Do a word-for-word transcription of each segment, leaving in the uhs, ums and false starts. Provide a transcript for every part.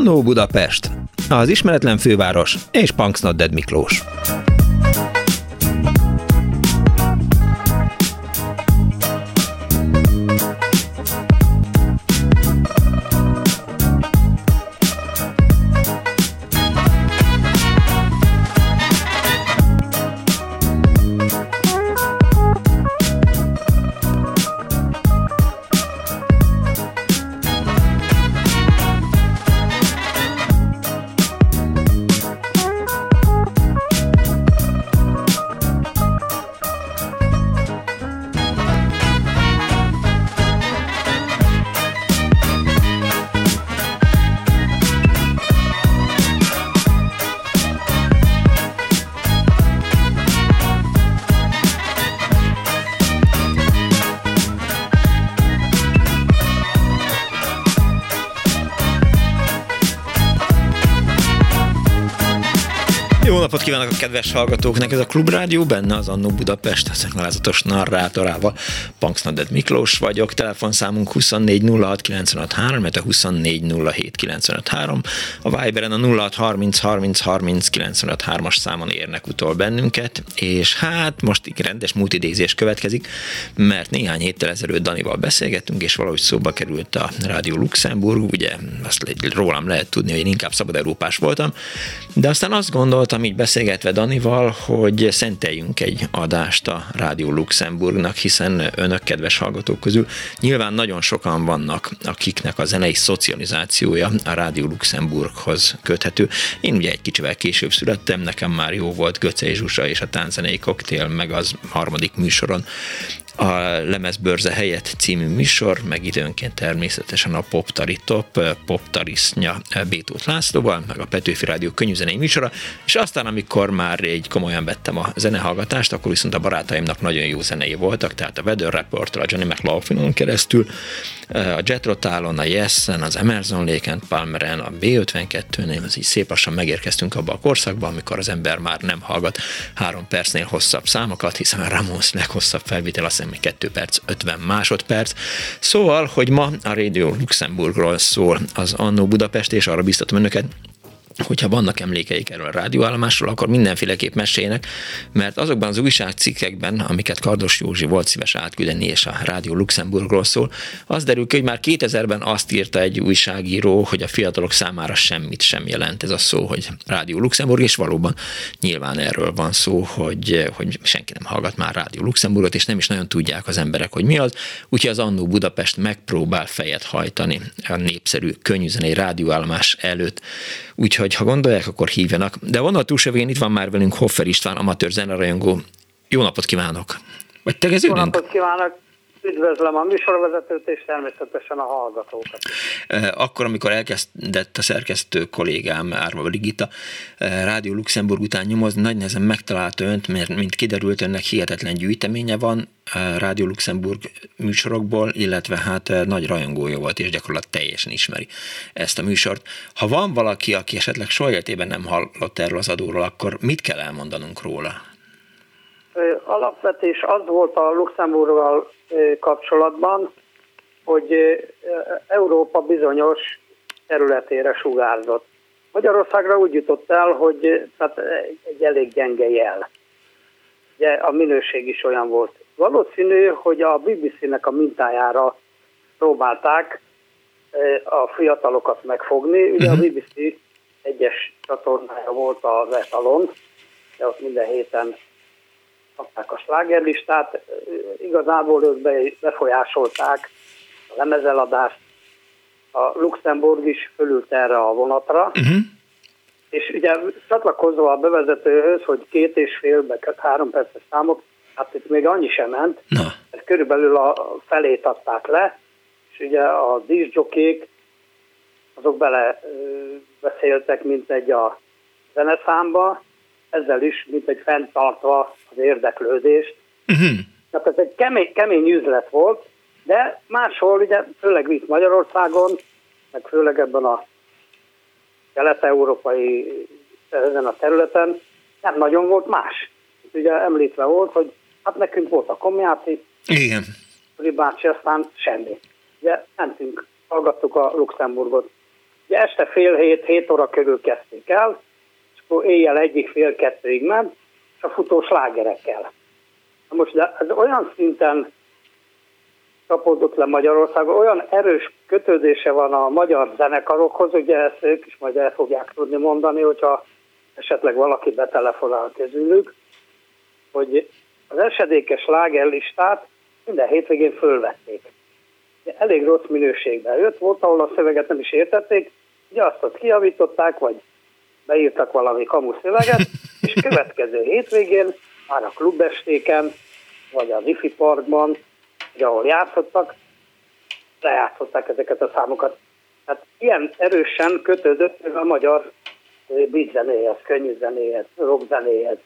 Annó Budapest, az ismeretlen főváros és Punks Not Dead Miklós. Jó napot kívánok a kedves hallgatóknak! Ez a Klubrádió, benne az Annó Budapest, az alázatos narrátorával. Punks Not Dead Miklós vagyok, telefonszámunk huszonnégy nulla hat kilencvenöt három, mert a huszonnégy nulla hét kilencvenöt három, a Viberen a nulla hat harminc harminc harminc kilencvenöt hármas számon érnek utol bennünket, és hát most így rendes múltidézés következik, mert néhány héttel ezelőtt Danival beszélgettünk, és valahogy szóba került a Rádió Luxemburg, ugye azt rólam lehet tudni, hogy én inkább szabad európás voltam, de aztán azt gondoltam, így beszélgetve Danival, hogy szenteljünk egy adást a Rádió Luxemburgnak, hiszen önök, kedves hallgatók közül nyilván nagyon sokan vannak, akiknek a zenei szocializációja a Rádió Luxemburghoz köthető. Én ugye egy kicsivel később születtem, nekem már jó volt Göcé Zsuzsa és a Tánczenei Koktél, meg az harmadik műsoron a Lemezbörze helyett című műsor, meg időnként természetesen a Poptari Top, Poptarisznya B. Tóth Lászlóval, meg a Petőfi Rádió könnyűzenei műsora, és aztán, amikor már így komolyan vettem a zenehallgatást, akkor viszont a barátaimnak nagyon jó zenei voltak, tehát a Weather Reporttól, a Johnny McLaughlinon keresztül, a Jethro Tullon, a Yessen, az Emerson, Lake and Palmeren, a bé ötvenkettőnél, az így szép lassan megérkeztünk abba a korszakba, amikor az ember már nem hallgat három percnél hosszabb számokat, hiszen a Ramos leghosszabb felvétel azt hiszem kettő perc, ötven másodperc. Szóval, hogy ma a Radio Luxemburgról szól az Annó Budapest, és arra biztatom önöket, hogyha vannak emlékeik erről a rádióállomásról, akkor mindenféleképp meséljenek, mert azokban az újságcikkekben, amiket Kardos Józsi volt szíves átküldeni, és a Rádió Luxemburgról szól, az derül ki, hogy már kétezerben azt írta egy újságíró, hogy a fiatalok számára semmit sem jelent ez a szó, hogy Rádió Luxemburg, és valóban nyilván erről van szó, hogy, hogy senki nem hallgat már Rádió Luxemburgot, és nem is nagyon tudják az emberek, hogy mi az, úgyhogy az Annó Budapest megpróbál fejet hajtani a népszerű könnyűzenei rádióállomás előtt. Úgyhogy ha gondolják, akkor hívjanak. De vonal túlsevén itt van már velünk Hoffer István, amatőr zenerajongó. Jó napot kívánok! Vagy tegeződünk? Jó napot kívánok! Üdvözlöm a műsorvezetőt és természetesen a hallgatókat. Akkor, amikor elkezdett a szerkesztő kollégám, Árva Brigitta, Rádió Luxemburg után nyomozni, nagy nehezen megtalálta önt, mert mint kiderült, önnek hihetetlen gyűjteménye van Rádió Luxemburg műsorokból, illetve hát nagy rajongója volt, és gyakorlatilag teljesen ismeri ezt a műsort. Ha van valaki, aki esetleg soha életében nem hallott erről az adóról, akkor mit kell elmondanunk róla? Alapvetés az volt a Luxemburggal kapcsolatban, hogy Európa bizonyos területére sugárzott. Magyarországra úgy jutott el, hogy tehát egy elég gyenge jel. Ugye a minőség is olyan volt. Valószínű, hogy a bé bé cé-nek a mintájára próbálták a fiatalokat megfogni. Ugye a bé bé cé egyes csatornája volt az etalon, de ott minden héten kapták a slágerlistát, igazából ők befolyásolták a lemezeladást, a Luxemburg is fölült erre a vonatra, uh-huh. és ugye csatlakozva a bevezetőhöz, hogy két és fél, meg három perces számok, hát itt még annyi sem ment, uh-huh. ez körülbelül a felét adták le, és ugye a diszjokék, azok bele beszéltek, mint egy a zeneszámba, ezzel is, mint egy fenntartva az érdeklődést. Uh-huh. Tehát ez egy kemény, kemény üzlet volt, de máshol, ugye, főleg itt Magyarországon, meg főleg ebben a kelet-európai ezen a területen nem nagyon volt más. Ugye említve volt, hogy hát nekünk volt a Komjáti, igen. Ribácsi, aztán semmi. Ugye mentünk, hallgattuk a Luxemburgot. Ugye ugye este fél hét, hét óra körül kezdték el, és akkor éjjel egyik fél kettőig ment, és a futó slágerekkel. Na most de ez olyan szinten csapódott le Magyarországon, olyan erős kötődése van a magyar zenekarokhoz, ugye ezt ők is majd el fogják tudni mondani, hogyha esetleg valaki betelefonál közülük, hogy az esedékes slágerlistát minden hétvégén fölvették. Elég rossz minőségben jött, volt, ahol a szöveget nem is értették, ugye azt ott kijavították, vagy beírtak valami kamu szöveget, és következő hétvégén, már a klubestéken, vagy az ifi parkban, vagy ahol játszottak, lejátszották ezeket a számokat. Tehát ilyen erősen kötődött a magyar beat zenéhez, könnyű zenéhez, rock zenéhez.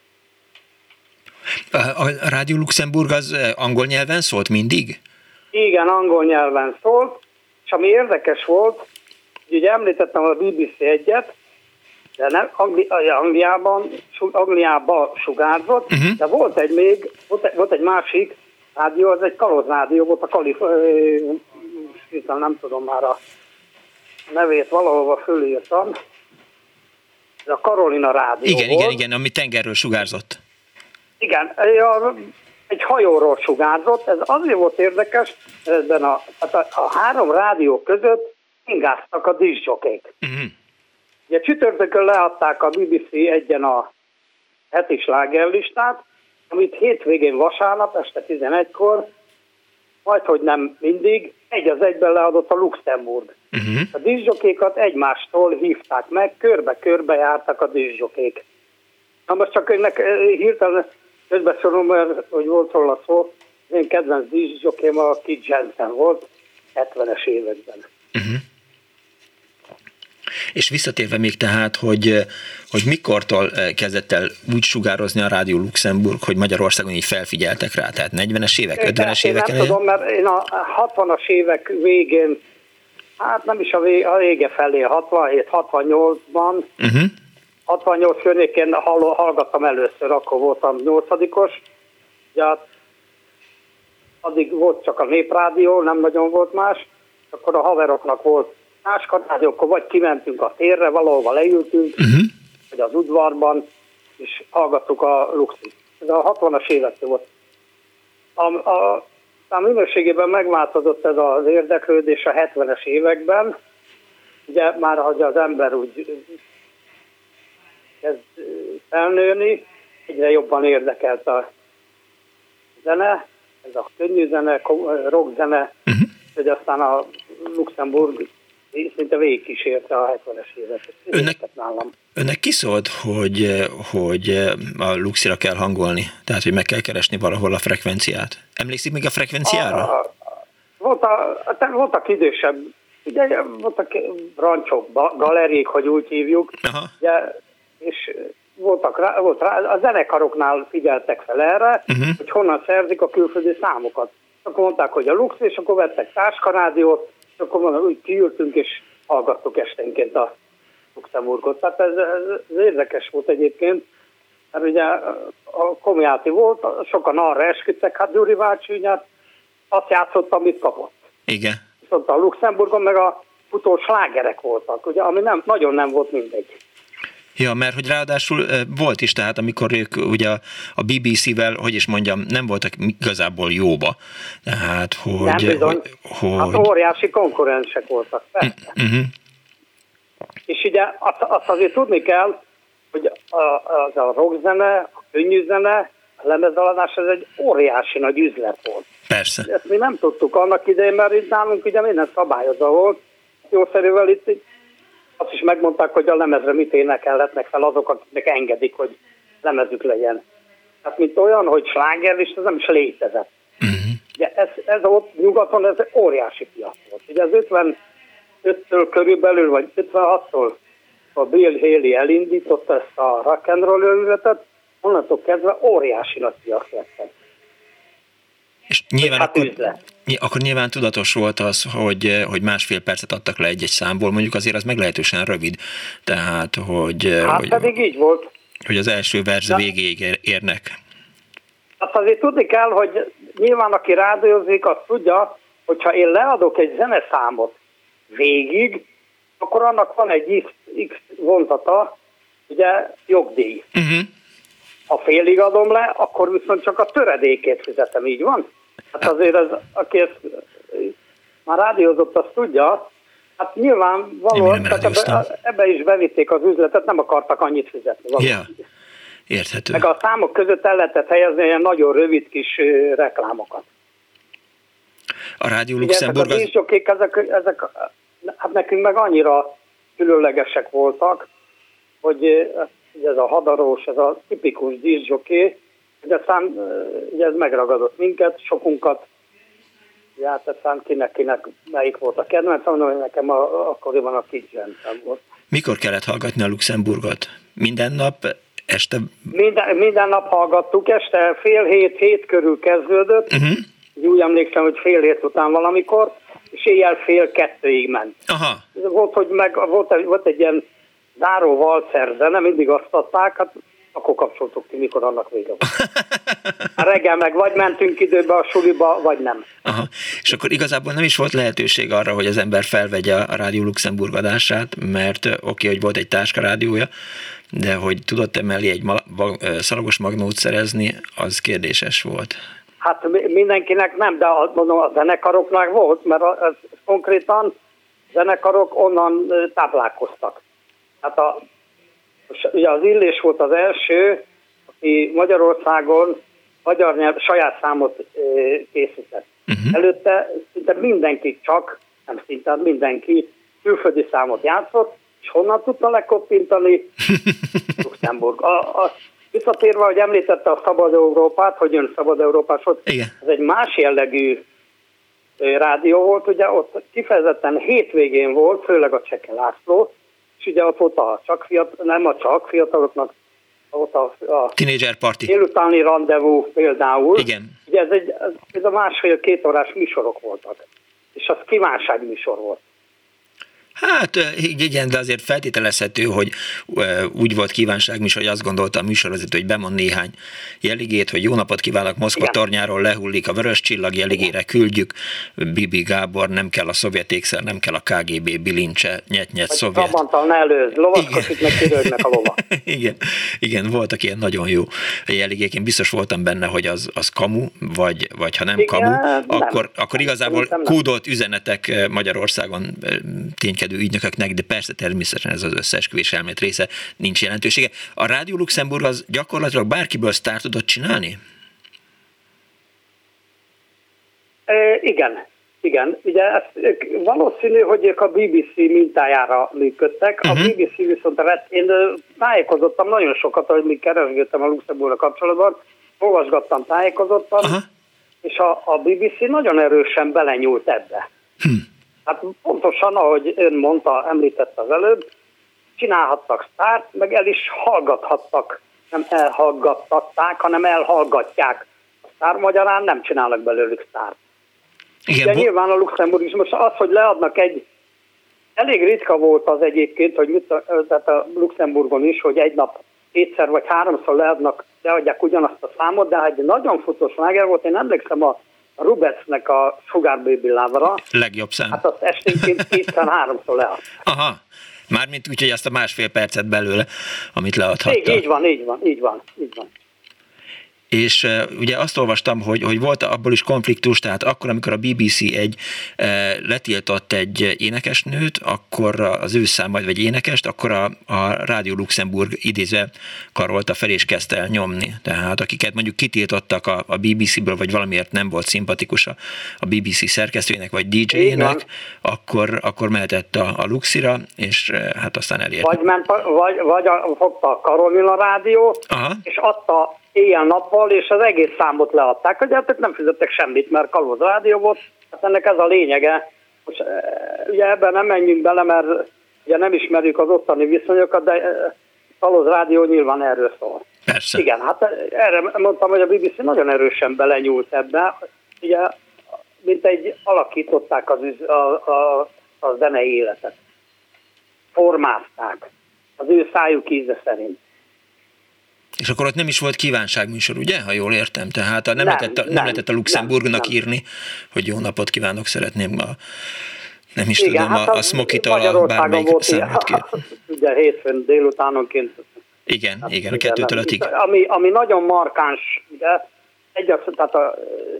A Rádió Luxemburg az angol nyelven szólt mindig? Igen, angol nyelven szólt, és ami érdekes volt, ugye említettem a bé bé cé egyet, de nem, Angli- Angliában, Angliában sugárzott, uh-huh. de volt egy még, volt egy, volt egy másik rádió, az egy kalózrádió volt, a Kalif, nem tudom már a nevét, valahova fölírtam, ez a Carolina rádió igen, volt. Igen, igen, ami tengerről sugárzott. Igen, egy hajóról sugárzott, ez azért volt érdekes, ebben a, a, a három rádió között ingáztak a diszjokék. Uh-huh. Ugye csütörtökön leadták a bé bé cé egyen a heti slágerlistát, amit hétvégén vasárnap este tizenegykor, majdhogy nem mindig, egy az egyben leadott a Luxemburg. Uh-huh. A diszjokékat egymástól hívták meg, körbe-körbe jártak a diszjokék. Na most csak önnek hirtelen közbeszólom, mert hogy volt róla szó, az én kedvenc diszjokém a Keith Jensen volt hetvenes években. Uh-huh. És visszatérve még tehát, hogy, hogy mikortól kezdett el úgy sugározni a Rádió Luxemburg, hogy Magyarországon így felfigyeltek rá, tehát negyvenes évek, ötvenes évek? Én nem tudom, mert én a hatvanas évek végén, hát nem is a, vége, a vége felé, hatvanhét hatvannyolcban, uh-huh. hatvannyolc környékén hallgattam először, akkor voltam nyolcadikos, ugye addig volt csak a Néprádió, nem nagyon volt más, akkor a haveroknak volt más rádió, akkor vagy kimentünk a térre, valahova leültünk, uh-huh. vagy az udvarban, és hallgattuk a Luxit. Ez a hatvanas évektől volt. A, a, a minőségében megváltozott ez az érdeklődés a hetvenes években, ugye már hogy az ember úgy kezd felnőni, egyre jobban érdekelt a zene, ez a könnyű zene, rock zene, uh-huh. hogy aztán a Luxemburg szinte végigkísérte a hetvenes éveket. Önnek, önnek kiszólt, hogy, hogy a Luxira kell hangolni? Tehát, hogy meg kell keresni valahol a frekvenciát? Emlékszik még a frekvenciára? A, a, voltak, voltak idősebb, ugye voltak rancsok, galeriék, hogy úgy hívjuk, ugye, és voltak rá, volt rá, a zenekaroknál figyeltek fel erre, uh-huh. hogy honnan szerzik a külföldi számokat. Akkor mondták, hogy a Lux, és akkor vettek táskarádiót, és akkor mondom, úgy kiültünk, és hallgattuk esténként a Luxemburgot. Tehát ez, ez érdekes volt egyébként, mert ugye a Komjáti volt, sokan arra esküdtek, hát Gyuri bácsi, hát azt játszott, amit kapott. Igen. Viszont a Luxemburgon meg a futó slágerek voltak, ugye, ami nem, nagyon nem volt mindegy. Ja, mert hogy ráadásul volt is, tehát amikor ők ugye a bé bé cé-vel, hogy is mondjam, nem voltak igazából jóba. Tehát, hogy... Nem bizony. Hogy, hát óriási konkurensek voltak, persze. Uh-huh. És ugye azt, azt azért tudni kell, hogy a, az a rockzene, a könnyű zene, a lemezaladás, ez egy óriási nagy üzlet volt. Persze. Ezt mi nem tudtuk annak idején, mert itt nálunk ugye minden szabályozva volt. Jószerűvel itt azt is megmondták, hogy a lemezre mit énekelhetnek fel azok, akiknek engedik, hogy lemezük legyen. Hát mint olyan, hogy slágerlista, ez nem is létezett. Uh-huh. Ugye ez, ez ott nyugaton, ez óriási piac volt. Ugye az ötvenöttől körülbelül, vagy ötvenhattól a Bill Haley elindította ezt a rock and roll ötletet, onnantól kezdve óriási nagy piac lett. És nyilván hát akkor, akkor nyilván tudatos volt az, hogy, hogy másfél percet adtak le egy-egy számból, mondjuk azért az meglehetősen rövid. Tehát, hogy... Hát hogy, pedig így volt. Hogy az első verz ja. végéig érnek. Azt azért tudni kell, hogy nyilván aki rádiózik, azt tudja, hogyha én leadok egy zeneszámot végig, akkor annak van egy X vonzata, ugye jogdíj. Uh-huh. Ha félig adom le, akkor viszont csak a töredékét fizetem, így van? Hát azért ez, aki ezt már rádiózott, azt tudja, hát nyilvánvalóan ebbe, ebbe is bevitték az üzletet, nem akartak annyit fizetni. Ja, érthető. Meg a számok között el lehetett helyezni ilyen nagyon rövid kis reklámokat. A Rádió Luxemburg... Ezek a díszjokék, ezek, ezek, hát nekünk meg annyira különlegesek voltak, hogy ez a hadarós, ez a tipikus díszjoké, hogy aztán ugye ez megragadott minket, sokunkat, ugye hát aztán kinek-kinek melyik volt a kedvenc, mondom, hogy nekem a, akkoriban a Kidzsensem volt. Mikor kellett hallgatni a Luxemburgot? Minden nap, este? Minden, minden nap hallgattuk, este fél hét, hét körül kezdődött, uh-huh. Úgy emlékszem, hogy fél hét után valamikor, és éjjel fél kettőig ment. Aha. Volt, hogy meg, volt, volt egy ilyen záró valszer zene, mindig azt adták, hát akkor kapcsoltuk ki, mikor annak vége volt. A reggel meg vagy mentünk időbe a suliba, vagy nem. Aha. És akkor igazából nem is volt lehetőség arra, hogy az ember felvegye a Rádió Luxemburg adását, mert oké, okay, hogy volt egy táskarádiója, de hogy tudott emellé egy ma- szalagos magnót szerezni, az kérdéses volt. Hát mindenkinek nem, de a, mondom, a zenekaroknak volt, mert az konkrétan zenekarok onnan táplálkoztak. Hát a, ugye az Illés volt az első, aki Magyarországon magyar nyelv saját számot készített. Uh-huh. Előtte szinte mindenki csak, nem szinte mindenki külföldi számot játszott, és honnan tudta lekoppintani? Luxemburg. A, a, visszatérve, hogy említette a Szabad Európát, hogy ön Szabad Európás volt, igen. Ez egy más jellegű rádió volt, ugye ott kifejezetten hétvégén volt, főleg a Cseke László, és ugye ott volt a csak fiatal, nem a csak fiataloknak, ott a, a Teenager Party. Délutáni rendezvú például. Igen. Ugye ez, egy, ez a másfél-két órás műsorok voltak, és az kívánságműsor volt. Hát igen, de azért feltételezhető, hogy úgy volt kívánságműsor, hogy azt gondolta a műsorvezető, hogy bemond néhány jeligét, hogy jó napot kívánok, Moszkva tornyáról lehullik a vörös csillag, jeligére küldjük, Bibi Gábor, nem kell a szovjet ékszer, nem kell a ká gé bé bilincse, nyet-nyet szovjet. Trabanttal ne előzd, lovaskodik, meg kirögnek a lova. igen, igen, voltak ilyen nagyon jó jeligék, én biztos voltam benne, hogy az, az kamu, vagy, vagy ha nem igen, kamu, nem. Akkor, akkor igazából nem, kódolt üzenetek Magyarországon ténykedő ügynököknek, de persze természetesen ez az összeesküvés elmélet része, nincs jelentősége. A Rádió Luxemburg az gyakorlatilag bárkiből sztár tudott csinálni? E, igen, igen. Ugye ez, valószínű, hogy ők a bé bé cé mintájára működtek. Uh-huh. A bé bé cé viszont én tájékozottam nagyon sokat, hogy még keresgéltem a Luxemburggal kapcsolatban, olvasgattam, tájékozottam, uh-huh. és a, a bé bé cé nagyon erősen belenyúlt ebbe. Hmm. Hát pontosan, ahogy ön mondta, említette az előbb, csinálhattak sztárt, meg el is hallgathattak, nem elhallgattatták, hanem elhallgatják. A sztár magyarán nem csinálnak belőlük sztárt. Igen, de bo- nyilván a Luxemburg is, most az, hogy leadnak egy, elég ritka volt az egyébként, hogy mit, tehát a Luxemburgon is, hogy egy nap kétszer vagy háromszor leadnak, leadják ugyanazt a számot, de egy nagyon futó sláger volt, én emlékszem a a Rubetsnek a Sugar Baby Love-ra. Legjobb szám. Hát azt esténként kétszer-háromszor lead. Aha, mármint úgy, hogy azt a másfél percet belőle, amit leadhatta. Így, így van, így van, így van, így van. És uh, ugye azt olvastam, hogy, hogy volt abból is konfliktus, tehát akkor, amikor a bé bé cé egy uh, letiltott egy énekesnőt, akkor az ő száma, vagy énekest, akkor a, a Rádió Luxemburg idézve karolta fel és kezdte el nyomni. Tehát akiket mondjuk kitiltottak a, a bé bé céből, vagy valamiért nem volt szimpatikus a, a bé bé cé szerkesztőjének, vagy dé jének, akkor, akkor mehetett a, a Luxira, és uh, hát aztán elért. Vagy, ment, vagy, vagy a, fogta a Karolina rádió, aha. és adta éjjel-nappal, és az egész számot leadták, hogy hát nem fizettek semmit, mert kalóz rádió volt, hát ennek ez a lényege. Most ugye ebben nem menjünk bele, mert ugye nem ismerjük az ottani viszonyokat, de kalóz rádió nyilván erről szól. Persze. Igen, hát erre mondtam, hogy a bé bé cé nagyon erősen belenyúlt ebbe, ugye, mint egy alakították az, a, a, a zenei életet. Formázták az ő szájuk íze szerint. És akkor ott nem is volt kívánságműsor, ugye? Ha jól értem. Tehát nem, nem, lehetett, a, nem, nem lehetett a Luxemburgnak nem, írni, hogy jó napot kívánok, szeretném a Nem is igen, tudom, hát a, a Smokitól bármelyik számot ki. Ugye hétfőn délutánonként. Igen, hát, igen, a kettőtől ötig. Ami, ami nagyon markáns, ugye, egyáltalán, tehát a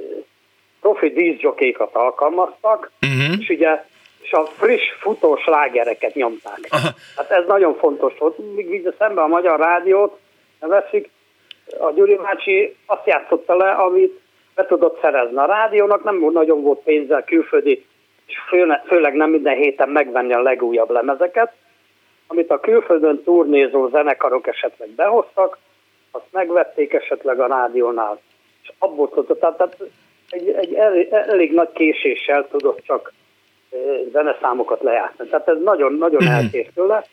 profi díszjokékat alkalmaztak, uh-huh. és ugye és a friss futó slágereket nyomták. Aha. Hát ez nagyon fontos volt. Míg szemben a Magyar Rádiót veszik, a Gyuri bácsi azt játszotta le, amit be tudott szerezni. A rádiónak nem nagyon volt pénzzel külföldi, és főleg nem minden héten megvenni a legújabb lemezeket, amit a külföldön turnézó zenekarok esetleg behoztak, azt megvették esetleg a rádiónál. És abból tudott, tehát egy, egy elég, elég nagy késéssel tudott csak zeneszámokat lejátszani. Tehát ez nagyon, nagyon mm-hmm. eltér tőle,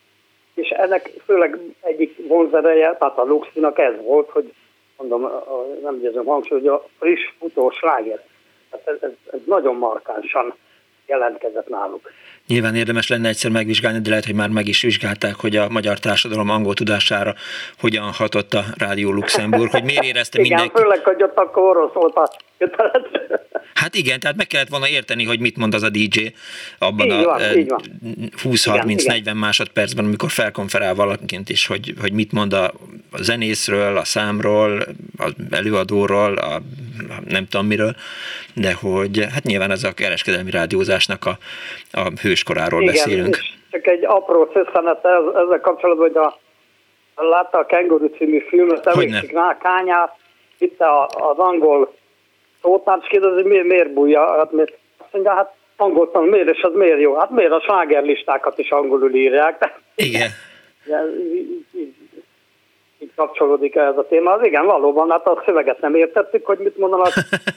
és ennek főleg egyik vonzereje, tehát a Luxinak ez volt, hogy mondom, nem győzöm hangsúly, hogy a friss futó sláger. Tehát ez, ez, ez nagyon markánsan jelentkezett náluk. Nyilván érdemes lenne egyszer megvizsgálni, de lehet, hogy már meg is vizsgálták, hogy a magyar társadalom angol tudására hogyan hatott a Rádió Luxemburg, hogy miért érezte igen, mindenki. Igen, főleg, hogy ott akkor orosz volt a kötelet. Hát igen, tehát meg kellett volna érteni, hogy mit mond az a dé dzsé abban így a van, húsz-harminc-negyven másodpercben, amikor felkonferál valaként is, hogy, hogy mit mond a, a zenészről, a számról, az előadóról, a, a nem tudom miről, de hogy hát nyilván ez a kereskedelmi rádiózásnak a, a hőskoráról igen, beszélünk. Csak egy apró szösszenet ezzel kapcsolatban, hogy a, látta a Kenguru című filmet, emlékszik rá, Kányát, itt az angol szótár, és kérdezi, miért, miért bújja? Hát, miért? Azt mondja, hát angol tanul, miért, és az miért jó? Hát miért a slágerlistákat is angolul írják? Igen. Így, így, így kapcsolódik ez a téma. Az igen, valóban, hát a szöveget nem értettük, hogy mit mondanak.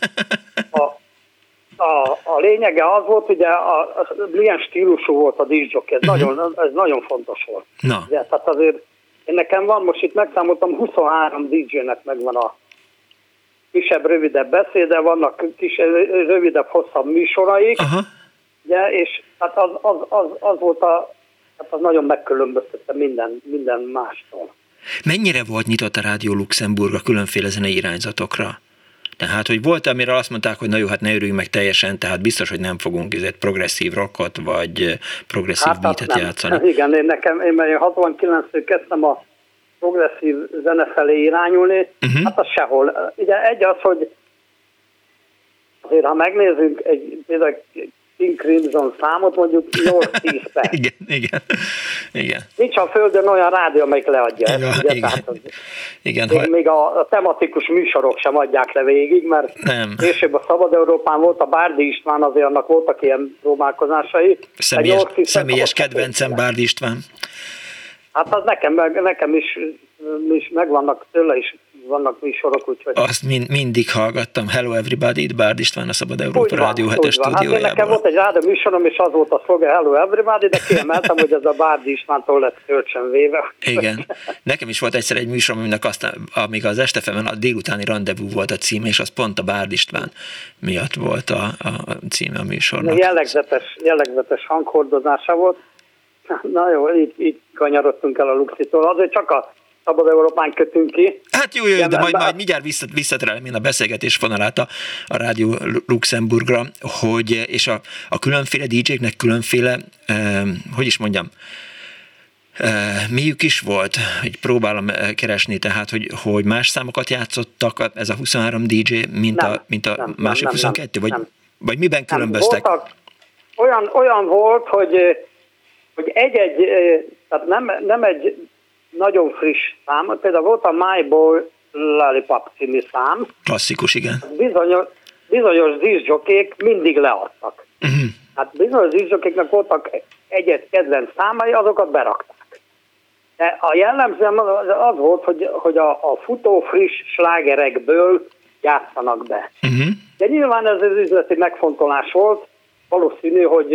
A, a, a lényege az volt, ugye, a, a, milyen stílusú volt a diszjockey, ez, uh-huh. nagyon, ez nagyon fontos volt. Na. Ugye, tehát azért, én nekem van, most itt megszámoltam, huszonhárom dé dzsének megvan a kisebb, rövidebb beszéde, vannak kis, rövidebb, hosszabb műsoraik, uh-huh. ugye, és hát az, az, az, az volt a, hát az nagyon megkülönböztette minden, minden mástól. Mennyire volt nyitott a Rádió Luxemburg a különféle zenei irányzatokra? Tehát, hogy volt, amire azt mondták, hogy na jó, hát ne örüljünk meg teljesen, tehát biztos, hogy nem fogunk ezért progresszív rockot, vagy progresszív hát, beatet játszani. Igen, én nekem, én, én hatvankilenctől kezdtem a progresszív zene felé irányulni, uh-huh. hát az sehol. Ugye egy az, hogy azért, ha megnézzünk egy például King Crimson számot, mondjuk nyolc-tíz perc. Igen, igen, igen. Nincs a földön olyan rádió, amelyik leadja igen, ezt. Ugye? Igen, Tehát az, igen. Még, még a, a tematikus műsorok sem adják le végig, mert nem. Később a Szabad Európán volt, a Bárdi István, azért annak voltak ilyen próbálkozásai. Személyes, személyes kedvencem Bárdi István. Hát az nekem, nekem is, is megvannak, tőle is vannak műsorok, úgyhogy... Azt mind, mindig hallgattam. Hello Everybody, itt Bárdi István, a Szabad Európa Rádió hetes stúdiójában. Hát nekem volt egy rádió műsorom, és az volt a szlogen Hello Everybody, de kiemeltem, hogy ez a Bárdi Istvántól lett kölcsönvéve. Igen. Nekem is volt egyszer egy műsorom, aminek aztán, amíg az Este ef emen a délutáni rendezvú volt a címe, és az pont a Bárdi István miatt volt a, a címe a műsornak. Jellegzetes, jellegzetes hanghordozása volt. Na jó, így, így kanyarodtunk el a Luxitól. Azért csak a Szabad Európán kötünk ki. Hát jó, jó, jó de majd, majd mindjárt visszat, visszaterelem én a beszélgetés vonalát a, a Rádió Luxemburgra, hogy, és a, a különféle dé dzséknek különféle, eh, hogy is mondjam, eh, miük is volt, hogy próbálom keresni, tehát, hogy, hogy más számokat játszottak ez a huszonhárom dé dzsé, mint nem, a, mint a nem, másik nem, huszonkettő, nem, vagy, nem. vagy miben különböztek? Voltak, olyan, olyan volt, hogy, hogy egy-egy, tehát nem, nem egy nagyon friss szám, például volt a My Boy Lollipop című szám. Klasszikus, igen. Bizonyos, bizonyos diszjokék mindig leadtak. Uh-huh. Hát bizonyos diszjokéknek voltak egy-egy kedvenc számai, azokat berakták. De a jellemző az volt, hogy, hogy a, a futó friss slágerekből játszanak be. Uh-huh. De nyilván ez az üzleti megfontolás volt, valószínű, hogy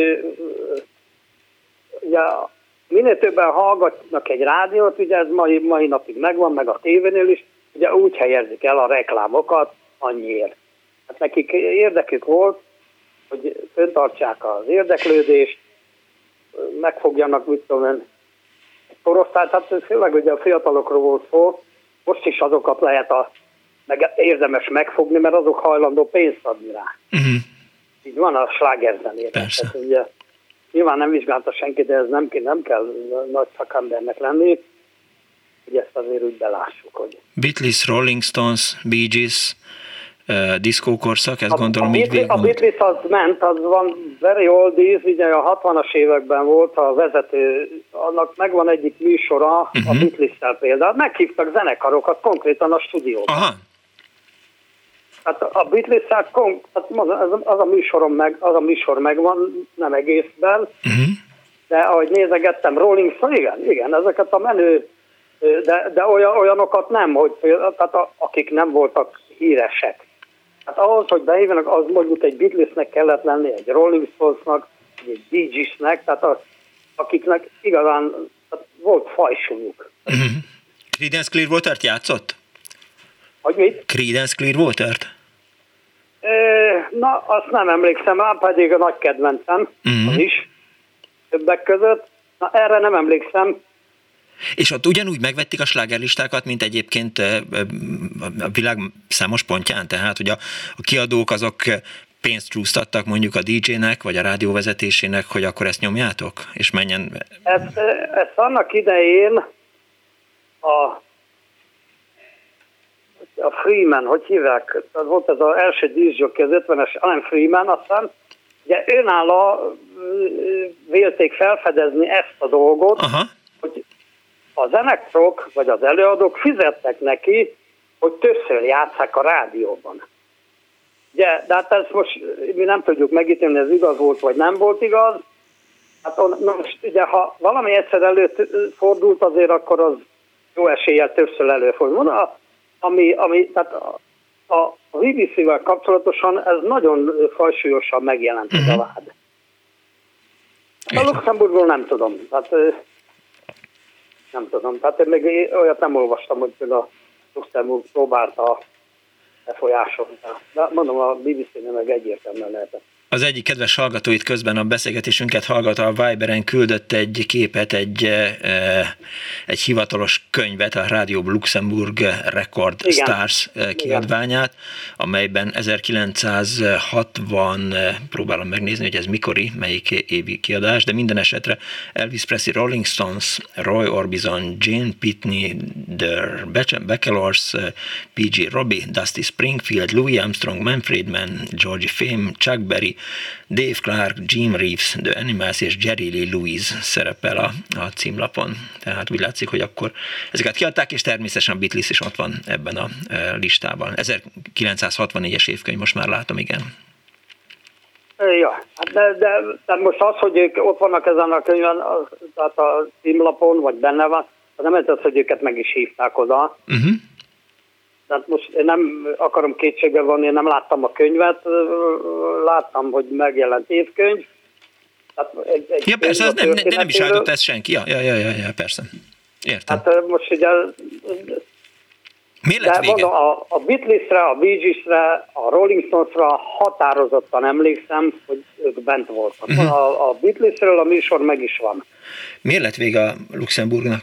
ugye, minél többen hallgatnak egy rádiót, ugye ez mai, mai napig megvan, meg a tévénél is, ugye úgy helyezik el a reklámokat annyiért. Hát nekik érdekük volt, hogy föntartsák az érdeklődést, megfogjanak, mit tudom én, egy korosztályt, hát főleg ugye a fiatalokról volt szó, most is azokat lehet a, meg érdemes megfogni, mert azok hajlandó pénzt adni rá. Uh-huh. így van a slágerzenében. Persze. Tehát, ugye, nyilván nem vizsgálta senki, de ez nem, nem kell nagy szakembernek lenni, hogy ezt azért úgy belássuk. Hogy... Beatles, Rolling Stones, Bee Gees, uh, diszkókorszak, ezt a, gondolom a így végig. A Beatles az ment, az van very oldies, ugye a hatvanas években volt a vezető, annak megvan egyik műsora, uh-huh. a Beatles-tel például, meghívtak zenekarokat konkrétan a stúdióban. Aha. Hát a Beatles-tel, az a műsorom meg, az a műsor megvan, nem egészben, uh-huh. de ahogy nézegettem, Rolling Stone, igen, igen, ezeket a menő, de, de olyan, olyanokat nem, hogy tehát a, akik nem voltak híresek. Hát ahhoz, hogy behívjanak, az mondjuk egy Beatlesnek kellett lenni, egy Rolling Stonesnak, egy Bee Geesnek, tehát az, akiknek igazán tehát volt fajsúlyuk. Uh-huh. Creedence Clearwater-t játszott? Hogy mit? Creedence Clearwater-t? Na, azt nem emlékszem, ám pedig a nagy kedvencem, uh-huh. az is, többek között. Na, erre nem emlékszem. És ott ugyanúgy megvették a slágerlistákat, mint egyébként a világ számos pontján, tehát hogy a, a kiadók azok pénzt csúsztattak mondjuk a dé jének, vagy a rádió vezetésének, hogy akkor ezt nyomjátok, és menjen... Ezt, ezt annak idején a a Freeman, hogy hívják, volt ez az első díszjockey, az ötvenes, Alan Freeman, aztán ugye önálló vélték felfedezni ezt a dolgot, aha. hogy a zenekarok, vagy az előadók fizettek neki, hogy többször játsszák a rádióban. Ugye, de hát ezt most mi nem tudjuk megítélni, ez igaz volt, vagy nem volt igaz. Hát on, most ugye, ha valami egyszer előfordult azért, akkor az jó eséllyel többször előfordul. Ami, ami, tehát a, a bé bé cé-vel kapcsolatosan ez nagyon fajsúlyosan megjelent uh-huh. a vád. A Luxemburgról nem tudom. Tehát, nem tudom. Tehát én még olyat nem olvastam, hogy például a Luxemburg próbálta befolyásolni. De mondom, a bé bé cé-nél meg egyértelműen lehetett. Az egyik kedves hallgató itt közben a beszélgetésünket hallgatva a Viberen küldött egy képet, egy, egy hivatalos könyvet, a Radio Luxemburg Record Igen. Stars kiadványát, amelyben ezerkilencszázhatvan, próbálom megnézni, hogy ez mikori, melyik évi kiadás, de minden esetre Elvis Presley, Rolling Stones, Roy Orbison, Jane Pitney, The Bachelors, pé gé Robbie, Dusty Springfield, Louis Armstrong, Manfred Mann, Georgie Fame, Chuck Berry, Dave Clark, Jim Reeves, The Animals és Jerry Lee Lewis szerepel a, a címlapon. Tehát úgy látszik, hogy akkor ezeket kiadták, és természetesen a Beatles is ott van ebben a listában. ezerkilencszázhatvannégyes évkönyv, most már látom, igen. Ja, de, de, de most az, hogy ők ott vannak ezen a könyvön, tehát a címlapon, vagy benne van, az nem ez az, hogy őket meg is hívták oda. Uh-huh. Tehát most én nem akarom kétségbe vonni, én nem láttam a könyvet, láttam, hogy megjelent évkönyv. Egy, egy ja persze, nem, de nem is állított ezt senki. Ja, ja, ja, ja, ja, persze. Értem. Hát most ugye... Miért lett vége? A, a Beatlesre, a Bee Geesre, a Rolling Stonesra határozottan emlékszem, hogy ők bent voltak. Uh-huh. A, a Beatlesről a műsor meg is van. Miért lett vége a Luxemburgnak?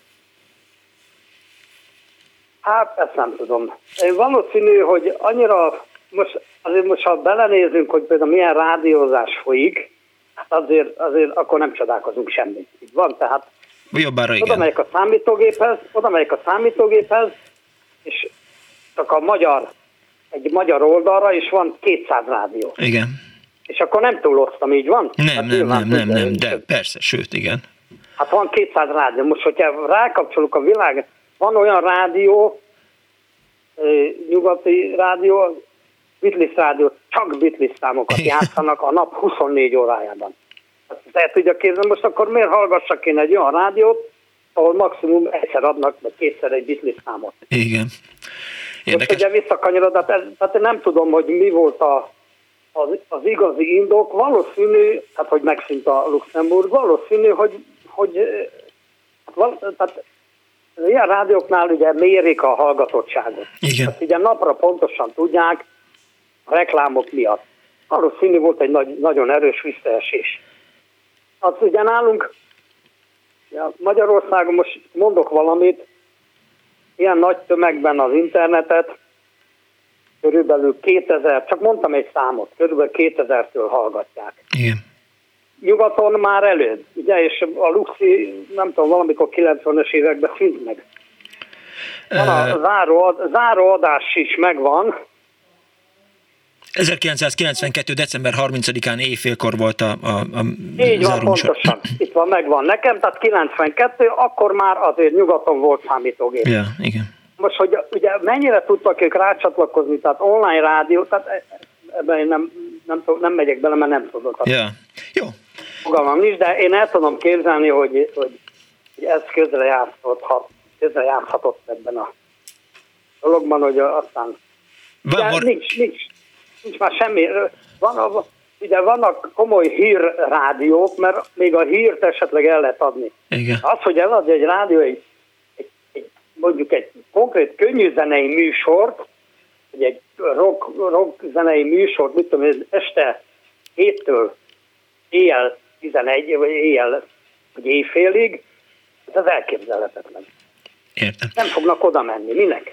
Hát ezt nem tudom. Én valószínű, hogy annyira, most, azért most ha belenézünk, hogy például milyen rádiózás folyik, azért, azért akkor nem csodálkozunk semmit. Így van, tehát jobbára igen. Oda megyek a számítógéphez, oda megyek a számítógéphez, és csak a magyar, egy magyar oldalra, és van kétszáz rádió. Igen. És akkor nem túloztam, így van? Nem, hát nem, nem, nem, nem, de persze, sőt, igen. Hát van kétszáz rádió. Most, hogyha rákapcsoljuk a világ, van olyan rádió, nyugati rádió, Beatles rádió, csak Beatles számokat játszanak a nap huszonnégy órájában. Tehát ugye képzelni, most akkor miért hallgassak én egy olyan rádiót, ahol maximum egyszer adnak, vagy kétszer egy Beatles számot. Igen. Érdekes. Most ugye visszakanyarod, tehát én nem tudom, hogy mi volt a, az, az igazi indok. Valószínű, tehát hogy megszűnt a Luxemburg, valószínű, hogy, hogy tehát ilyen rádióknál ugye mérik a hallgatottságot. Igen. Tehát ugye napra pontosan tudják a reklámok miatt. Valószínű volt egy nagy, nagyon erős visszaesés. Az ugye nálunk, ja, Magyarországon most mondok valamit, ilyen nagy tömegben az internetet, körülbelül kétezer, csak mondtam egy számot, körülbelül kétezertől hallgatják. Igen. Nyugaton már előbb, ugye, és a Luxi, nem tudom, valamikor kilencvenes években szűnt meg. Van a záró, záró adás is megvan. ezerkilencszázkilencvenkettő. december harmincadikán éjfélkor volt a, a, a Így van, pontosan. Itt van, megvan nekem, tehát kilencvenkettő, akkor már azért nyugaton volt számítógép. Ja, igen. Most, hogy ugye mennyire tudtak ők rácsatlakozni, tehát online rádió, tehát ebben én nem, nem, nem megyek bele, mert nem tudok. Ja, jó. Fogalmam nincs, de én el tudom képzelni, hogy, hogy, hogy ez közrejátszhatott, közrejátszhatott ebben a dologban, hogy aztán Van, mor- nincs, nincs, nincs már semmi. Van, ugye vannak komoly hírrádiók, mert még a hírt esetleg el lehet adni. Igen. Az, hogy eladja egy rádió, egy, egy, egy, mondjuk egy konkrét könnyű zenei műsort, vagy egy rock, rock zenei műsort, mit tudom, este héttől éjjel tizenegy, vagy éjjel, vagy éjfélig, ez elképzelhetetlen. Értem. Nem fognak oda menni. Minek?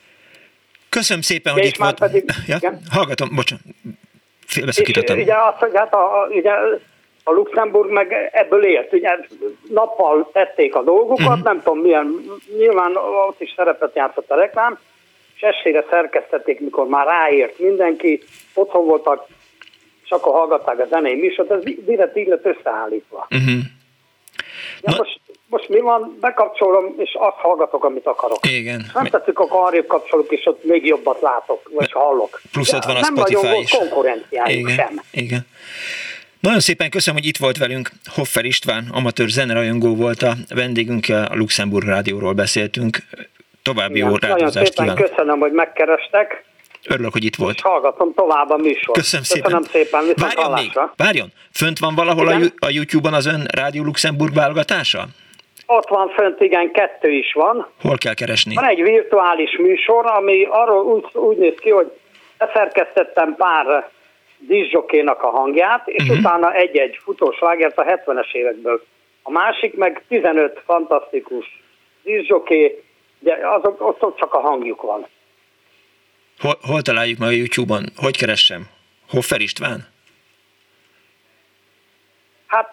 Köszönöm szépen, hogy itt volt. Pedig, ja? Hallgatom, bocsánat. Félbeszakítottam. Ugye azt, hogy hát a, ugye a Luxemburg meg ebből élt. Ugye nappal tették a dolgukat, uh-huh. nem tudom milyen, nyilván ott is szerepet játszott a reklám, és estére szerkesztették, mikor már ráért mindenki, otthon voltak, és akkor hallgatták a zenei műsort, ez direkt így lett összeállítva. Uh-huh. Ja, most, most mi van, bekapcsolom, és azt hallgatok, amit akarok. Igen. Nem tetszik, akkor arrébb kapcsolok, és ott még jobbat látok, vagy hallok. Plusz ott van a nem Spotify is. Nem nagyon volt konkurenciájuk sem. Igen. Nagyon szépen köszönöm, hogy itt volt velünk. Hoffer István, amatőr zenerajongó volt a vendégünk, a Luxemburg Rádióról beszéltünk. További jó rádiózást kívánok. Nagyon szépen köszönöm, hogy megkerestek. Örülök, hogy itt volt. És hallgatom tovább a műsort. Köszönöm szépen. Köszönöm szépen, viszont várjon hallásra. még, várjon. Fönt van valahol a, a YouTube-on az ön Rádió Luxemburg válogatása? Ott van fönt, igen, kettő is van. Hol kell keresni? Van egy virtuális műsor, ami arról úgy, úgy néz ki, hogy beszerkesztettem pár diszjokénak a hangját, és uh-huh. utána egy-egy futóslágert a hetvenes évekből. A másik meg tizenöt fantasztikus diszjoké, de azok, ott csak a hangjuk van. Hol, hol találjuk meg a YouTube-on? Hogy keressem? Hoffer István? Hát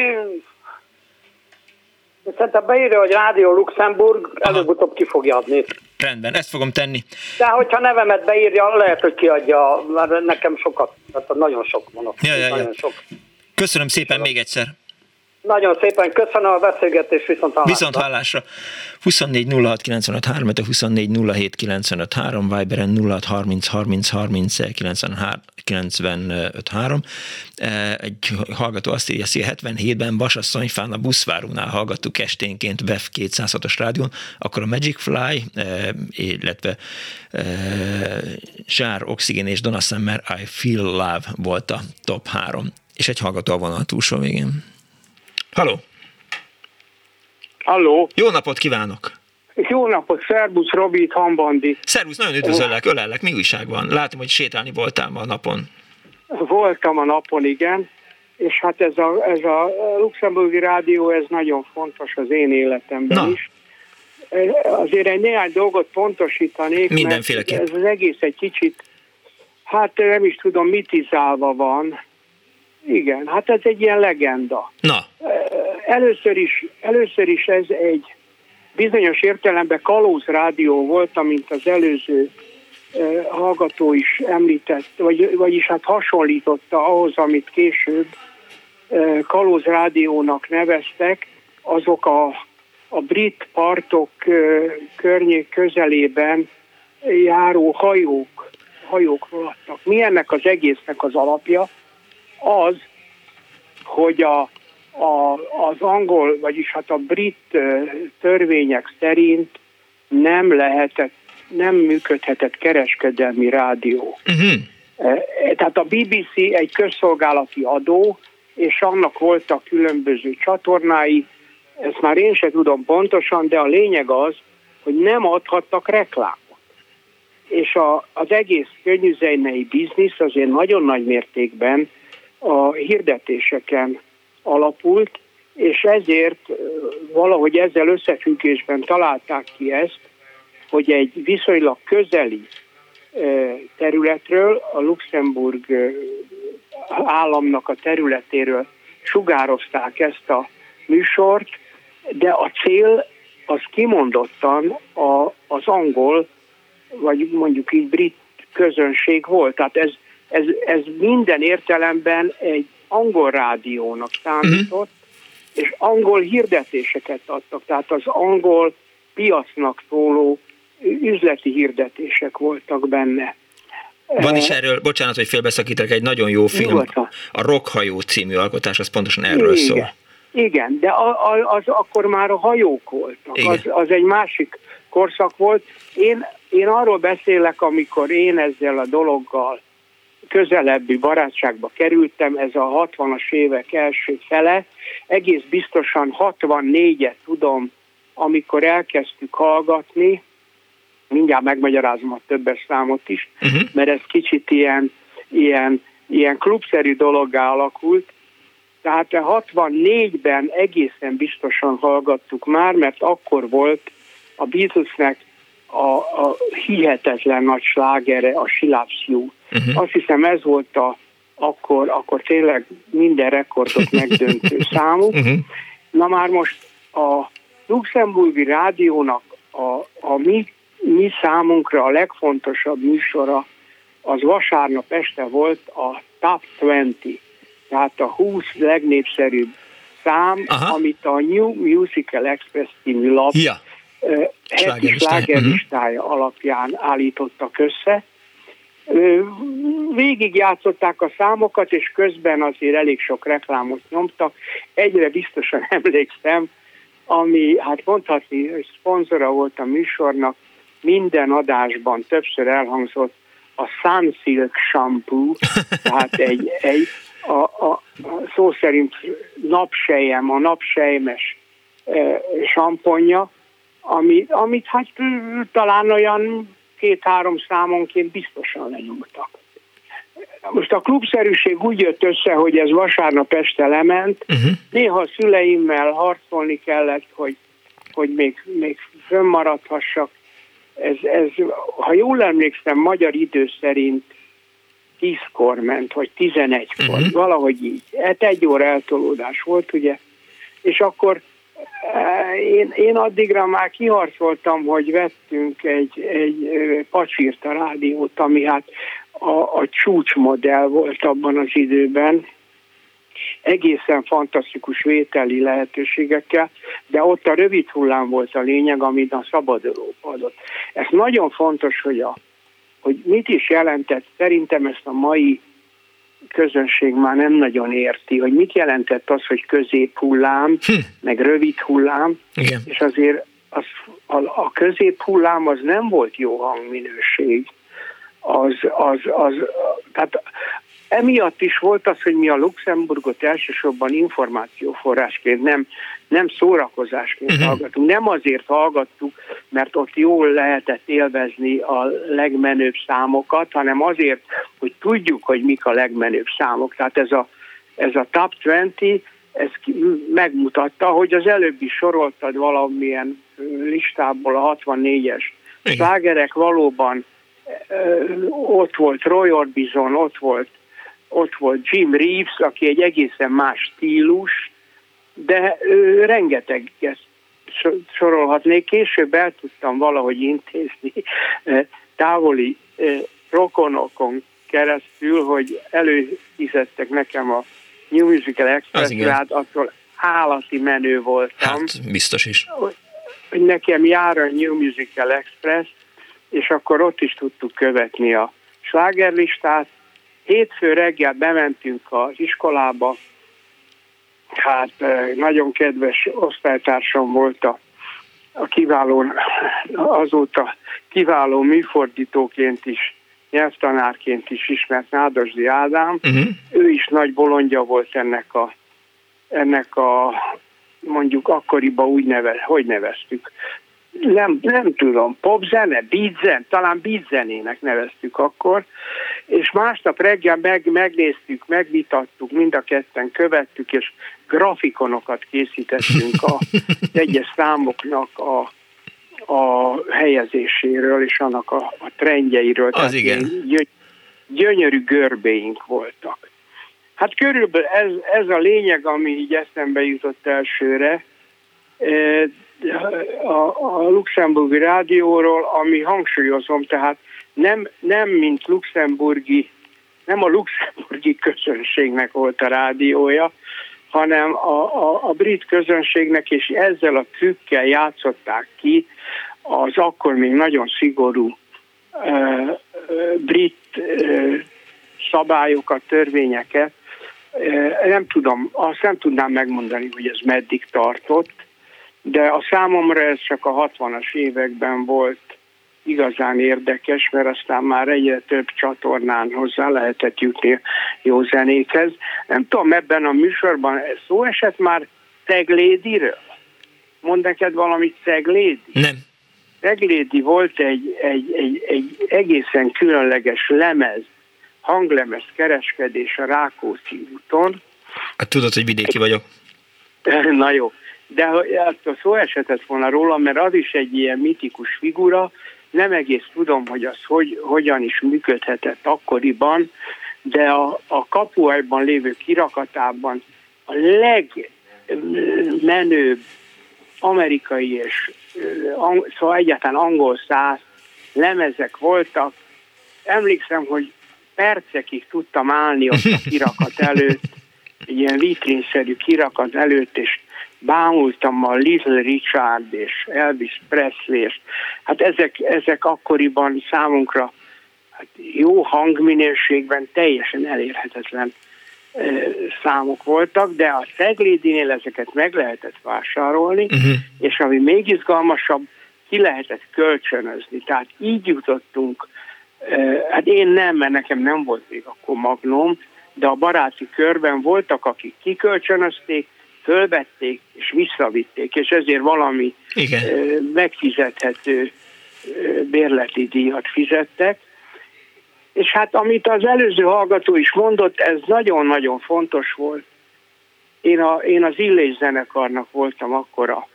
szerintem beírja, hogy Rádió Luxemburg, előbb-utóbb ki fogja adni. Rendben, ezt fogom tenni. De hogyha nevemet beírja, lehet, hogy kiadja, mert nekem sokat, tehát nagyon sok van ott. Ja, ja, nagyon ja. sok. Köszönöm szépen még egyszer. Nagyon szépen köszönöm a beszélgetést, viszont hallásra. Viszont hallásra. huszonnégy nulla hat kilencvenöt három, huszonnégy nulla hét kilencvenöt három, Viberen nulla hat harminc harminc harminc kilencvenöt három. Egy hallgató azt írja, hogy hetvenhétben Basasszonyfán a buszvárónál hallgattuk esténként vé e ef kétszázhatos rádión, akkor a Magic Fly, illetve Zsár, Oxygen és Donna Summer I Feel Love volt a top három. És egy hallgató a vonal túlsó végén. Halló! Halló! Jó napot kívánok! Jó napot, szervusz, Robi, Hambandi. Szervusz, nagyon üdvözöllek, ölellek, mi újság van? Látom, hogy sétálni voltál ma a napon. Voltam a napon, igen, és hát ez a, ez a luxemburgi rádió, ez nagyon fontos az én életemben Na. is. Azért egy néhány dolgot pontosítanék, mert ez az egész egy kicsit, hát nem is tudom, mitizálva van. Igen, hát ez egy ilyen legenda. Na. Először is, először is ez egy bizonyos értelemben kalózrádió volt, amint az előző eh, hallgató is említett, vagy, vagyis hát hasonlította ahhoz, amit később eh, kalózrádiónak neveztek, azok a, a brit partok eh, környék közelében járó hajók, hajókról adtak. Mi ennek az egésznek az alapja? Az, hogy a, a, az angol, vagyis hát a brit törvények szerint nem lehetett, nem működhetett kereskedelmi rádió. Uh-huh. Tehát a bé bé cé egy közszolgálati adó, és annak voltak különböző csatornái, ezt már én sem tudom pontosan, de a lényeg az, hogy nem adhattak reklámot. És a, az egész könnyűzenei biznisz azért nagyon nagy mértékben a hirdetéseken alapult, és ezért valahogy ezzel összefüggésben találták ki ezt, hogy egy viszonylag közeli területről, a Luxemburg államnak a területéről sugározták ezt a műsort, de a cél az kimondottan a, az angol, vagy mondjuk így brit közönség volt. Tehát ez, ez, ez minden értelemben egy angol rádiónak számított, uh-huh. és angol hirdetéseket adtak. Tehát az angol piacnak szóló üzleti hirdetések voltak benne. Van is erről, bocsánat, hogy félbeszakítok, egy nagyon jó film, Nyugodtan. A Rockhajó című alkotás, az pontosan erről Igen. szól. Igen, de a, a, az akkor már a hajók voltak, az, az egy másik korszak volt. Én, én arról beszélek, amikor én ezzel a dologgal közelebbi barátságba kerültem, ez a hatvanas évek első fele, egész biztosan hatvannégyet tudom, amikor elkezdtük hallgatni, mindjárt megmagyarázom a többes számot is, uh-huh. mert ez kicsit ilyen, ilyen, ilyen klubszerű dologgá alakult. Tehát hatvannégyben egészen biztosan hallgattuk már, mert akkor volt a Beatlesnek a, a hihetetlen nagy slágere, a She Loves You. Uh-huh. Azt hiszem ez volt a, akkor, akkor tényleg minden rekordot megdöntő számuk. Uh-huh. Na már most a luxemburgi rádiónak a, a mi, mi számunkra a legfontosabb műsora az vasárnap este volt a Top húsz. Tehát a húsz legnépszerűbb szám, Aha. amit a New Musical Express című lap ja. uh, heti slágerlistája uh-huh. alapján állítottak össze. Uh, végig játszották a számokat, és közben azért elég sok reklámot nyomtak. Egyre biztosan emlékszem, ami, hát mondhatni, hogy szponzora volt a műsornak, minden adásban többször elhangzott a Sunsilk shampoo, tehát egy, egy A, a, a szó szerint napselyem, a napsejmes e, samponja, ami, amit hát talán olyan két-három számonként biztosan lenyúltak. Most a klubszerűség úgy jött össze, hogy ez vasárnap este lement, uh-huh. néha a szüleimmel harcolni kellett, hogy, hogy még, még fönnmaradhassak. Ez, ez, ha jól emlékszem, magyar idő szerint tízkor ment, vagy tizenegykor, uh-huh. valahogy így. Hát egy óra eltolódás volt, ugye, és akkor én, én addigra már kiharcoltam, hogy vettünk egy, egy pacsirta rádiót, ami hát a, a csúcsmodell volt abban az időben, egészen fantasztikus vételi lehetőségekkel, de ott a rövid hullám volt a lényeg, amit a Szabad Európa adott. Ez nagyon fontos, hogy a hogy mit is jelentett, szerintem ezt a mai közönség már nem nagyon érti, hogy mit jelentett az, hogy középhullám, hm. meg rövid hullám, Igen. és azért az, a, a középhullám az nem volt jó hangminőség. Az, az, az, tehát emiatt is volt az, hogy mi a Luxemburgot elsősorban információforrásként, nem, nem szórakozásként uh-huh. hallgatunk. Nem azért hallgattuk, mert ott jól lehetett élvezni a legmenőbb számokat, hanem azért, hogy tudjuk, hogy mik a legmenőbb számok. Tehát ez a, ez a Top húsz, ez megmutatta, hogy az előbb is soroltad valamilyen listából a hatvannégyes slágerek, valóban ott volt Roy Orbison, ott volt ott volt Jim Reeves, aki egy egészen más stílus, de ő, rengeteget sorolhatnék. Később el tudtam valahogy intézni távoli rokonokon keresztül, hogy előfizettek nekem a New Musical Express-rát, attól állati menő voltam. Hát, biztos is. Hogy nekem jár a New Musical Express, és akkor ott is tudtuk követni a slágerlistát. Hétfő reggel bementünk az iskolába, hát nagyon kedves osztálytársam volt a, a kiváló, azóta kiváló műfordítóként is, nyelvtanárként is ismert Nádasdy Ádám. Uh-huh. Ő is nagy bolondja volt ennek a, ennek a mondjuk akkoriban úgy neve, hogy neveztük. Nem, nem tudom, popzene, beatzen, talán beatzenének neveztük akkor, és másnap reggel meg, megnéztük, megvitattuk, mind a ketten követtük, és grafikonokat készítettünk az egyes számoknak a, a helyezéséről és annak a, a trendjeiről. Az igen. Gyöny- gyönyörű görbéink voltak. Hát körülbelül ez, ez a lényeg, ami így eszembe jutott elsőre a, a luxemburgi rádióról, ami hangsúlyozom, tehát nem, nem mint luxemburgi, nem a luxemburgi közönségnek volt a rádiója, hanem a, a, a brit közönségnek, és ezzel a trükkel játszották ki az akkor még nagyon szigorú uh, brit uh, szabályokat, törvényeket. Uh, nem tudom, azt nem tudnám megmondani, hogy ez meddig tartott, de a számomra ez csak a hatvanas években volt igazán érdekes, mert aztán már egyre több csatornán hozzá lehetett jutni jó zenékhez. Nem tudom, ebben a műsorban szó esett már Ceglédiről? Mond neked valamit Ceglédi? Nem. Ceglédi volt egy, egy, egy, egy egészen különleges lemez, hanglemez kereskedés a Rákóczi úton. Hát tudod, hogy vidéki vagyok. Na jó, de hát szó esetett volna róla, mert az is egy ilyen mitikus figura, nem egész tudom, hogy az hogy, hogyan is működhetett akkoriban, de a, a kapuajban lévő kirakatában a legmenőbb amerikai és ang, szóval egyáltalán angol száz lemezek voltak. Emlékszem, hogy percekig tudtam állni ott a kirakat előtt, egy ilyen vitrínszerű kirakat előtt, és bámultam a Little Richard és Elvis Presley, és hát ezek, ezek akkoriban számunkra hát jó hangminőségben teljesen elérhetetlen e, számok voltak, de a Ceglédinél ezeket meg lehetett vásárolni, uh-huh. és ami még izgalmasabb, ki lehetett kölcsönözni. Tehát így jutottunk, e, hát én nem, mert nekem nem volt még akkor magnóm, de a baráti körben voltak, akik kikölcsönözték, fölvették és visszavitték, és ezért valami Igen. megfizethető bérleti díjat fizettek. És hát amit az előző hallgató is mondott, ez nagyon-nagyon fontos volt. Én, a, én az Illés zenekarnak voltam akkor a,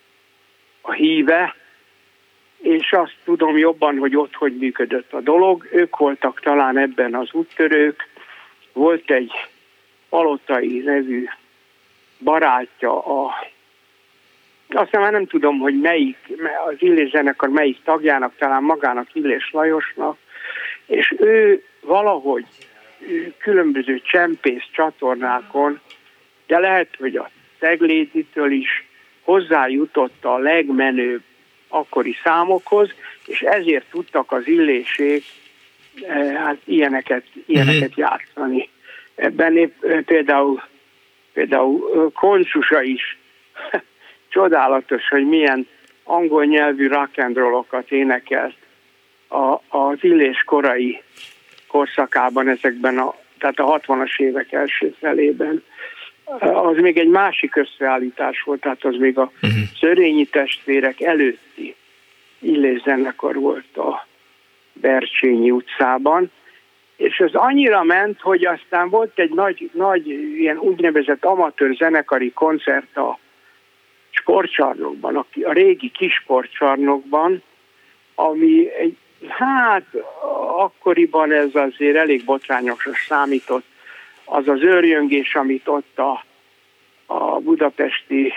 a híve, és azt tudom jobban, hogy ott hogy működött a dolog. Ők voltak talán ebben az úttörők. Volt egy Palotai nevű barátja, a, aztán már nem tudom, hogy melyik, az Illés zenekar melyik tagjának, talán magának Illés Lajosnak, és ő valahogy különböző csempész csatornákon, de lehet, hogy a Cegléditől is hozzájutott a legmenőbb akkori számokhoz, és ezért tudtak az Illésék hát ilyeneket, ilyeneket játszani. Ebben épp, például Például Koncsusa is csodálatos, hogy milyen angol nyelvű rock and rollokat énekelt a, az Illés korai korszakában, ezekben a, tehát a hatvanas évek első felében. Az még egy másik összeállítás volt, tehát az még a uh-huh. Szörényi testvérek előtti Illés zenekar volt a Bercsényi utcában, és ez annyira ment, hogy aztán volt egy nagy, nagy ilyen úgynevezett amatőr zenekari koncert a sportcsarnokban, a, a régi kis sportcsarnokban, ami egy, hát akkoriban ez azért elég botrányosra számított, az az őrjöngés, amit ott a, a budapesti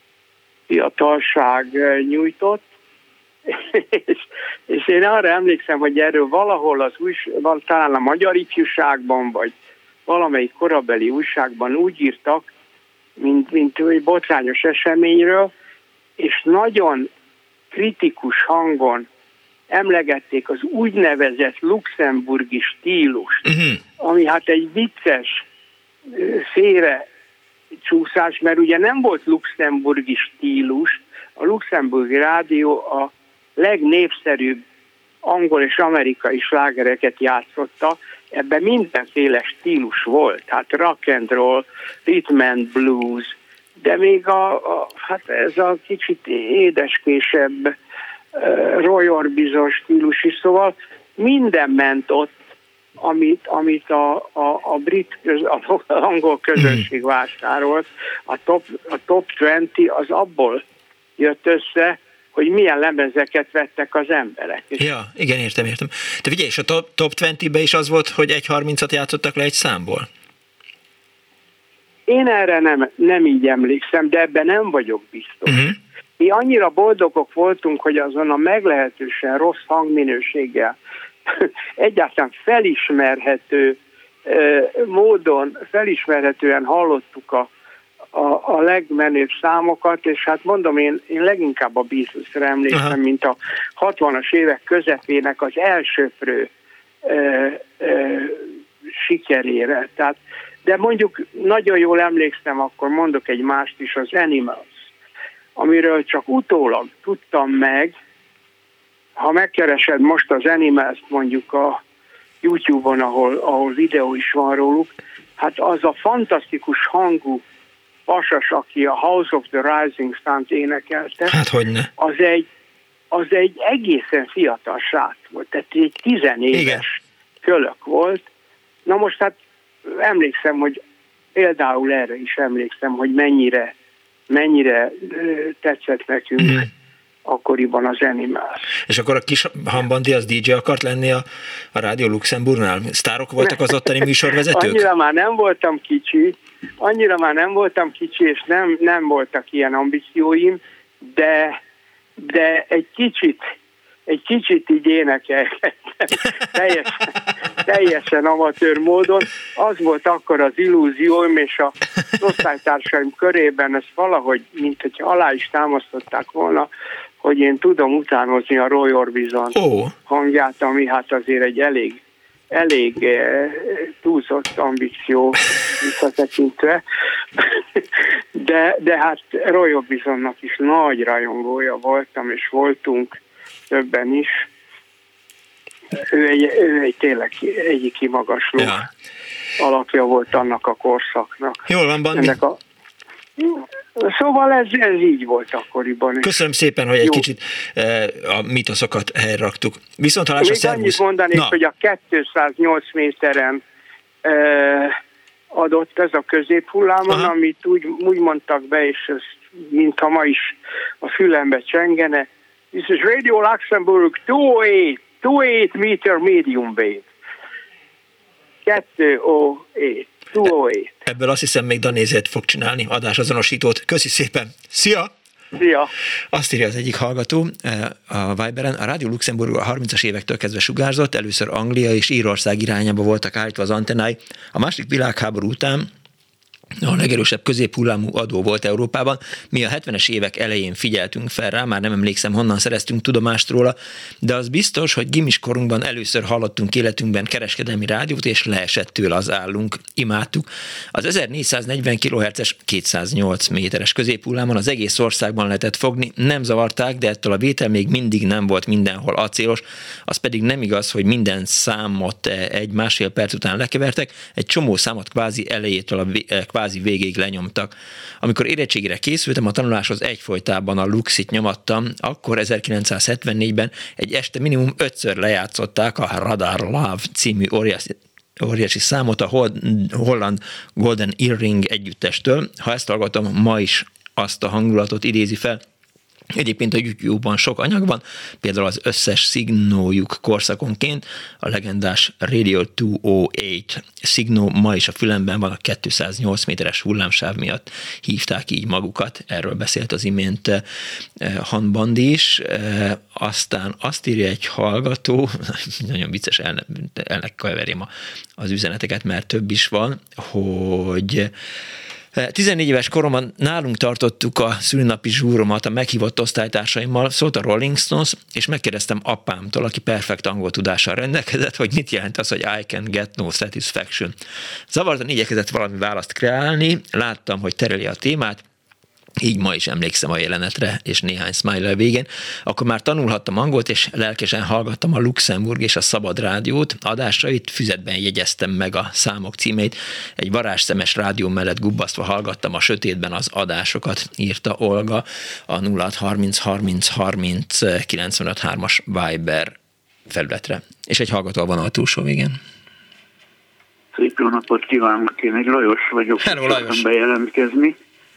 fiatalság nyújtott, és, és én arra emlékszem, hogy erről valahol az új, talán a Magyar Ifjúságban, vagy valamelyik korabeli újságban úgy írtak, mint, mint egy botrányos eseményről, és nagyon kritikus hangon emlegették az úgynevezett luxemburgi stílust, uh-huh. ami hát egy vicces félre csúszás, mert ugye nem volt luxemburgi stílus, a luxemburgi rádió a legnépszerűbb angol és amerikai slágereket játszotta, ebben mindenféle stílus volt, hát rock and roll, rhythm and blues, de még a, a hát ez a kicsit édeskésebb uh, Roy Orbison stílus is, szóval minden ment ott, amit, amit a, a, a brit, köz, a angol közönség vásárolt. A top, a top húsz az abból jött össze, hogy milyen lemezeket vettek az emberek. Ja, igen, értem, értem. De figyelj, és a top, top húszban is az volt, hogy egy harmincat játszottak le egy számból? Én erre nem, nem így emlékszem, de ebben nem vagyok biztos. Uh-huh. Mi annyira boldogok voltunk, hogy azon a meglehetősen rossz hangminőséggel egyáltalán felismerhető módon, felismerhetően hallottuk a, a, a legmenőbb számokat, és hát mondom, én, én leginkább a Beatlesre emlékszem, aha, mint a hatvanas évek közepének az elsöprő ö, ö, sikerére. Tehát, de mondjuk nagyon jól emlékszem, akkor mondok egy mást is, az Animals, amiről csak utólag tudtam meg, ha megkeresed most az Animals-t mondjuk a YouTube-on, ahol, ahol videó is van róluk, hát az a fantasztikus hangú pasas, aki a House of the Rising Sun-t énekelte, hát hogyne, az egy, az egy egészen fiatal srác volt, tehát egy tizenéves kölök volt. Na most hát emlékszem, hogy például erre is emlékszem, hogy mennyire, mennyire tetszett nekünk mm. akkoriban az Animals. És akkor a kis Hambandi az dé dzsé akart lenni a, a Rádió Luxemburgnál? Sztárok voltak az ottani műsorvezetők? Annyira már nem voltam kicsi, annyira már nem voltam kicsi, és nem, nem voltak ilyen ambícióim, de, de egy kicsit, egy kicsit így énekelgettem, teljesen, teljesen amatőr módon. Az volt akkor az illúzióm, és a osztálytársaim körében ez valahogy, mint hogyha alá is támasztották volna, hogy én tudom utánozni a Roy Orbison oh. hangját, ami hát azért egy elég, elég eh, túlzott ambíció visszatekintve. De, de hát Roy Orbisonnak is nagy rajongója voltam, és voltunk többen is. Ő egy, ő egy tényleg egyik kimagasló ja. alakja volt annak a korszaknak. Jól van, Bandi. Ennek a Szóval ez, ez így volt akkoriban. Köszönöm szépen, hogy egy Jó. kicsit e, a mitoszokat helyraktuk. Viszont hallásra, szervusz. Még annyit mondanék, Na. hogy a kétszáznyolc méteren e, adott ez a középhullámon, Aha. amit úgy, úgy mondtak be, és ez mintha ma is a fülembe csengene. This is Radio Luxembourg kétszáznyolc, kétszáznyolc meter medium wave. kétszáznyolc. Ebből azt hiszem még Danézét fog csinálni adásazonosítót. Köszi szépen. Szia! Szia! Azt írja az egyik hallgató a Viberen, a Rádió Luxemburg a harmincas évektől kezdve sugárzott, először Anglia és Írország irányába voltak állítva az antennái. A második világháború után a legerősebb középhullámú adó volt Európában. Mi a hetvenes évek elején figyeltünk fel rá, már nem emlékszem, honnan szereztünk tudomást róla, de az biztos, hogy gimis korunkban először hallottunk életünkben kereskedelmi rádiót, és leesett tőle az állunk, imádtuk. Az ezernégyszáznegyven kilohertzes kétszáznyolc méteres középhullámon az egész országban lehetett fogni, nem zavarták, de ettől a vétel még mindig nem volt mindenhol acélos, az pedig nem igaz, hogy minden számot egy másfél perc után lekevertek, egy csomó számot kvázi elejétől a kvázi végéig lenyomtak. Amikor érettségire készültem, a tanuláshoz egyfolytában a Luxit nyomattam, akkor ezerkilencszázhetvennégyben egy este minimum ötször lejátszották a Radar Love című óriási, óriási számot a holland Golden Earring együttestől. Ha ezt hallgatom, ma is azt a hangulatot idézi fel. Egyébként a YouTube-ban sok anyag van, például az összes szignójuk korszakonként, a legendás Radio kétszáznyolc szignó ma is a fülemben van, a kétszáznyolc méteres hullámsáv miatt hívták így magukat, erről beszélt az imént Han Bandi is, aztán azt írja egy hallgató, nagyon vicces, elne, elnek keverjem az üzeneteket, mert több is van, hogy tizennégy éves koromban nálunk tartottuk a szülinapi zsúromat a meghívott osztálytársaimmal, szólt a Rolling Stones, és megkérdeztem apámtól, aki perfekt angol tudással rendelkezett, hogy mit jelent az, hogy I can get no satisfaction. Zavartan igyekezett valami választ kreálni, láttam, hogy tereli a témát, így ma is emlékszem a jelenetre, és néhány smile végén. Akkor már tanulhattam angolt, és lelkesen hallgattam a Luxemburg és a Szabad Rádiót. Adásait füzetben jegyeztem meg a számok címeit. Egy varázsszemes rádió mellett gubbasztva hallgattam a sötétben az adásokat, írta Olga a nulla hat harminc harminc harminc kilencvenöt hármas Viber felületre. És egy hallgató van a túlsó végén. Szép jó napot kívánok, én egy Lajos vagyok. Hello, Lajos. Bejelentkezni.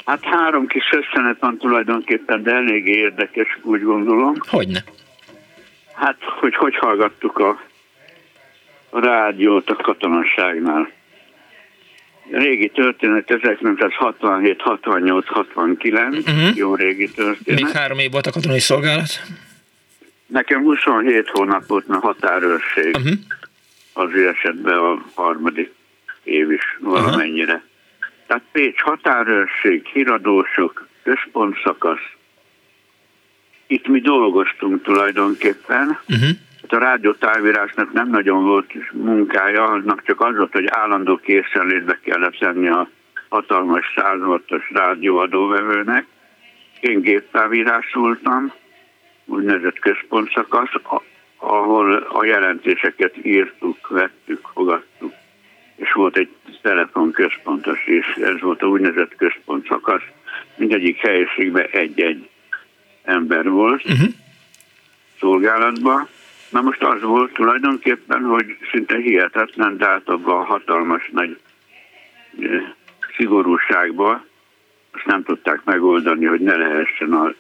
Hát három kis összenet van tulajdonképpen, de elég érdekes, úgy gondolom. Hogyne? Hát, hogy hogy hallgattuk a, a rádiót a katonaságnál. Régi történet, ezerkilencszázhatvanhét, hatvannyolc, hatvankilenc, uh-huh. Jó régi történet. Még három év volt a katonai szolgálat? Nekem huszonhét hónap volt a határőrség. Uh-huh. Azért esetben a harmadik év is valamennyire. Uh-huh. Tehát Pécs határőrség, híradósok, központszakasz. Itt mi dolgoztunk tulajdonképpen. Uh-huh. A rádiótávirásnak nem nagyon volt munkája, annak csak az volt, hogy állandó készenlétbe kellett tenni a hatalmas százvoltos rádióadóvevőnek. Én géptávírásoltam, úgynevezett központszakasz, ahol a jelentéseket írtuk, vettük, fogadtuk. És volt egy telefonközpontos is, ez volt a úgynevezett központszakasz. Mindegyik helyiségben egy-egy ember volt uh-huh. szolgálatban. Na most az volt tulajdonképpen, hogy szinte hihetetlen, de hát abban a hatalmas nagy e, szigorúságban azt nem tudták megoldani, hogy ne lehessen a,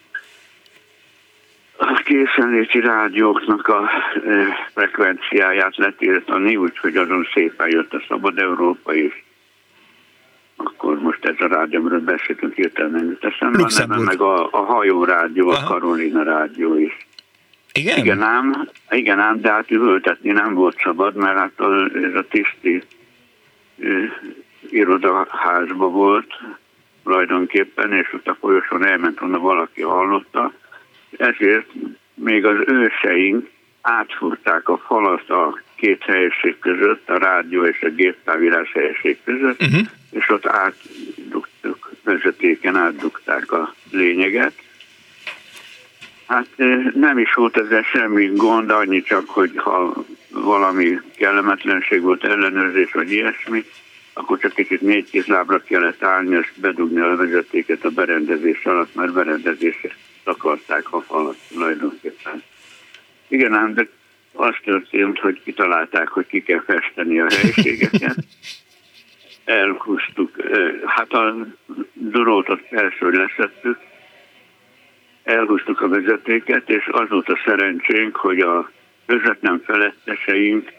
a készenléti rádióknak a e, frekvenciáját letiltani, úgyhogy azon szépen jött a Szabad Európa is. Akkor most ez a rádió, amiről beszéltünk, hirtelen nem jut eszembe, meg a, a hajórádió, a Karolina rádió is. Igen? Igen ám, igen ám, de hát üvöltetni nem volt szabad, mert hát a, ez a tiszti uh, irodaházba volt tulajdonképpen, és ott a folyosón elment volna valaki hallotta. Ezért még az őseink átfúrták a falat a két helység között, a rádió és a géptávírás helység között, uh-huh. és ott átdugtuk, vezetéken átdugták a lényeget. Hát nem is volt ezzel semmi gond, annyi csak, hogy ha valami kellemetlenség volt, ellenőrzés vagy ilyesmi, akkor csak kicsit négy kézlábra kellett állni, és bedugni a vezetéket a berendezés alatt, mert berendezésre takarták a falat tulajdonképpen. Igen ám, de az történt, hogy kitalálták, hogy ki kell festeni a helységeket. Elhúztuk, hát a drótot persze, hogy leszettük, elhúztuk a vezetéket, és az volt a szerencsénk, hogy a közvetlen feletteseink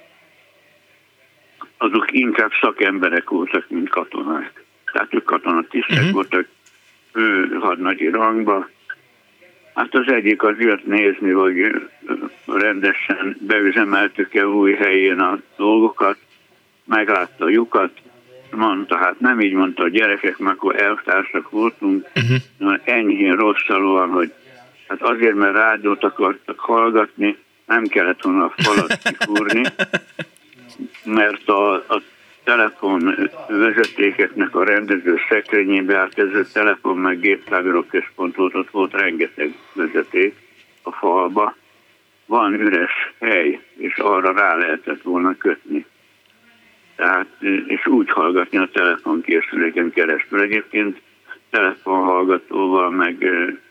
azok inkább szakemberek voltak, mint katonák. Tehát ők katonatisztek uh-huh. voltak fő hadnagyi rangba. Hát az egyik az jött nézni, hogy rendesen beüzemeltük-e új helyén a dolgokat, meglátta a lyukat, mondta, hát nem így mondta a gyerekek, mert akkor elvtársak voltunk, uh-huh. enyhén rosszalóan, hogy hát azért, mert rádiót akartak hallgatni, nem kellett volna a falat kifúrni, mert a, a telefon vezetékeknek a rendező szekrényébe átkező telefon meg géptávíró központ volt, ott volt rengeteg vezeték a falba. Van üres hely, és arra rá lehetett volna kötni. Tehát, és úgy hallgatni a telefonkészüléken keresztül. Egyébként telefonhallgatóval, meg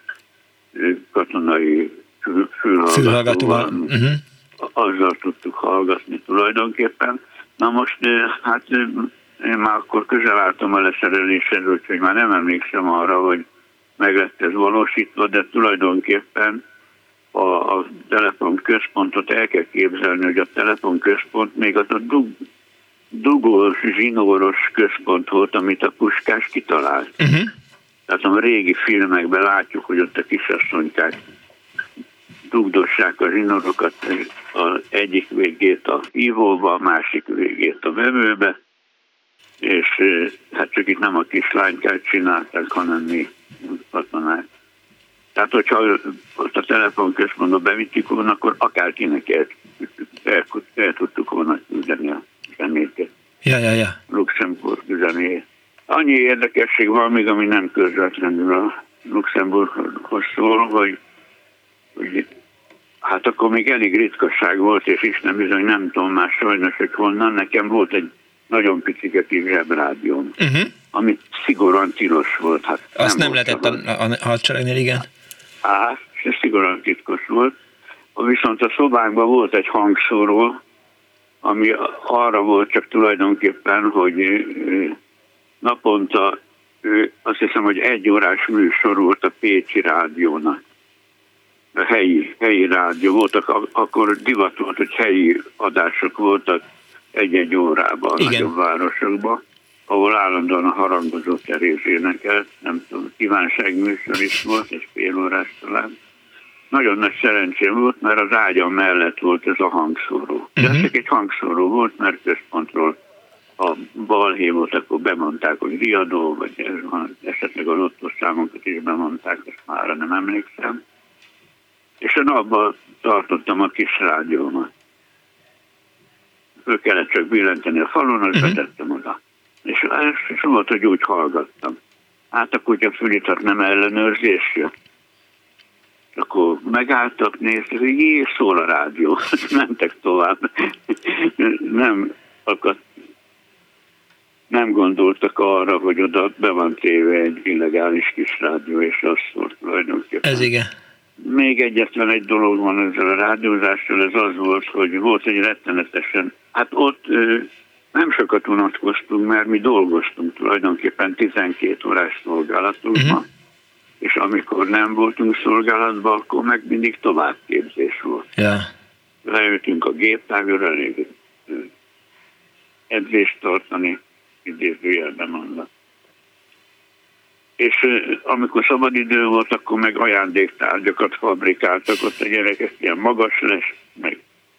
katonai fülhallgatóval, uh-huh. azzal tudtuk hallgatni tulajdonképpen. Na most, hát én már akkor közel álltam a leszereléshez, úgyhogy már nem emlékszem arra, hogy meg lett ez valósítva, de tulajdonképpen a, a telefonközpontot el kell képzelni, hogy a telefonközpont még az a dug, dugós, zsinóros központ volt, amit a Puskás kitalált. Uh-huh. Tehát a régi filmekben látjuk, hogy ott a kisasszonykák dugdossák a zsinórokat, az egyik végét a hívóba, a másik végét a vevőbe, és hát csak itt nem a kislánykát csinálták, hanem mi katonák. Tehát, hogyha ott a telefonközpontba bevittük volna, akkor akárkinek el, el, el tudtuk volna küldeni a zenéket. Ja, ja, ja. Luxemburg zenéjét. Annyi érdekesség van még, ami nem közvetlenül a Luxemburghoz szól, hogy, hogy hát akkor még elég ritkaság volt, és Isten bizony nem tudom már sajnos, hogy honnan. Nekem volt egy nagyon picike kis zsebrádióm, uh-huh. ami szigorúan tilos volt. Hát azt nem, nem lehetett a, a hadseregnél, igen? Á, ez szigorúan titkos volt. Viszont a szobánkban volt egy hangszóró, ami arra volt csak tulajdonképpen, hogy naponta azt hiszem, hogy egy órás műsor volt a Pécsi rádiónak. A helyi, helyi rádió voltak, akkor divat volt, hogy helyi adások voltak egy-egy órában a nagyobb városokban, ahol állandóan a harangozó Teréz énekelt, nem tudom, kívánságműsor is volt, egy fél órás talán. Nagyon nagy szerencsém volt, mert az ágyam mellett volt ez a hangszóró. De uh-huh. csak egy hangszóró volt, mert központról a balhé volt, akkor bemondták, hogy riadó, vagy esetleg a lottószámokat is bemondták, ezt már nem emlékszem. És én abban tartottam a kis rádiómat. Ő kellett csak billenteni a falon, azt uh-huh. betettem oda. És, és volt, hogy úgy hallgattam. Hát a kutyafülitat nem ellenőrzés jött. Akkor megálltak, néztek, hogy jé, szól a rádió. Mentek tovább. Nem akadt. Nem gondoltak arra, hogy oda be van téve egy illegális kis rádió, és azt szólt tulajdonképpen. Ez igen. Még egyetlen egy dolog van ezzel a rádiózással, ez az volt, hogy volt egy rettenetesen, hát ott nem sokat unatkoztunk, mert mi dolgoztunk tulajdonképpen tizenkét órás szolgálatunkban, uh-huh. és amikor nem voltunk szolgálatban, akkor meg mindig továbbképzés volt. Yeah. Leültünk a géptávra, elég edzést tartani, idézőjelben mondva. És amikor szabadidő volt, akkor meg ajándéktárgyakat fabrikáltak, ott a gyerekek ilyen magas lesz, meg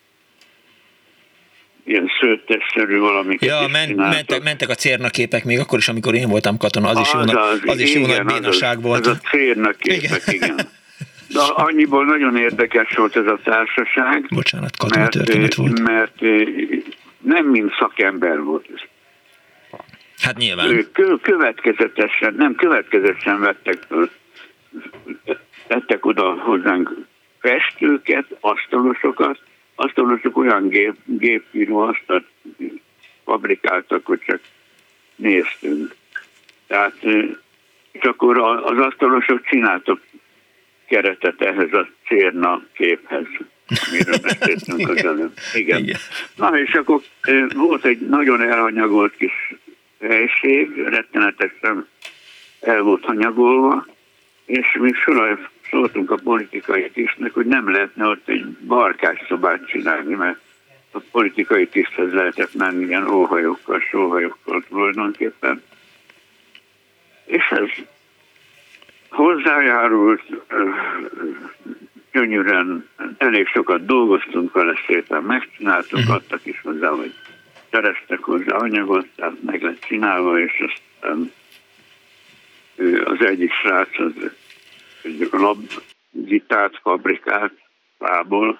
ilyen szőttesszerű valamiket ja, ment, mentek, mentek a cérnaképek még akkor is, amikor én voltam katona, az is az, jó, az, az is jó nagy bénaság az, volt. Az a cérnaképek, igen. igen. De annyiból nagyon érdekes volt ez a társaság. Bocsánat, katona történet volt. Mert nem mind szakember volt ez. Hát nyilván. Következetesen, nem következetesen vettek föl, vettek oda hozzánk festőket, asztalosokat, asztalosok olyan gép, gépíró asztalt fabrikáltak, hogy csak néztünk. Tehát, és akkor az asztalosok csináltak keretet ehhez a cérna képhez, amiről beszéltünk az előbb. Igen. Igen. Na és akkor volt egy nagyon elhanyagolt kis helység, rettenetesen el volt hanyagolva, és mi sorol szóltunk a politikai tisztnek, hogy nem lehetne ott egy barkásszobát csinálni, mert a politikai tiszthez lehetett menni ilyen óhajokkal, sóhajokkal tulajdonképpen. És ez hozzájárult, gyönyörűen, elég sokat dolgoztunk vele, szépen megcsináltuk, uh-huh. adtak is hozzá, hogy kerestek hozzá anyagot, tehát meg lett csinálva, és aztán az egyik srác az egy labgitárt fabrikált fából,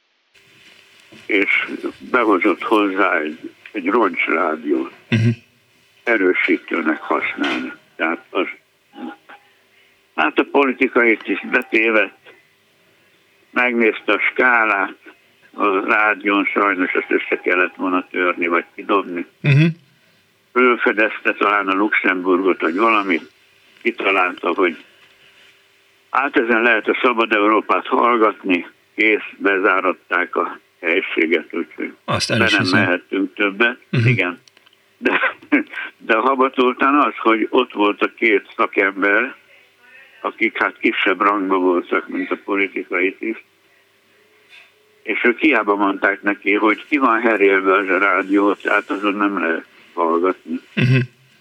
és behozott hozzá egy, egy roncsrádiót, uh-huh. erősítőnek használni. Tehát az, hát a politikait is betévedt, megnézte a skálát, a rádión sajnos ezt össze kellett volna törni, vagy kidobni. Uh-huh. Fölfedezte talán a Luxemburgot, hogy valamit kitalálta, hogy hát ezen lehet a Szabad Európát hallgatni, kész, bezáratták a helységet, úgyhogy be nem mehettünk többet. Uh-huh. Igen. De, de a habatoltán az, hogy ott volt a két szakember, akik hát kisebb rangban voltak, mint a politikai tiszt, és ők hiába mondták neki, hogy ki van herélve az a rádiót, tehát azon nem lehet hallgatni. Uh-huh.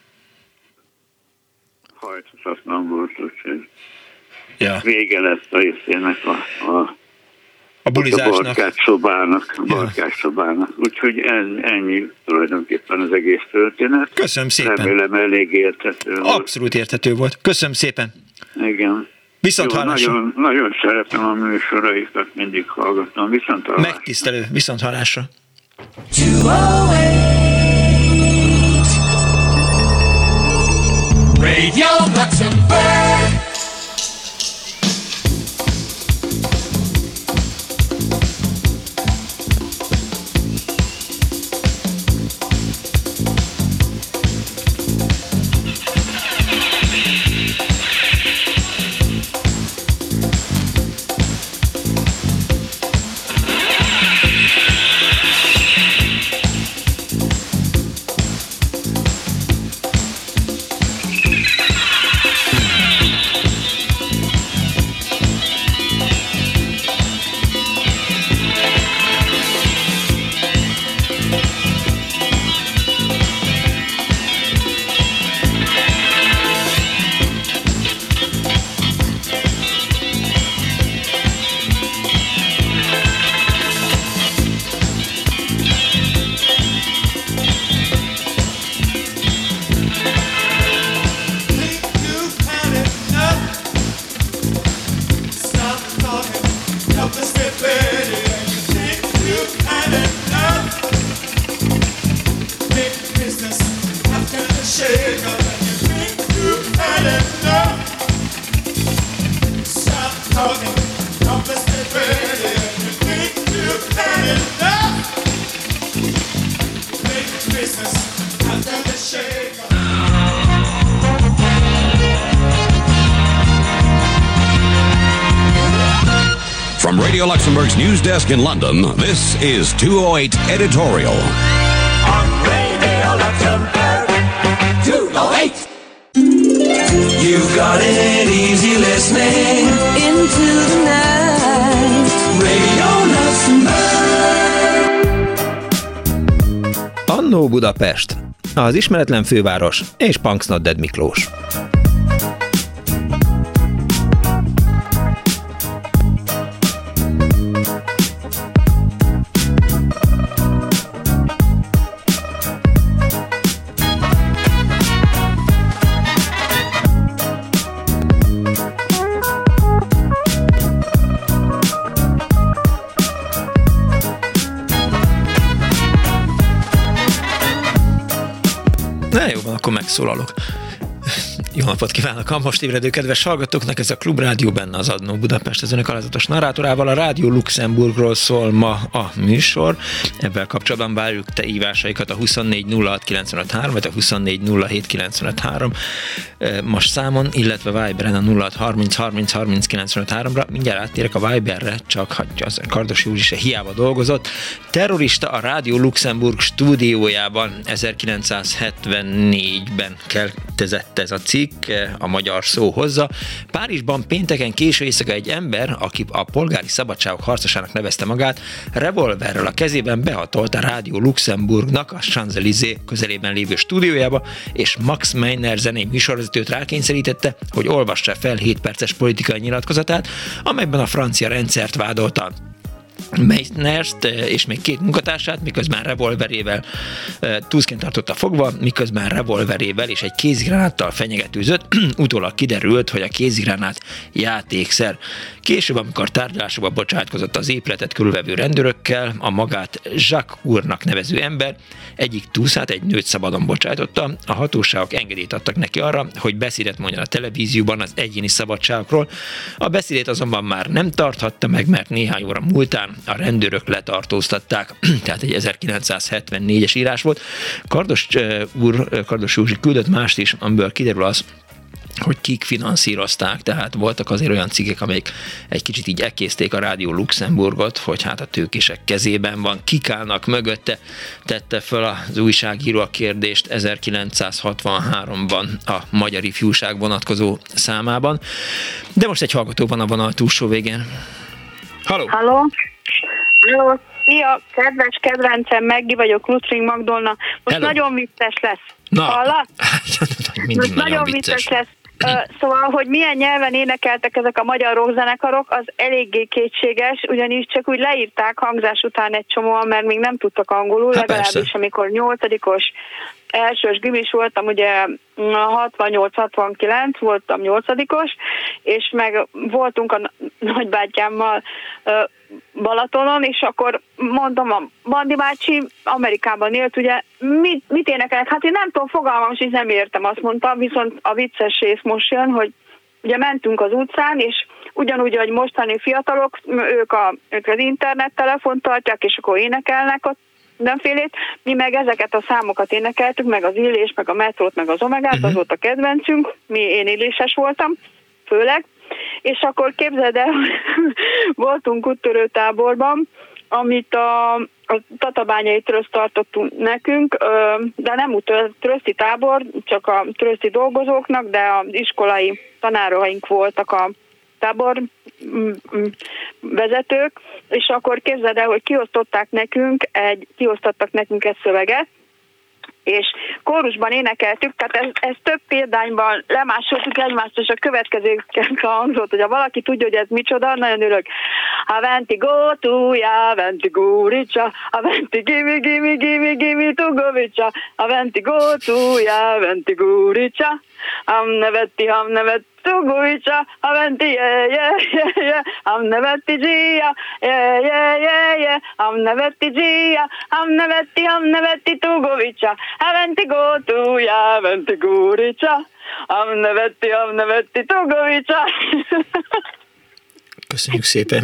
Hajthatatlan volt, úgyhogy ja. vége lett a részének a, a, a bulizásnak. A barkás szobának, a barkás ja. szobának. Úgyhogy ez, ennyi tulajdonképpen az egész történet. Köszönöm szépen. Remélem elég érthető volt. Abszolút érthető volt. Köszönöm szépen. Igen. Viszont Jó, hallásra. Nagyon, nagyon szeretem a műsoraikat, mindig hallgatom. Viszont hallásra. Megtisztelő. Viszont hallásra. Radio Luxembourg. From Radio Luxembourg's news desk in London, this is two oh eight Editorial. On Radio Luxembourg, two oh eight. You've got it easy listening into the night. Radio Luxembourg. Annó Budapest, az ismeretlen főváros és Punksnodded Miklós. Na jó van, akkor megszólalok. Jó napot kívánok a most ébredő kedves hallgatóknak, ez a Klubrádió, benne az Annó Budapest, az önök alázatos narrátorával. A Rádió Luxemburgról szól ma a műsor. Ebben kapcsolatban várjuk te hívásaikat a huszonnégy nulla hat kilencvenöt három, vagy a huszonnégy nulla hét kilencvenöt három most számon, illetve Viberen a nulla hat harminc harminc harminc kilencvenöt háromra. Mindjárt áttérek a Viberre, csak hogy az Kardos Józsi se hiába dolgozott. Terrorista a Rádió Luxemburg stúdiójában ezerkilencszázhetvennégyben keltezett ez a cikk, a magyar szó hozza. Párizsban pénteken késő éjszaka egy ember, aki a polgári szabadságok harcosának nevezte magát, revolverrel a kezében behatolt a Rádió Luxemburgnak a Champs-Élysées közelében lévő stúdiójába, és Max Meiner zenei műsorvezetőt rákényszerítette, hogy olvassa fel hét perces politikai nyilatkozatát, amelyben a francia rendszert vádolta. Meissnert és még két munkatársát, miközben revolverével túszként tartotta fogva, miközben revolverével és egy kézigránáttal fenyegetőzött. Utólag kiderült, hogy a kézigránát játékszer. Később, amikor tárgyalásokba bocsátkozott az épületet körülvevő rendőrökkel, a magát Jacques úrnak nevező ember egyik túszát, egy nőt szabadon bocsájtotta. A hatóságok engedélyt adtak neki arra, hogy beszédet mondjon a televízióban az egyéni szabadságokról. A beszédét azonban már nem tarthatta meg, mert néhány óra múltán a rendőrök letartóztatták, tehát egy ezerkilencszázhetvennégyes írás volt. Kardos úr, Kardos Józsi küldött mást is, amiből kiderül az, hogy kik finanszírozták, tehát voltak azért olyan cikkek, amelyek egy kicsit így ekészték a Rádió Luxemburgot, hogy hát a tőkések kezében van, kik állnak mögötte, tette föl az újságíró a kérdést ezerkilencszázhatvanháromban a Magyar Ifjúság vonatkozó számában. De most egy hallgató van a vonal túlsó végén. Halló! Halló! Halló! Szia, kedves kedvencem, Meggi vagyok, Lutring Magdolna. Most Hello. Nagyon vicces lesz. Na, hallasz? Mindig Most nagyon, nagyon vicces. vicces lesz. Szóval, hogy milyen nyelven énekeltek ezek a magyar rockzenekarok, az eléggé kétséges, ugyanis csak úgy leírták hangzás után egy csomóan, mert még nem tudtak angolul, hát legalábbis persze. Amikor nyolcadikos elsős gimis voltam, ugye hatvannyolc hatvankilenc voltam nyolcadikos, és meg voltunk a nagybátyámmal Balatonon, és akkor mondom, a Bandi bácsi Amerikában élt, ugye, mit, mit énekelnek? Hát én nem tudom, fogalmam, és nem értem, azt mondtam, viszont a vicces rész most jön, hogy ugye mentünk az utcán, és ugyanúgy, hogy mostani fiatalok, ők, a, ők az internettelefont tartják, és akkor énekelnek ott mindenfélét, mi meg ezeket a számokat énekeltük, meg az Illés, meg a Metrót, meg az Omegát, uh-huh. az volt a kedvencünk, mi, én Illéses voltam, főleg, és akkor képzeld el, voltunk úttörőtáborban, amit a, a Tatabányai Tröszt tartottunk nekünk, de nem tröszti tábor, csak a tröszti dolgozóknak, de az iskolai tanáraink voltak a tábor vezetők, és akkor képzeld el, hogy kiosztották nekünk egy, kiosztottak nekünk egy szöveget, és kórusban énekeltük, tehát ez, ez több példányban lemásoltuk egymást, és a következő hangzott, hogy ha valaki tudja, hogy ez micsoda, nagyon örök. Aventi gótúja, aventi gúricsa, aventi gimi, gimi, gimi, gimi, tugovicsa, aventi gótúja, aventi gúricsa, am nevetti, am nevetti, Tuguicsa, aventi, je, je, je, je, am nevetti gia, je, je, je, je, am nevetti gia, am nevetti, am nevetti, Tugovicsa, aventi gótúja, aventi gúricsa, am nevetti, am nevetti, Tugovicsa. Köszönjük szépen.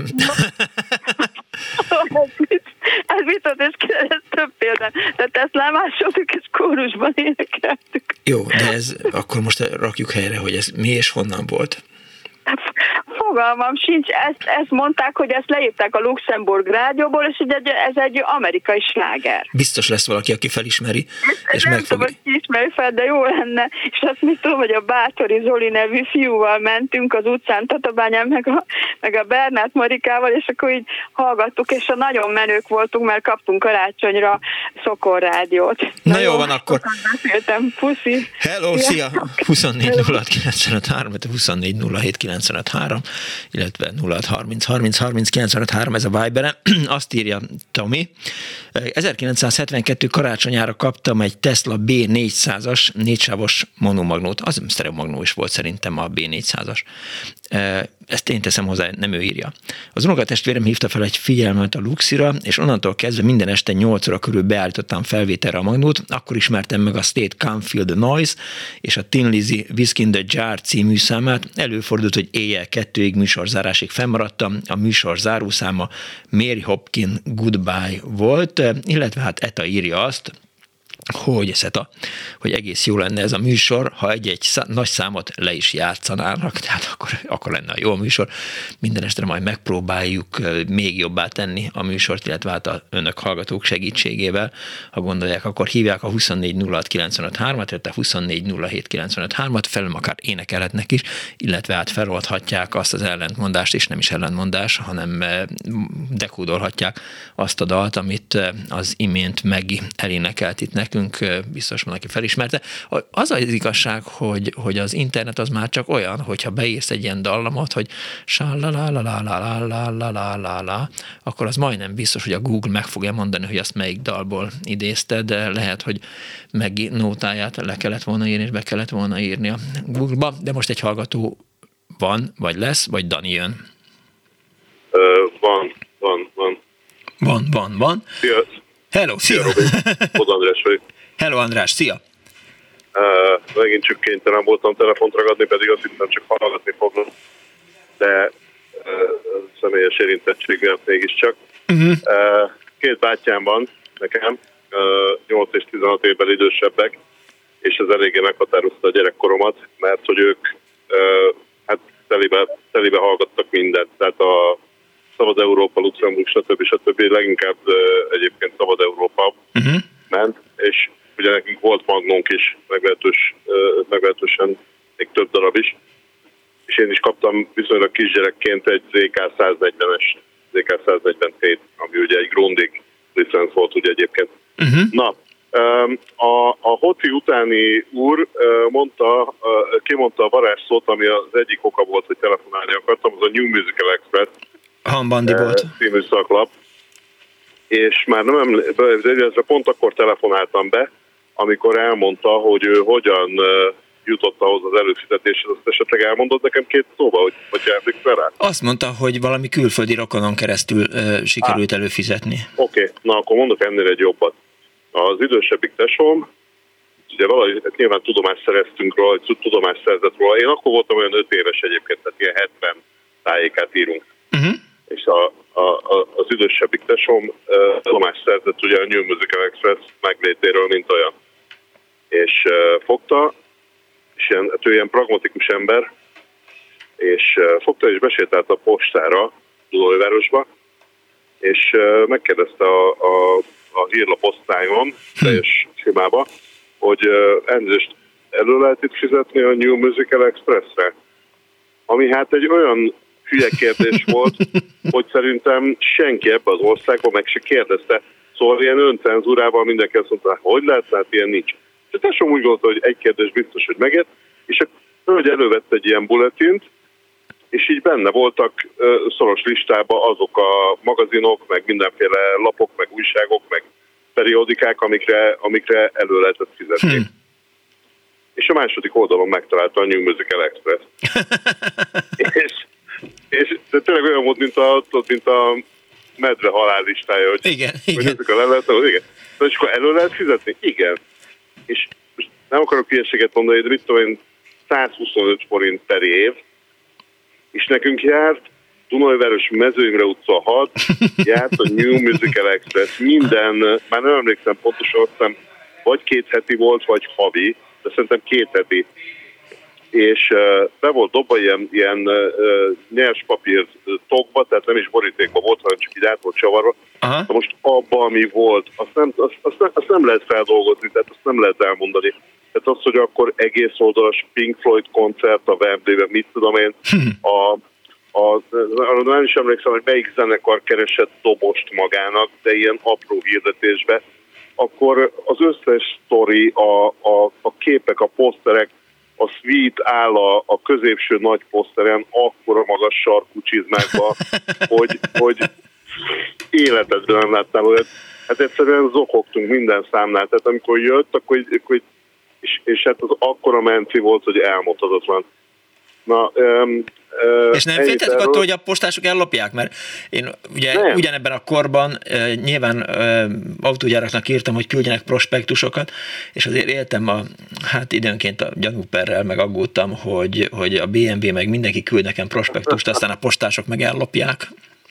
Ez viszont, és ez több példán. Tehát ezt lemásoltuk, és kórusban énekeltük. Jó, de ez, akkor most rakjuk helyre, hogy ez mi és honnan volt? Fogalmam sincs, ezt, ezt mondták, hogy ezt leírták a Luxemburg rádióból, és egy, ez egy amerikai sláger. Biztos lesz valaki, aki felismeri, ez és nem meg fogja. tudom, hogy ki ismeri fel, de jó lenne. És azt mit tudom, hogy a Bátori Zoli nevű fiúval mentünk az utcán Tatabányán, meg a, meg a Bernát Marikával, és akkor így hallgattuk, és a nagyon menők voltunk, mert kaptunk karácsonyra Szokor rádiót. Na, Na jó, van akkor. Beszéltem, puszi. Hello, szia! huszonnégy nulla hat kilencvenöthárom, huszonnégy nulla hét kilencvenöthárom, illetve nulla hat harminc harminc harminc kilencvenöthárom, ez a Viberen. Azt írja Tomi. ezerkilencszázhetvenkettő karácsonyára kaptam egy Tesla B négyszázas négysávos monomagnót. Az sztereomagnó is volt szerintem a B négyszázas. Ezt én teszem hozzá, nem ő írja. Az unokatestvérem hívta fel egy figyelmet a Luxira, és onnantól kezdve minden este nyolc óra körül beállítottam felvételre a magnót, akkor ismertem meg a State Can't Feel the Noise és a Tin Lizzy Whiskey in the Jar című számát. Előfordult, hogy éjjel kettőig műsorzárásig fennmaradtam, a műsor zárószáma Mary Hopkin Goodbye volt, illetve hát Eta írja azt, hogy ez a, hogy egész jó lenne ez a műsor, ha egy-egy szá- nagy számot le is játszanának, tehát akkor, akkor lenne a jó műsor. Minden este majd megpróbáljuk még jobbá tenni a műsort, illetve hát a önök hallgatók segítségével, ha gondolják, akkor hívják a huszonnégy nulla hat kilencvenöthárom, illetve huszonnégy nulla hét kilencvenöthárom, felül akár énekelhetnek is, illetve hát feloldhatják azt az ellentmondást, és nem is ellentmondás, hanem dekódolhatják azt a dalt, amit az imént Meggi elénekelt itt nekünk, biztos van, aki felismerte. Az az igazság, hogy, hogy az internet az már csak olyan, hogyha beírsz egy ilyen dallamot, hogy sa-la-la-la-la-la-la-la-la-la-la, akkor az majdnem biztos, hogy a Google meg fogja mondani, hogy azt melyik dalból idézte, de lehet, hogy Meggi nótáját le kellett volna írni, és be kellett volna írni a Google-ba, de most egy hallgató van, vagy lesz, vagy Dani jön? Uh, van, van, van. Van, van, van. Szia. Hello, szia! Oda András vagyok. Hello, András, szia! Uh, megint csak kénytelen voltam telefont ragadni, pedig azt hittem csak hallgatni fogom. De uh, személyes érintettség miatt mégiscsak. Uh-huh. Uh, két bátyám van nekem, uh, nyolc és tizenhat évvel idősebbek, és ez eléggé meghatározta a gyerekkoromat, mert hogy ők uh, hát telibe, telibe hallgattak mindent. Tehát a Szabad Európa, Luxemburg, stb. stb. Leginkább uh, egyébként Szabad Európa uh-huh. ment, és ugye nekünk volt magnónk is, meglehetős, uh, meglehetősen még több darab is, és én is kaptam viszonylag kisgyerekként egy zé ká száznegyvenes, zé ká száznegyvenhét, ami ugye egy Grundig licenc volt ugye egyébként. Uh-huh. Na, um, a, a Hoci utáni úr uh, mondta, uh, kimondta a varázsszót, ami az egyik oka volt, hogy telefonálni akartam, az a New Musical Express Hambandi volt. Című szaklap, és már nem emlékszem, pont akkor telefonáltam be, amikor elmondta, hogy ő hogyan uh, jutott ahhoz az előfizetéshez, azt esetleg elmondod nekem két szóba, hogy, hogy emlékszel rá? Azt mondta, hogy valami külföldi rokonon keresztül uh, sikerült ah. előfizetni. Oké, okay. Na akkor mondok ennél egy jobbat. Az idősebbik tesóm, ugye valahogy nyilván tudomást szereztünk róla, tudomást szerzett róla. Én akkor voltam olyan öt éves egyébként, tehát ilyen hetven tájékát írunk. Uh-huh. És a, a, a, az idősebbik tesóm uh, tudomást szerzett ugye a New Musical Express meglétéről, mint olyan. És uh, fogta, és ilyen, hát ő ilyen pragmatikus ember, és uh, fogta és besétált a postára, Dudóvárosba, és uh, megkérdezte a, a, a hírlaposztályon, teljes simába, hogy uh, elnézést elő lehet itt fizetni a New Musical Expressre? Ami hát egy olyan hülye kérdés volt, hogy szerintem senki ebbe az országban meg se kérdezte. Szóval ilyen öncenzúrával mindenki azt mondta, hogy lehet, hát ilyen nincs. És tesóm úgy gondolta, hogy egy kérdés biztos, hogy megért, és a hölgy elővett egy ilyen bulletint, és így benne voltak uh, szoros listában azok a magazinok, meg mindenféle lapok, meg újságok, meg periódikák, amikre, amikre elő lehetett fizetni. Hmm. És a második oldalon megtalálta a New Musical Express. és, és de tényleg olyan volt, mint a, mint a medve halállistája, hogy, igen, hogy igen. ezek a leletlen, igen. De és akkor elő lehet fizetni? Igen. És most nem akarok hülyeséget mondani, de mit tudom én, százhuszonöt forint per év, és nekünk járt Dunajváros Mezőimre utca hat, járt a New Musical Express, minden, már nem emlékszem pontosan, azt hiszem, vagy két heti volt, vagy havi, de szerintem két heti. és be volt dobva ilyen, ilyen nyers papír tokba, tehát nem is borítékba volt, hanem csak így át volt csavarva. Aha. Na most abban, ami volt, azt nem, azt, azt, nem, azt nem lehet feldolgozni, tehát azt nem lehet elmondani. Tehát az, hogy akkor egész oldalas Pink Floyd koncert a Wembleyben, mit tudom én, a, a, nem is emlékszem, hogy melyik zenekar keresett dobost magának, de ilyen apró hirdetésbe, akkor az összes sztori, a, a, a képek, a poszterek, a Sweet áll a, a középső nagy poszteren akkora magas sarkú csizmákba, hogy, hogy életedben nem láttál olyat. Hát egyszerűen zokogtunk minden számnál. Tehát amikor jött, akkor, akkor és, és hát az akkora menci volt, hogy elmondhatatlan. Na, um, uh, és nem féltetek attól, hogy a postások ellopják? Mert én ugye nem. ugyanebben a korban uh, nyilván uh, autógyáraknak írtam, hogy küldjenek prospektusokat, és azért éltem a, hát időnként a gyanúperrel, meg aggódtam, hogy, hogy a bé em vé meg mindenki küld nekem prospektust, aztán a postások meg ellopják.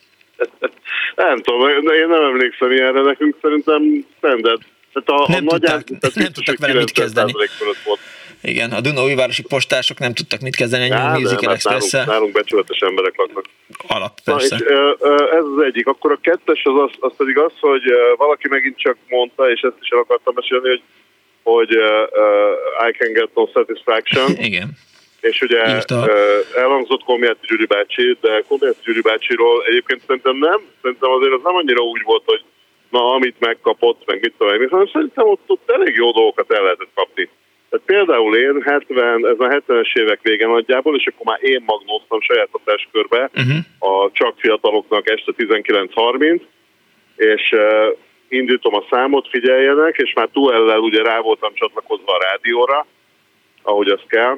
Nem tudom, én nem emlékszem ilyenre, nekünk szerintem standard. Tehát a, nem, a tudták, nagy nem tudtak vele mit kezdeni. Igen, a Dunaújvárosi postások nem tudtak mit kezdeni, a New Musical Express-szel. Nálunk, nálunk becsületes emberek laknak. Alap, persze. Na, és, ez az egyik. Akkor a kettes az, az, az pedig az, hogy valaki megint csak mondta, és ezt is el akartam mesélni, hogy, hogy uh, I can get no satisfaction. Igen. És ugye uh, elhangzott Komjáti Gyuri bácsi, de Komjáti Gyuri bácsiról egyébként szerintem nem, szerintem azért az nem annyira úgy volt, hogy na, amit megkapott, meg mit tudom, hanem szerintem ott, ott elég jó dolgokat el lehetett kapni. Tehát például én hetven, ez a hetvenes évek vége nagyjából, és akkor már én magnóztam saját hatáskörbe uh-huh. a Csak fiataloknak este tizenkilenc harminc, és uh, indítom a számot, figyeljenek, és már Tuellel ugye rá voltam csatlakozva a rádióra, ahogy az kell,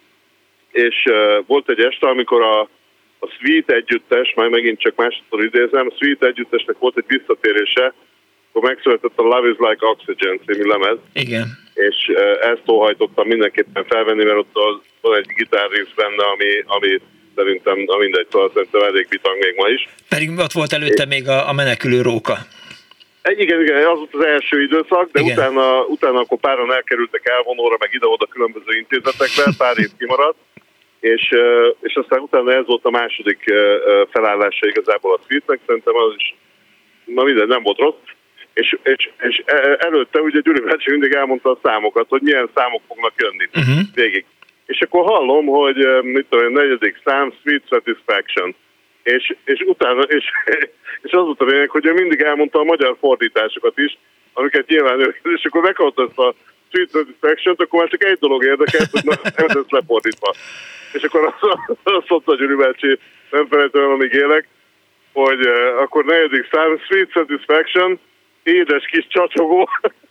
és uh, volt egy este, amikor a, a Sweet együttes, majd megint csak másodszor idézem, a Sweet együttesnek volt egy visszatérése, akkor megszületett a Love is Like Oxygen című lemez. Igen. És uh, ezt óhajtottam mindenképpen felvenni, mert ott az, van egy gitárriff benne, ami, ami szerintem, na mindegy, szóval szerintem elég bitang még ma is. Pedig ott volt előtte é. még a, a menekülő róka. Igen, igen, az volt az első időszak, de utána, utána akkor páran elkerültek elvonóra, meg ide-oda különböző intézetekbe, pár év kimaradt, és, és aztán utána ez volt a második felállása igazából a Sweetnek, szerintem az is, na minden, nem volt rossz. És, és, és előtte ugye Gyuri bácsi mindig elmondta a számokat, hogy milyen számok fognak jönni uh-huh. végig. És akkor hallom, hogy mit tudom, negyedik szám, Sweet Satisfaction. És, és utána, és, és az volt a lényeg, hogy ő mindig elmondta a magyar fordításokat is, amiket nyilván ő, és akkor meghallott ezt a Sweet Satisfaction-t, akkor már csak egy dolog érdekelt, hogy nem ez lefordítva. És akkor azt, azt mondta Gyuri bácsi, nem felejtően, amíg élek, hogy uh, akkor negyedik szám, Sweet Satisfaction, édes kis csacsogó.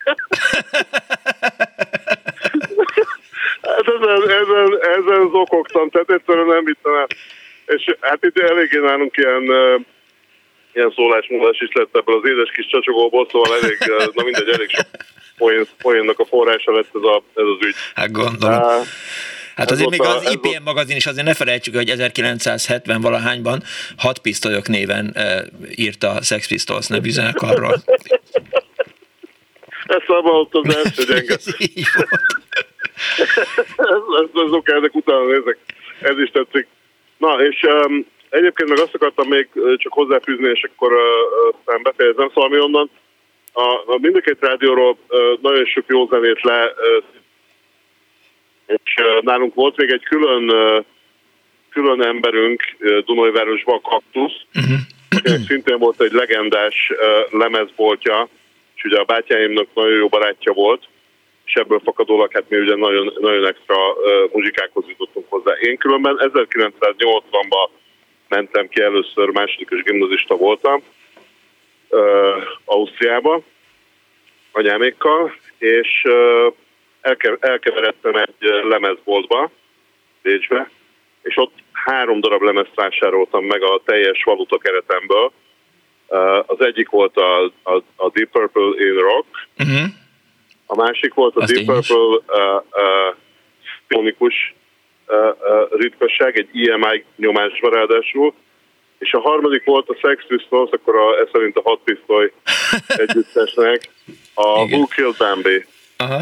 Hát ezen, ezen, ezen zokogtam, tehát egyszerűen nem vittem el. És hát itt eléggé nálunk ilyen, uh, ilyen szólásmódás is lett ebből az édes kis csacsogóból, szóval elég, na mindegy, elég sok poén, poénnak a forrása lett ez, a, ez az ügy. Hát gondolom. Uh, Hát azért még az i pé em magazin is, azért ne felejtsük, hogy ezerkilencszázhetven valahányban Hat pisztolyok néven e, írta a Sex Pistols nevű zenekarról. Ezt abban ott az első gyenge. Ez oké, ezek utána nézek. Ez is tetszik. Na, és um, egyébként meg azt akartam még csak hozzáfűzni, és akkor uh, aztán befejezem. Szóval mi onnan a, a mindkét rádióról uh, nagyon sok jó zenét le uh, és uh, nálunk volt még egy külön, uh, külön emberünk uh, Dunajvárosban, Kaktusz, uh-huh. szintén volt egy legendás uh, lemezboltja, és ugye a bátyáimnak nagyon jó barátja volt, és ebből fakadólag hát mi ugye nagyon, nagyon extra uh, muzsikákhoz jutottunk hozzá. Én különben ezerkilencszáznyolcvanban mentem ki először, másodikos gimnazista voltam uh, Ausztriába, anyámékkal, és uh, elkeveredtem egy lemezboltba, Bécsbe, és ott három darab lemezt vásároltam meg a teljes valuta keretemből. Az egyik volt a, a, a Deep Purple in Rock, uh-huh. a másik volt a Azt Deep Purple uh, uh, szimfonikus uh, uh, ritkasság, egy i em i nyomásban ráadásul, és a harmadik volt a Sex Pistols, akkor a, ez szerint a Hat pisztoly együttesnek, a Who Killed Bambi. a,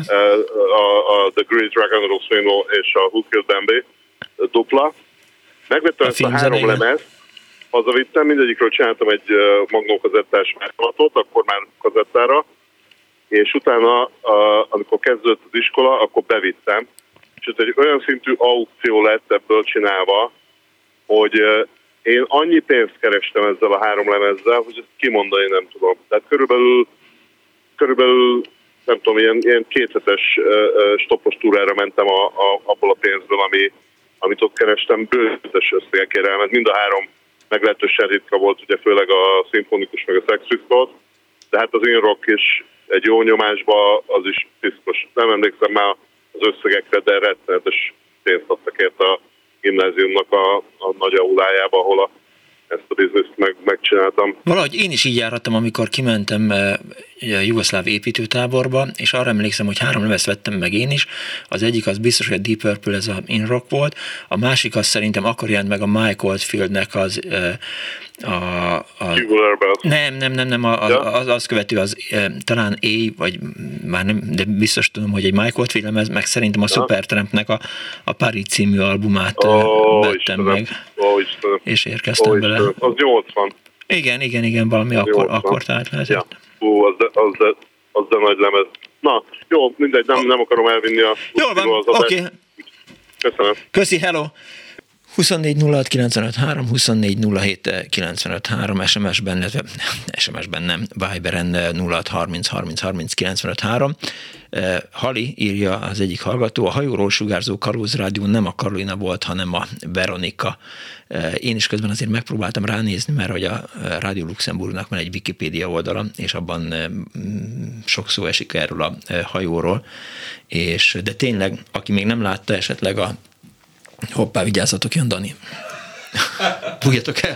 a The Great Rock and Roll Swing és a Who Killed Bambi dupla. Megvettem a ezt a három lemezt, hazavittem, mindegyikről csináltam egy Magnó kazettás márkalatot, akkor már kazettára, és utána, amikor kezdődött az iskola, akkor bevittem, és ez egy olyan szintű aukció lett ebből csinálva, hogy én annyi pénzt kerestem ezzel a három lemezzel, hogy ezt kimondani nem tudom. Tehát körülbelül, körülbelül nem tudom, ilyen, ilyen kéthetes stoppos túrára mentem a, a, abból a pénzből, ami, amit ott kerestem, bőtes összegekére, mert mind a három meglehetősen ritka volt, ugye főleg a szimfonikus meg a Sex Pistols, de hát az In Rock is egy jó nyomásba, az is tisztos. Nem emlékszem már az összegekre, de rettenetes pénzt adtak ért a gimnáziumnak a, a nagy aulájába, ahol a, ezt a bizniszt meg, megcsináltam. Valahogy én is így járhattam, amikor kimentem a jugoszláv építőtáborba, és arra emlékszem, hogy három lemezt vettem meg én is. Az egyik az biztos, hogy a Deep Purple, ez a In Rock volt, a másik az szerintem akkor jelent meg a Mike Oldfieldnek az a, a nem, nem, nem, nem, az, az, az követő az talán A, vagy már nem, de biztos tudom, hogy egy Mike Oldfield lemez, meg szerintem a Supertrampnek a, a Paris című albumát oh, vettem Istenem. meg, oh, és érkeztem oh, bele. Az nyolcvan. Igen, igen, igen, valami akkor, akkor tárt lehetett. Ja. Hú, az de, az, de, az de nagy lemez. Na, jó, mindegy, nem, nem akarom elvinni a... Jól van, oké. Okay. Köszönöm. Köszi, hello! huszonnégy nulla hat kilencvenöt három, huszonnégy nulla hét kilencvenöt három, es em es-ben, illetve es em es-ben nem, Viberen nulla hat harminc harminc harminc kilencvenöt három. Hali írja az egyik hallgató, a hajóról sugárzó Kalóz Rádió nem a Karolina volt, hanem a Veronika. Én is közben azért megpróbáltam ránézni, mert hogy a Rádió Luxemburgnak van egy Wikipédia oldala, és abban sok szó esik erről a hajóról, és, de tényleg, aki még nem látta esetleg a hoppá, vigyázzatok, jön Dani. Bújjatok el.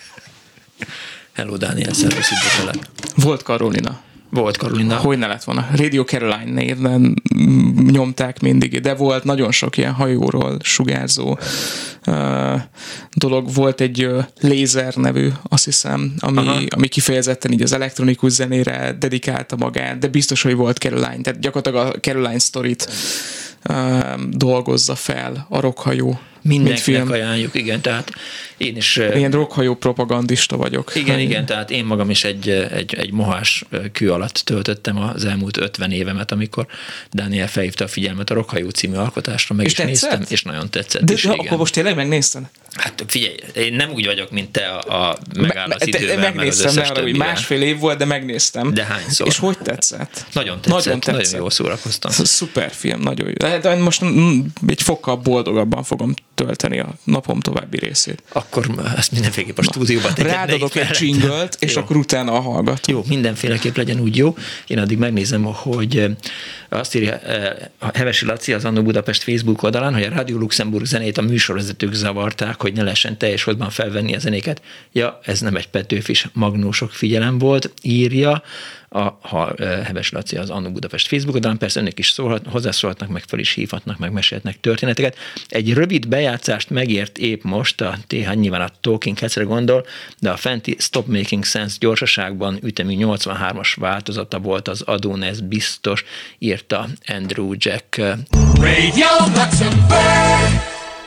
Hello, Dániel, szervusz, üdvözöllek. Volt Karolina. Volt Karolina. Hogy ne lett volna. Radio Caroline néven nyomták mindig, de volt nagyon sok ilyen hajóról sugárzó uh, dolog. Volt egy uh, Laser nevű, azt hiszem, ami, ami kifejezetten így az elektronikus zenére dedikálta magát, de biztos, hogy volt Caroline. Tehát gyakorlatilag a Caroline sztorit uh, dolgozza fel a rockhajó. Mindenkinek ajánljuk, igen, tehát én is... Ilyen rockhajó propagandista vagyok. Igen, igen, igen, tehát én magam is egy, egy, egy mohás kő alatt töltöttem az elmúlt ötven évemet, amikor Dániel felhívta a figyelmet a Rockhajó című alkotásra, meg és is tetszett? Néztem, és nagyon tetszett. De is, de igen. Akkor most tényleg megnézted? Hát figyelj, én nem úgy vagyok, mint te a, a megáll az idővel, megnéztem, meg az összes többivel. Másfél év volt, de megnéztem. De hányszor? És hogy tetszett? Nagyon tetszett, nagyon, tetszett. nagyon jól szórakoztam. Szuper film, nagyon jó. De most egy fokkal boldogabban fogom tölteni a napom további részét. Akkor ezt mindenféleképp a stúdióban tegyed. Rádadok egy dzsingölt, és jó. Akkor utána a hallgatom. Jó, mindenféleképp legyen úgy jó. Én addig megnézem, hogy azt írja a Hevesi Laci az Annó Budapest Facebook oldalán, hogy a Rádió Luxemburg zenét a műsorvezetők zavarták, hogy ne lehessen teljes hosszban felvenni a zenéket. Ja, ez nem egy Petőfis magnósok figyelem volt, írja a, a Heves Laci az Annó Budapest Facebook oldalán. Persze önök is szólhat, hozzászólhatnak, meg fel is hívhatnak, meg mesélhetnek történeteket. Egy rövid bejátszást megért épp most, a té há nyilván a Talking Heads-re gondol, de a fenti Stop Making Sense gyorsaságban ütemű nyolcvanhármas változata volt az adón, ez biztos, írta Andrew Jack. Radio Luxemburg!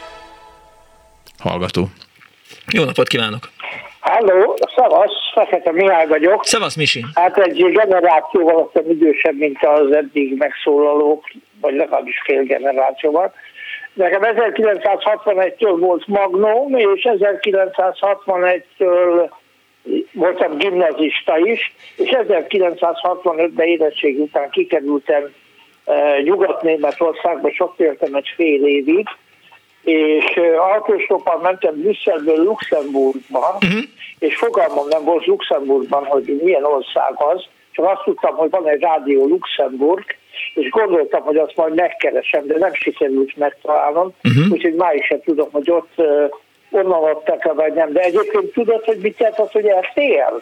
Hallgató. Jó napot kívánok! Halló, szavasz, Fekete Mihály vagyok. Szavasz, Misi. Hát egy generációval aztán idősebb, mint az eddig megszólalók, vagy legalábbis fél generációval. Nekem ezerkilencszázhatvanegytől volt magnóm, és ezerkilencszázhatvanegytől voltam gimnazista is, és ezerkilencszázhatvanötben érettségi után kikerültem uh, Nyugat-Németországba, és ott éltem egy fél évig, és uh, autóstoppal mentem Brüsszelből Luxemburgba, uh-huh. és fogalmam nem volt Luxemburgban, hogy milyen ország az, csak azt tudtam, hogy van egy Rádió Luxemburg, és gondoltam, hogy azt majd megkeresem, de nem sikerült megtalálnom, uh-huh. úgyhogy máig sem tudom, hogy ott uh, onnan adtak-e, vagy nem. De egyébként tudod, hogy mit jelent az, hogy er té el?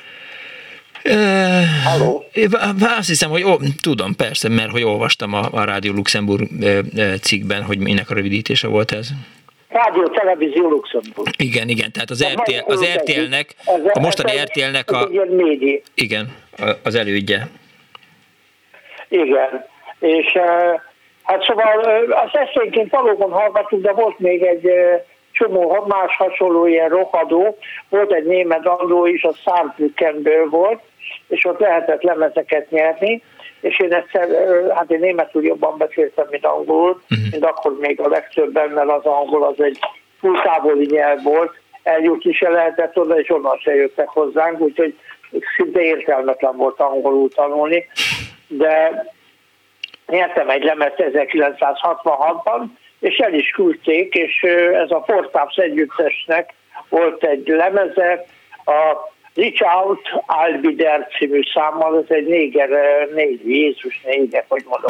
Halló? Azt hiszem, hogy ó, tudom, persze, mert hogy olvastam a, a Rádió Luxemburg cikkben, hogy minek a rövidítése volt ez. Rádió Televízió Luxemburg. Igen, igen, tehát az, er té el, az er té el-nek, a mostani er té el-nek a... Igen, igen, az elődje. Igen. És hát szóval az esténként valóban hallgattuk, de volt még egy csomó más hasonló ilyen rohadó, volt egy német andó is, a Saarbrückenből volt, és ott lehetett lemezeket nyerni, és én egyszer, hát én németül jobban beszéltem, mint angolul, uh-huh. mint akkor még a legtöbben, mert az angol az egy túl távoli nyelv volt, eljutni se lehetett oda, és onnan se jöttek hozzánk, úgyhogy szinte értelmetlen volt angolul tanulni, de nyertem egy lemezt ezerkilencszázhatvanhatban, és el is küldték, és ez a Four Tops együttesnek volt egy lemeze, a Reach Out, I'll Be There című számmal, ez egy néger, négy, Jézus néger, hogy mondom.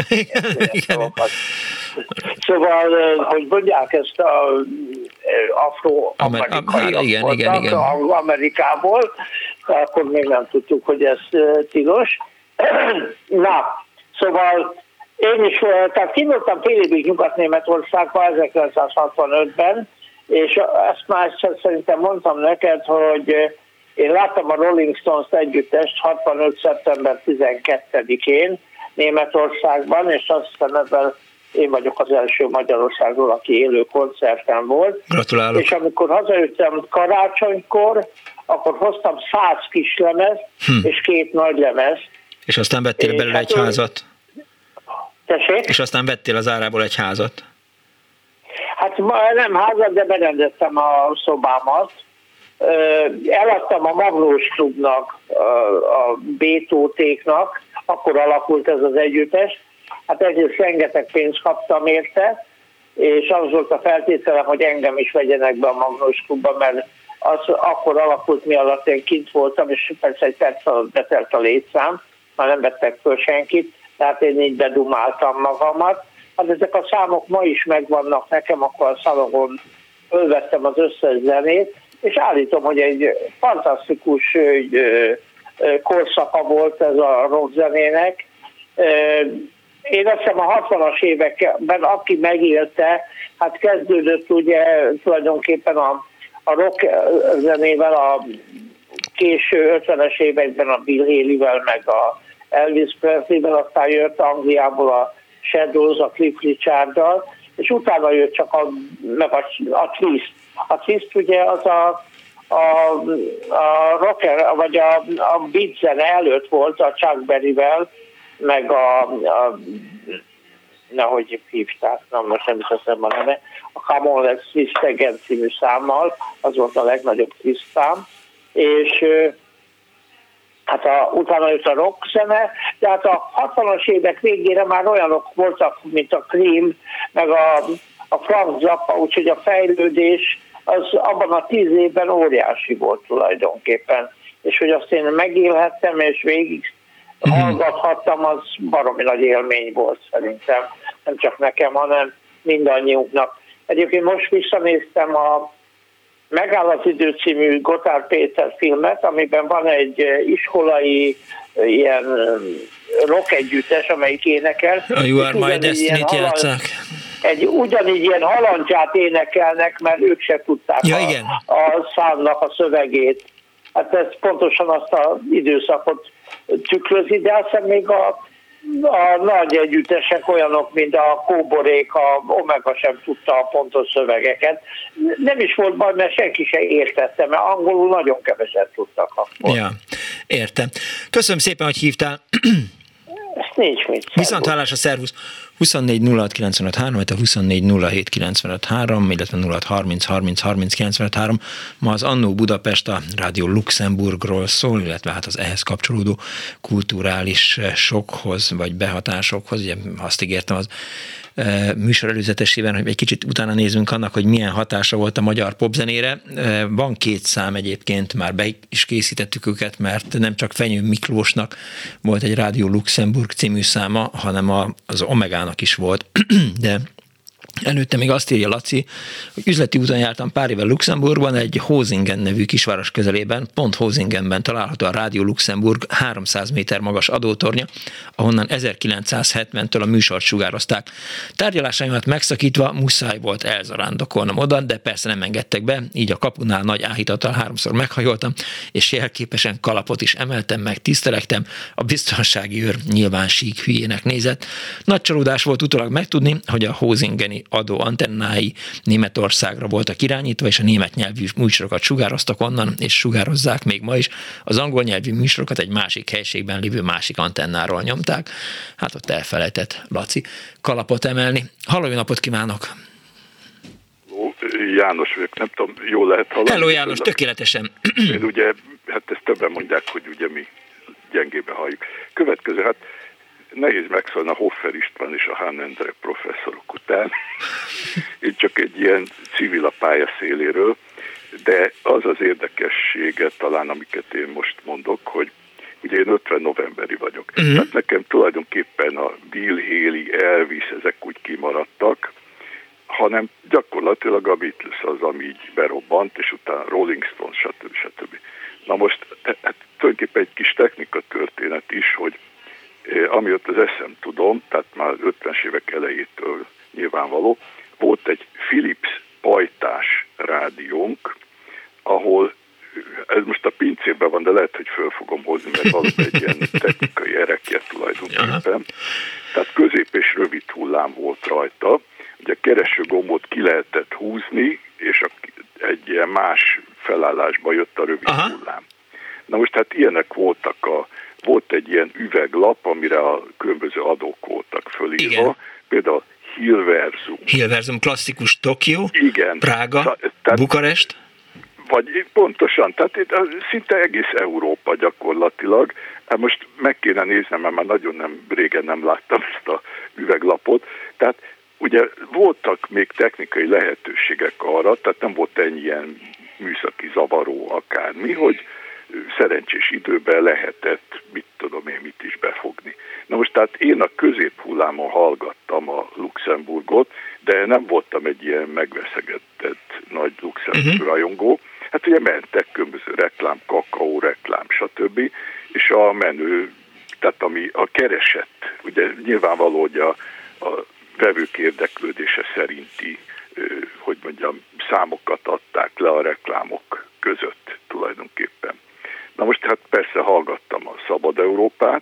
Szóval, hogy mondják ezt a afro-amerikai igen, igen, igen. Amerikából, akkor még nem tudtuk, hogy ez tilos. Na, szóval én is, tehát kínáltam fél évig Nyugat-Németországba ezerkilencszázhatvanötben, és ezt már szerintem mondtam neked, hogy én láttam a Rolling Stones együttest hatvanöt szeptember tizenkettedikén Németországban, és azt hiszem ebben én vagyok az első Magyarországról, aki élő koncerten volt. Gratulálok. És amikor hazajöttem karácsonykor, akkor hoztam száz kis lemez hm. és két nagy lemez. És aztán vettél és belőle hát egy házat? Tessék? És aztán vettél az árából egy házat? Hát nem házat, de berendeztem a szobámat. Eladtam a Magnós Klubnak, a Bétótéknak, akkor alakult ez az együttes. Hát egyrészt rengeteg pénzt kaptam érte, és az volt a feltételem, hogy engem is vegyenek be a Magnós Klubba, mert az akkor alakult, mi alatt én kint voltam, és persze egy perc alatt betelt a létszám, már nem vettek föl senkit, tehát én így bedumáltam magamat. Hát ezek a számok ma is megvannak nekem, akkor a szalagon fölvettem az összes zenét, és állítom, hogy egy fantasztikus korszaka volt ez a rockzenének. Én azt hiszem a hatvanas években, aki megélte, hát kezdődött ugye tulajdonképpen a, a rock zenével, a késő ötvenes években a Bill Haley-vel, meg a Elvis Presley-vel, aztán jött Angliából a Shadows, a Cliff Richarddal, és utána jött csak a, meg a, a Twist. A Twist ugye az a, a, a rocker, vagy a, a beat zene előtt volt a Chuck Berryvel, meg a, a nehogy hívták, nem, most nem is eszem a neve, a Come On Let's Twist Again című számmal, az volt a legnagyobb twist szám, és hát a, utána jött a rock zene, de hát a hatvanas évek végére már olyanok voltak, mint a Cream, meg a, a Frank Zappa, úgyhogy a fejlődés az abban a tíz évben óriási volt tulajdonképpen. És hogy azt én megélhettem, és végig hallgathattam, az baromi nagy élmény volt szerintem. Nem csak nekem, hanem mindannyiunknak. Egyébként most visszanéztem a Megáll az idő című Gotthard Péter filmet, amiben van egy iskolai ilyen rock együttes, amelyik énekel. A You Are My Destiny-t játsszák. Egy ugyanígy ilyen halandzsát énekelnek, mert ők se tudták ja, a, igen. a számnak a szövegét. Hát ez pontosan azt az időszakot tükrözi, de azt hiszem még a, a nagy együttesek olyanok, mint a Kóborék, a Omega sem tudta a pontos szövegeket. Nem is volt baj, mert senki se értette, mert angolul nagyon keveset tudtak akkor. Ja, értem. Köszönöm szépen, hogy hívtál. Ezt nincs mit. Viszont hallásra, szervusz. huszonnégy nulla hat kilencvenöt három, vagy a huszonnégy nulla hét kilencvenöt három, illetve nulla hat harminc harminc harminc kilencvenöt három. Ma az Annó Budapest a Rádió Luxemburgról szól, illetve hát az ehhez kapcsolódó kulturális sokhoz, vagy behatásokhoz. Ugye azt ígértem az műsor előzetesében, hogy egy kicsit utána nézzünk annak, hogy milyen hatása volt a magyar popzenére. Van két szám egyébként, már be is készítettük őket, mert nem csak Fenyő Miklósnak volt egy Rádió Luxemburg című száma, hanem az Omegának is volt, de Előtte még azt írja Laci, hogy üzleti úton jártam pár éve Luxemburgban, egy Hozingen nevű kisváros közelében, pont Hozingenben található a Rádió Luxemburg háromszáz méter magas adótornya, ahonnan ezerkilencszázhetventől a műsort sugározták. Tárgyalásaimat megszakítva muszáj volt elzarándokolnom oda, de persze nem engedtek be, így a kapunál nagy áhítattal háromszor meghajoltam, és jelképesen kalapot is emeltem, meg tisztelektem. A biztonsági őr nyilván sík hülyének nézett. Nagy csalódás volt utólag megtudni, hogy a hozingeni adó antennái Németországra voltak irányítva, és a német nyelvű műsorokat sugároztak onnan, és sugározzák még ma is. Az angol nyelvű műsorokat egy másik helységben lévő másik antennáról nyomták. Hát ott elfelejtett Laci kalapot emelni. Halló, jó napot kívánok! János vagyok, nem tudom, jól lehet hallani. Hello János, tökéletesen. Én ugye, hát ezt többen mondják, hogy ugye mi gyengébe halljuk. Következő, hát nehéz megszólni a Hoffer István és a Hán Endre professzorok után. Én csak egy ilyen civil a pálya széléről, de az az érdekessége talán, amiket én most mondok, hogy ugye én ötven novemberi vagyok. Uh-huh. Tehát nekem tulajdonképpen a Bill Haley, Elvis, ezek úgy kimaradtak, hanem gyakorlatilag a Beatles az, ami így berobbant, és utána Rolling Stones, stb. stb. Na most hát, tulajdonképpen egy kis technika történet is, hogy amiatt az eszem tudom, tehát már ötvenes évek elejétől nyilvánvaló, volt egy Philips pajtás rádiónk, ahol, ez most a pincében van, de lehet, hogy föl fogom hozni, mert valóban egy ilyen technikai erekje tulajdonképpen. Tehát közép és rövid hullám volt rajta, ugye a keresőgombot ki lehetett húzni, és egy ilyen más felállásba jött a rövid Aha. hullám. Na most hát ilyenek voltak a volt egy ilyen üveglap, amire a különböző adók voltak fölírva. Igen. Például Hilversum. Hilversum klasszikus Tokió, Igen. Prága, tehát, Bukarest. Vagy pontosan, tehát itt szinte egész Európa gyakorlatilag. Hát most meg kéne néznem, mert már nagyon nem, régen nem láttam ezt a üveglapot. Tehát ugye voltak még technikai lehetőségek arra, tehát nem volt ennyi ilyen műszaki zavaró akármi, hogy szerencsés időben lehetett, mit tudom én, mit is befogni. Na most tehát én a középhullámon hallgattam a Luxemburgot, de nem voltam egy ilyen megveszegetett nagy Luxemburg uh-huh. rajongó. Hát ugye mentek különböző reklám, kakaó, reklám, stb. És a menő, tehát ami a keresett, ugye nyilvánvaló, hogy a, a vevők érdeklődése szerinti, hogy mondjam, számokat adták le a reklámok között tulajdonképpen. Na most hát persze hallgattam a Szabad Európát,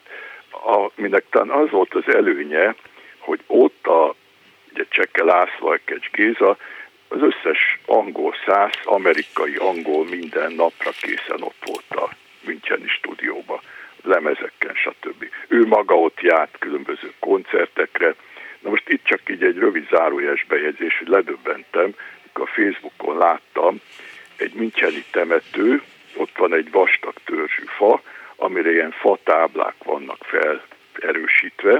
aminek talán az volt az előnye, hogy ott a ugye Cseke László, Ekecs Géza, az összes angol száz, amerikai angol minden napra készen ott volt a müncheni stúdióba, lemezeken, stb. Ő maga ott járt különböző koncertekre. Na most itt csak így egy rövid zárójeles bejegyzés, hogy ledöbbentem, amikor a Facebookon láttam egy müncheni temető, ott van egy vastag törzsű fa, amire ilyen fatáblák vannak fel erősítve.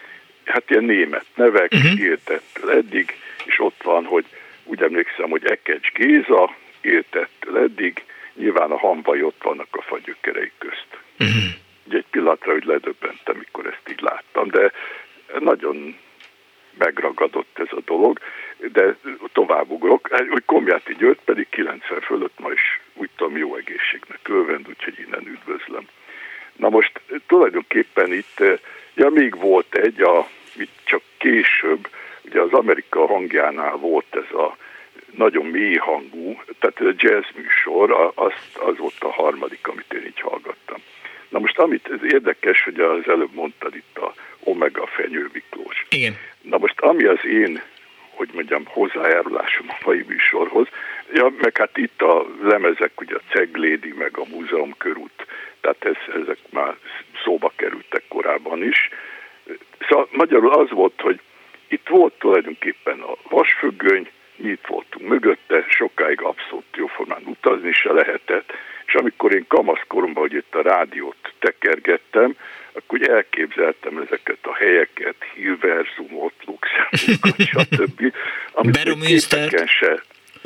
Hát ilyen német nevek, uh-huh. éltettől eddig, és ott van, hogy úgy emlékszem, hogy Ekecs Géza, éltettől eddig, nyilván a hamvai ott vannak a fagyökerei közt. Uh-huh. Ugye egy pillanatra, hogy ledöbbentem, mikor ezt így láttam, de nagyon megragadott ez a dolog, de továbbugrok, hogy Komjáti György pedig kilencven fölött ma is úgy tudom jó egészségnek örvend, úgyhogy innen üdvözlöm. Na most tulajdonképpen itt, ja még volt egy, a, itt csak később, ugye az Amerika hangjánál volt ez a nagyon mély hangú, tehát ez a jazz műsor, az, az volt a harmadik, amit én így hallgattam. Na most amit ez érdekes, hogy az előbb mondtad itt a Omega Fenyő Miklós. Igen. Na most ami az én, hogy mondjam, hozzájárulásom a mai műsorhoz, ja, meg hát itt a lemezek, ugye a Ceglédi, meg a Múzeum körút, tehát ez, ezek már szóba kerültek korábban is. Szóval magyarul az volt, hogy itt volt tulajdonképpen a vasfüggöny, mi itt voltunk mögötte, sokáig abszolút jóformán utazni se lehetett, és amikor én kamaszkoromban, hogy itt a rádiót tekergettem, akkor úgy elképzeltem ezeket a helyeket, Hilversumot, Luxemburgot, stb. Amit képeken se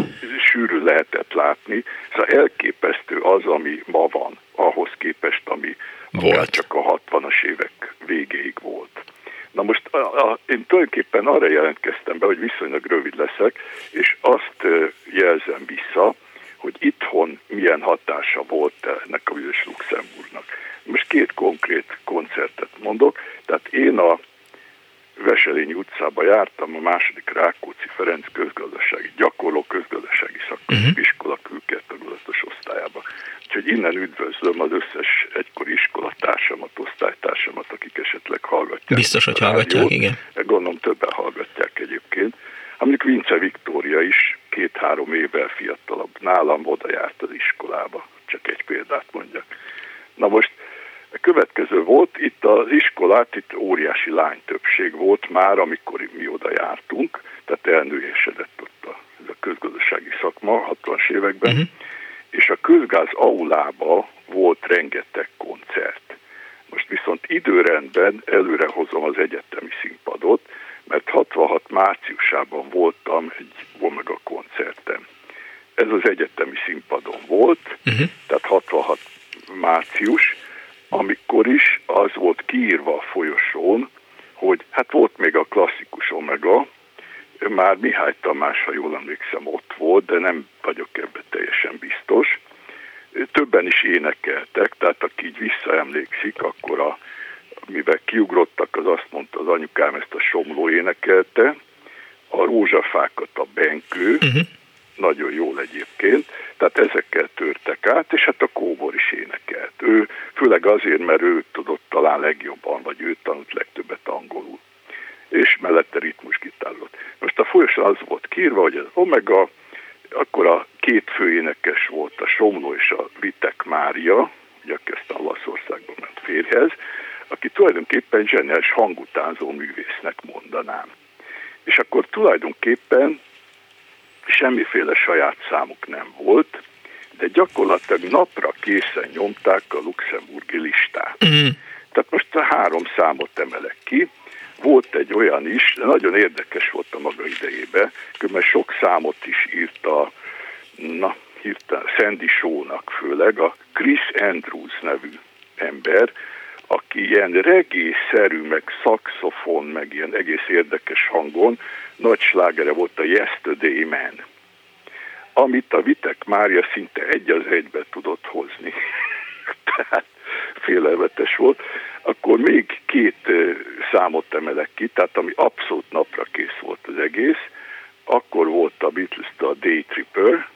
sűrű lehetett látni. Szóval elképesztő az, ami ma van, ahhoz képest, ami akár csak a hatvanas évek végéig volt. Na most a, a, én tulajdonképpen arra jelentkeztem be, hogy viszonylag rövid leszek, és azt jelzem vissza, hogy itthon milyen hatása volt ennek a bizonyos Luxemburgnak. Most két konkrét koncertet mondok, tehát én a Veselényi utcába jártam a második Rákóczi Ferenc közgazdasági, gyakorló közgazdasági szakiskola uh-huh. külkertagozatos osztályába. Úgyhogy innen üdvözlöm az összes egykori iskolatársamat, osztálytársamat, akik esetleg hallgatják. Biztos, hogy hallgatják, igen. Gondolom többen hallgatják egyébként. Amíg Vince Viktória is két-három évvel fiatalabb nálam oda járt az iskolába. Csak egy példát mondjak. Na most a következő volt, itt az iskolát, itt óriási lánytöbbség volt már, amikor mi oda jártunk, tehát elnőjesedett ott a, ez a közgazdasági szakma hatvanas években, uh-huh. és a közgáz aulába volt rengeteg koncert. Most viszont időrendben előre hozom az egyetemi színpadot, mert hatvanhat márciusában voltam egy Omega koncerten. Ez az egyetemi színpadon volt, uh-huh. tehát hatvanhat március, amikor is az volt kiírva a folyosón, hogy hát volt még a klasszikus Omega, már Mihály Tamás, ha jól emlékszem, ott volt, de nem vagyok ebben teljesen biztos. Többen is énekeltek, tehát aki így visszaemlékszik, akkor a, mivel kiugrottak, az azt mondta az anyukám, ezt a Somló énekelte, a Rózsafákat a Benkő, uh-huh. nagyon jól egyébként, tehát ezekkel törtek át, és hát a Kóbor is énekelt. Ő, főleg azért, mert ő tudott talán legjobban, vagy ő tanult legtöbbet angolul, és mellette ritmusgitározott. Most a folyosón az volt kiírva, hogy az Omega, akkor a két főénekes volt, a Somló és a Vitek Mária, ugye aki aztán Olaszországban ment férjhez, aki tulajdonképpen zseniális hangutánzó művésznek mondanám. És akkor tulajdonképpen semmiféle saját számuk nem volt, de gyakorlatilag napra készen nyomták a luxemburgi listát. Mm. Tehát most a három számot emelek ki. Volt egy olyan is, de nagyon érdekes volt a maga idejében, mert sok számot is írt a, na, hirtelen, Sandy Shaw-nak főleg, a Chris Andrews nevű ember, aki ilyen reggae-szerű, meg szaxofon, meg ilyen egész érdekes hangon, nagy slágere volt a Yesterday Man, amit a Vitek Mária szinte egy az egybe tudott hozni. Tehát félelmetes volt. Akkor még két számot emelek ki, tehát ami abszolút napra kész volt az egész. Akkor volt a Beatles-től a Day Tripper,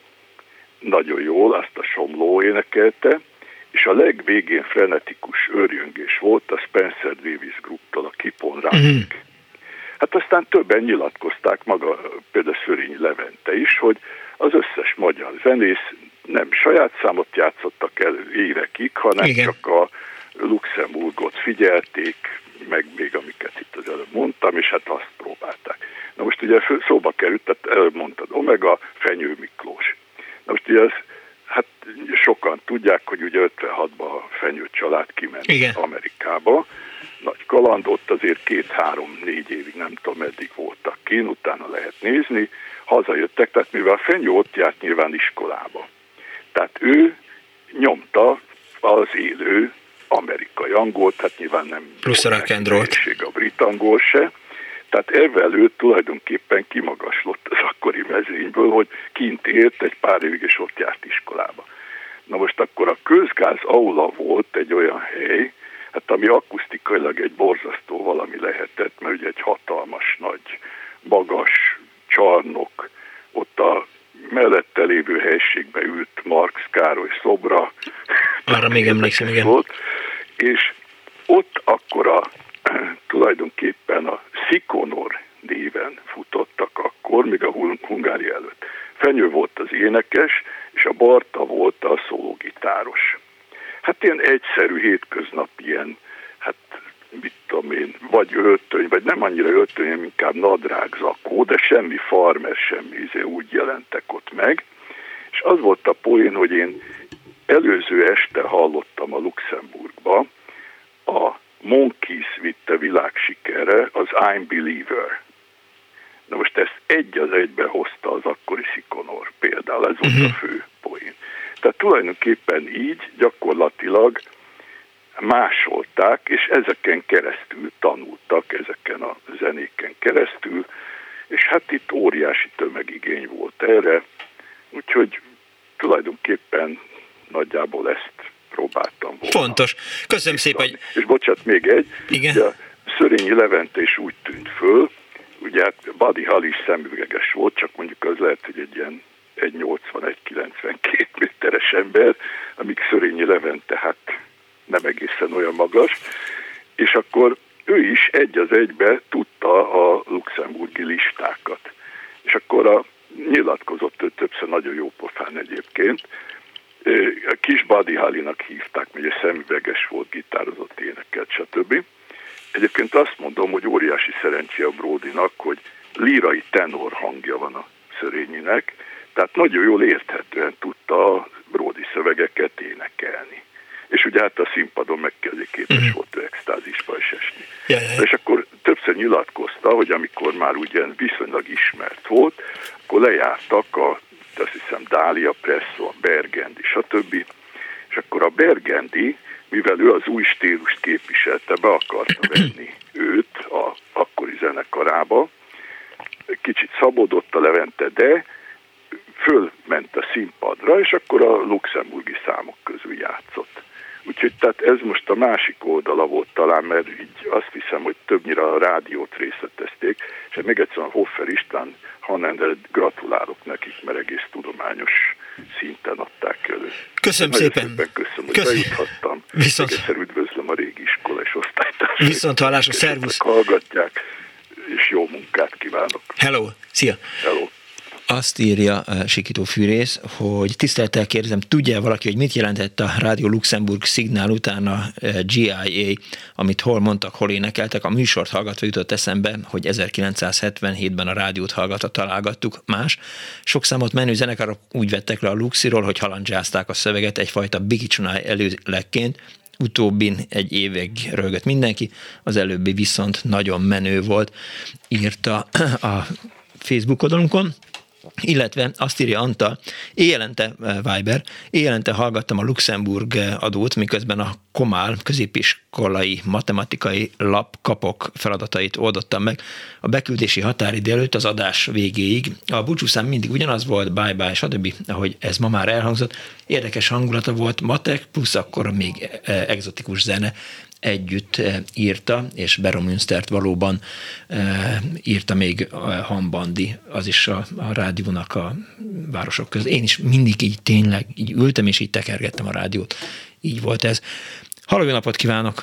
nagyon jól, azt a Somló énekelte, és a legvégén frenetikus őrjöngés volt a Spencer Davis Group-tól a Keep on Running. Mm. Hát aztán többen nyilatkozták, maga például Szörényi Levente is, hogy az összes magyar zenész nem saját számot játszottak el évekig, hanem igen. csak a Luxemburgot figyelték, meg még amiket itt az előbb mondtam, és hát azt próbálták. Na most ugye szóba került, tehát előbb mondtad Omega, Fenyő Miklós. Na most ugye ez, hát sokan tudják, hogy ugye ötvenhatban a Fenyő család kiment igen. Amerikába, nagy kaland, ott azért két-három-négy évig nem tudom meddig voltak kín, utána lehet nézni, hazajöttek, tehát mivel Fenyő ott járt nyilván iskolába. Tehát ő nyomta az élő amerikai angolt, tehát nyilván nem plusz a rock and roll-t. A brit angol se, tehát ezzel ő tulajdonképpen kimagaslott az akkori mezőnyből, hogy kint élt egy pár évig, és ott járt iskolába. Na most akkor a közgáz aula volt egy olyan hely, hát ami akusztikailag egy borzasztó valami lehetett, mert ugye egy hatalmas, nagy, magas csarnok, ott a mellette lévő helységbe ült Marx Károly szobra. Arra még emlékszem, igen. Volt, és ott akkor a, tulajdonképpen a Szikonor néven futottak akkor, még a Hungária előtt. Fenyő volt az énekes, és a Barta volt a szólógitáros. Hát ilyen egyszerű, hétköznap ilyen, hát mit tudom én, vagy öltöny, vagy nem annyira öltöny, inkább nadrág, zakó, de semmi farmer, semmi, úgy jelentek ott meg. És az volt a poén, hogy én előző este hallottam a Luxemburgba, a Monkeys vitte világsikerre az I'm Believer. Na most ezt egy az egybe hozta az akkori Szikonor például, ez volt uh-huh. a fő poén. Tehát tulajdonképpen így gyakorlatilag másolták hallgatták, és ezeken keresztül tanultak, ezeken a zenéken keresztül, és hát itt óriási tömegigény volt erre, úgyhogy tulajdonképpen nagyjából ezt próbáltam volna. Fontos. Köszönöm szépen, hogy... És bocsánat, még egy. Igen. Ugye, Szörényi Levente is úgy tűnt föl, ugye hát Buddy Holly is szemüveges volt, csak mondjuk az lehet, hogy egy ilyen egy nyolcvan egy kilencvenkét méteres ember, amíg Szörényi Levente hát nem egészen olyan magas, és akkor ő is egy az egybe tudta a luxemburgi listákat. És akkor a nyilatkozott, ő többször nagyon jó pofán egyébként, a kis Buddy Hollynak hívták, ugye szemüveges volt, gitározott, énekelt, stb. Egyébként azt mondom, hogy óriási szerencse a Brodynak, hogy lírai tenor hangja van a Szörényinek, tehát nagyon jól érthetően tudta a Brody szövegeket énekelni. És ugye hát a színpadon megkezdő képes mm. volt ő extázisba is esni. Ja, ja. És akkor többször nyilatkozta, hogy amikor már ugye viszonylag ismert volt, akkor lejártak a, azt hiszem, Dália, Presso, a Bergendi, stb. És akkor a Bergendi, mivel ő az új stílust képviselte, be akarta venni őt a akkori zenekarába, kicsit szabódott a Levente, de fölment a színpadra, és akkor a luxemburgi számok közül játszott. Úgyhogy tehát ez most a másik oldala volt talán, mert így azt hiszem, hogy többnyire a rádiót részletezték, és még egyszer a Hoffer István Hanenre gratulálok nekik, mert egész tudományos szinten adták elő. Köszönöm szépen. szépen. Köszönöm, hogy Köszönöm. bejuthattam. Viszont... Egyszer üdvözlöm a régi iskola és osztálytársaim. Viszont hallásra, szervusz. Hallgatják, és jó munkát kívánok. Hello, szia. Hello. Azt írja uh, Sikító Fűrész, hogy tisztelettel kérdezem, tudja valaki, hogy mit jelentett a Rádió Luxemburg szignál után a uh, gé i á, amit hol mondtak, hol énekeltek. A műsort hallgatva jutott eszembe, hogy ezerkilencszázhetvenhétben a rádiót hallgatva találgattuk más. Sok számot menő zenekarok úgy vettek le a Luxiról, hogy halandzsázták a szöveget egyfajta Biggie Csunály előlekként. Utóbbin egy évig röhögött mindenki, az előbbi viszont nagyon menő volt, írta a Facebook oldalunkon. Illetve azt írja Antal, éjjelente Viber, éjjelente hallgattam a Luxemburg adót, miközben a Komál középiskolai matematikai lap kapok feladatait oldottam meg. A beküldési határidő előtt az adás végéig. A búcsúszám mindig ugyanaz volt, bye bye, stb. Ahogy ez ma már elhangzott. Érdekes hangulata volt, matek, plusz akkor még egzotikus zene együtt írta, és Baron Münstert valóban írta még Hambandi, az is a, a rádiónak a városok között. Én is mindig így tényleg így ültem, és így tekergettem a rádiót. Így volt ez. Halló, jó napot kívánok!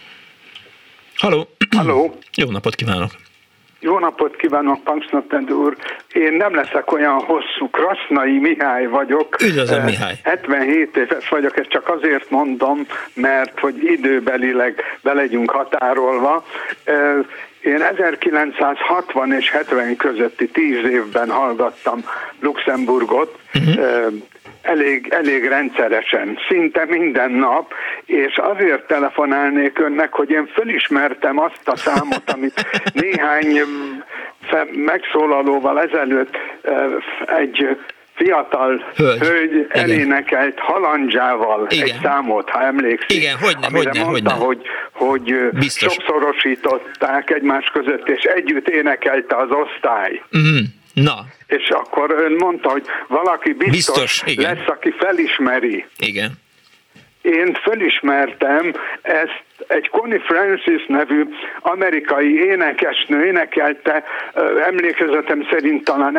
Halló! Halló! Jó napot kívánok! Jó napot kívánok, Punksnotten úr! Én nem leszek olyan hosszú, Krasznai Mihály vagyok. Üdvözlöm, Mihály! hetvenhét éves vagyok, ezt csak azért mondom, mert hogy időbelileg be legyünk határolva. Én ezerkilencszázhatvan és hetven közötti tíz évben hallgattam Luxemburgot, uh-huh. elég, elég rendszeresen, szinte minden nap, és azért telefonálnék önnek, hogy én fölismertem azt a számot, amit néhány megszólalóval ezelőtt egy fiatal hölgy, hölgy elénekelt halandzsával egy számot, ha emlékszik. Igen, hogyne, amire hogyne, mondta, hogyne. hogy, hogy sokszorosították egymás között, és együtt énekelte az osztály. Mm, na. És akkor ön mondta, hogy valaki biztos, biztos lesz, aki felismeri. Igen. Én fölismertem ezt, egy Connie Francis nevű amerikai énekesnő énekelte, emlékezetem szerint talán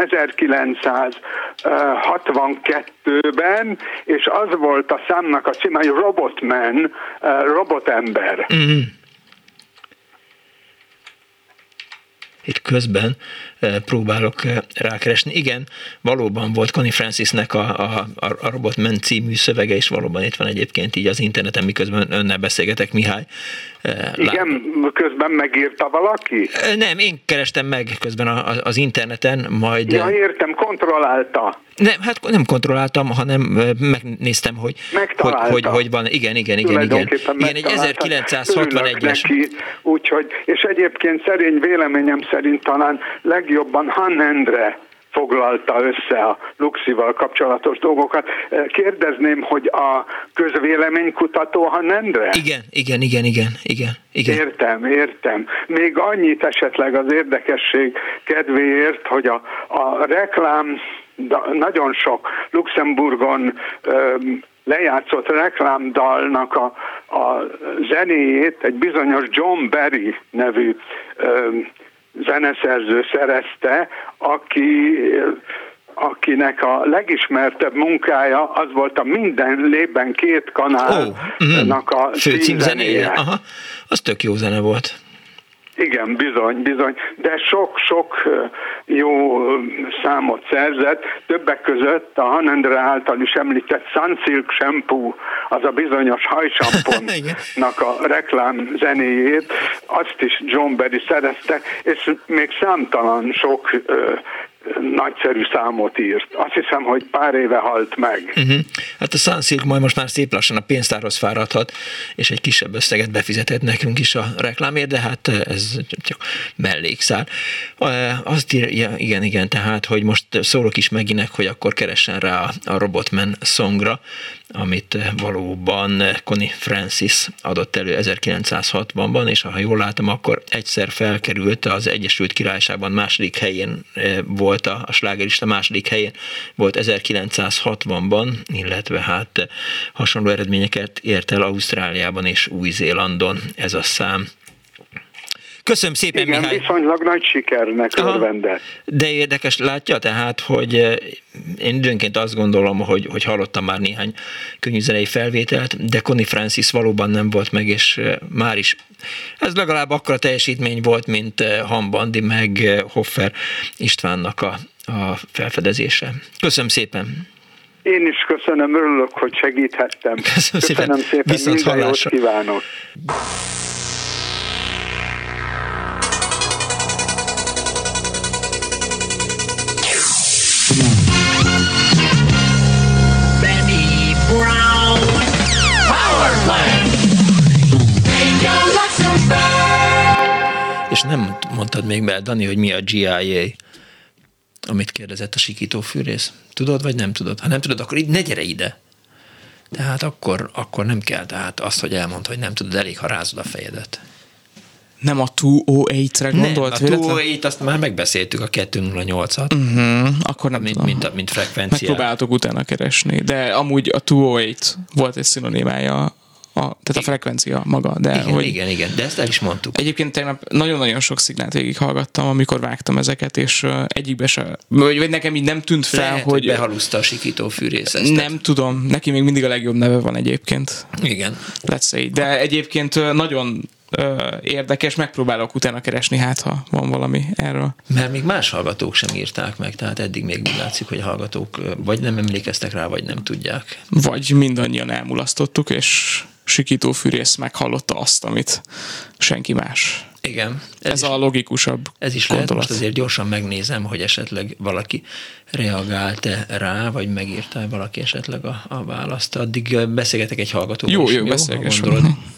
ezerkilencszázhatvankettőben, és az volt a számnak a címe, hogy Robotman, robotember. Mm-hmm. Itt közben próbálok rákeresni. Igen, valóban volt Connie Francisnek a, a, a Robotman című szövege, és valóban itt van egyébként így az interneten, miközben önnel beszélgetek, Mihály. Igen, közben megírta valaki? Nem, én kerestem meg közben az interneten, majd... Ja, értem, kontrollálta. Nem, hát nem kontrolláltam, hanem megnéztem, hogy hogy, hogy, hogy van. Igen, igen, igen, igen. Igen, egy ezerkilencszázhatvanegyes. Úgyhogy, és egyébként szerény véleményem szerint talán legjobban Hanendre foglalta össze a Luxival kapcsolatos dolgokat. Kérdezném, hogy a közvéleménykutató Hann Endre? Igen, igen, igen, igen, igen, igen. Értem, értem. Még annyit esetleg az érdekesség kedvéért, hogy a, a reklám, nagyon sok Luxemburgon öm, lejátszott reklámdalnak a, a zenéjét egy bizonyos John Barry nevű öm, zeneszerző szerezte, aki, akinek a legismertebb munkája az volt a Minden lében két kanálnak oh, mm, a főcímzenéje. Aha, az tök jó zene volt. Igen, bizony, bizony, de sok-sok jó számot szerzett, többek között a Hann Endre által is említett Sunsilk Shampoo, az a bizonyos hajsamponnak a reklám zenéjét, azt is John Barry szerezte, és még számtalan sok ö, nagyszerű számot írt. Azt hiszem, hogy pár éve halt meg. Uh-huh. Hát a Sunsilk majd most már szép lassan a pénztárhoz fáradhat, és egy kisebb összeget befizetett nekünk is a reklámért, de hát ez csak mellékszál. Azt írja, igen, igen, tehát, hogy most szólok is Meginek, hogy akkor keressen rá a Robotman songra, amit valóban Connie Francis adott elő ezerkilencszázhatvanban, és ha jól látom, akkor egyszer felkerült az Egyesült Királyságban második helyén volt a, a slágerlista második helyén volt ezerkilencszázhatvanban, illetve hát hasonló eredményeket ért el Ausztráliában és Új-Zélandon ez a szám. Köszönöm szépen, igen, Mihály. Viszonylag nagy sikernek örvendett. De érdekes, látja tehát, hogy én időnként azt gondolom, hogy, hogy hallottam már néhány könnyűzenei felvételt, de Connie Francis valóban nem volt meg, és már is ez legalább akkora teljesítmény volt, mint Han Bandi meg Hoffer Istvánnak a, a felfedezése. Köszönöm szépen. Én is köszönöm, örülök, hogy segíthettem. Köszönöm, köszönöm szépen, szépen. Minden jót kívánok. És nem mondtad még be, Dani, hogy mi a gé i á, amit kérdezett a sikítófűrész. Tudod, vagy nem tudod? Ha nem tudod, akkor ne gyere ide. Tehát akkor, akkor nem kell, tehát azt, hogy elmondd, hogy nem tudod, elég, ha rázod a fejedet. Nem a kétszáznyolcra gondolt? Nem, a kétszáznyolc azt már megbeszéltük, a kétszáznyolcat. Uh-huh, akkor nem mint, tudom. Mint, mint frekvenciát. Megpróbáltok utána keresni, de amúgy a kétszáznyolc volt egy szinonimája, a, tehát a frekvencia maga. De igen, hogy igen, igen, de ezt el is mondtuk. Egyébként tegnap nagyon-nagyon sok szignált végighallgattam, amikor vágtam ezeket, és egyikbe se, vagy nekem így nem tűnt fel, Lehet, hogy... hogy behaluszta a sikítófűrész. Nem tudom, neki még mindig a legjobb neve van egyébként. Igen. Let's say. De egyébként nagyon érdekes, megpróbálok utána keresni, hát ha van valami erről. Mert még más hallgatók sem írták meg, tehát eddig még úgy látszik, hogy hallgatók vagy nem emlékeztek rá, vagy nem tudják. Vagy mindannyian elmulasztottuk, és sikítófűrész meghallotta azt, amit senki más. Igen. Ez, ez is, a logikusabb Ez is gondolat. lehet, most azért gyorsan megnézem, hogy esetleg valaki reagált-e rá, vagy megírta valaki esetleg a, a választ. Addig beszélgetek egy hallgatóval. Jó, jó, jó beszélgessünk.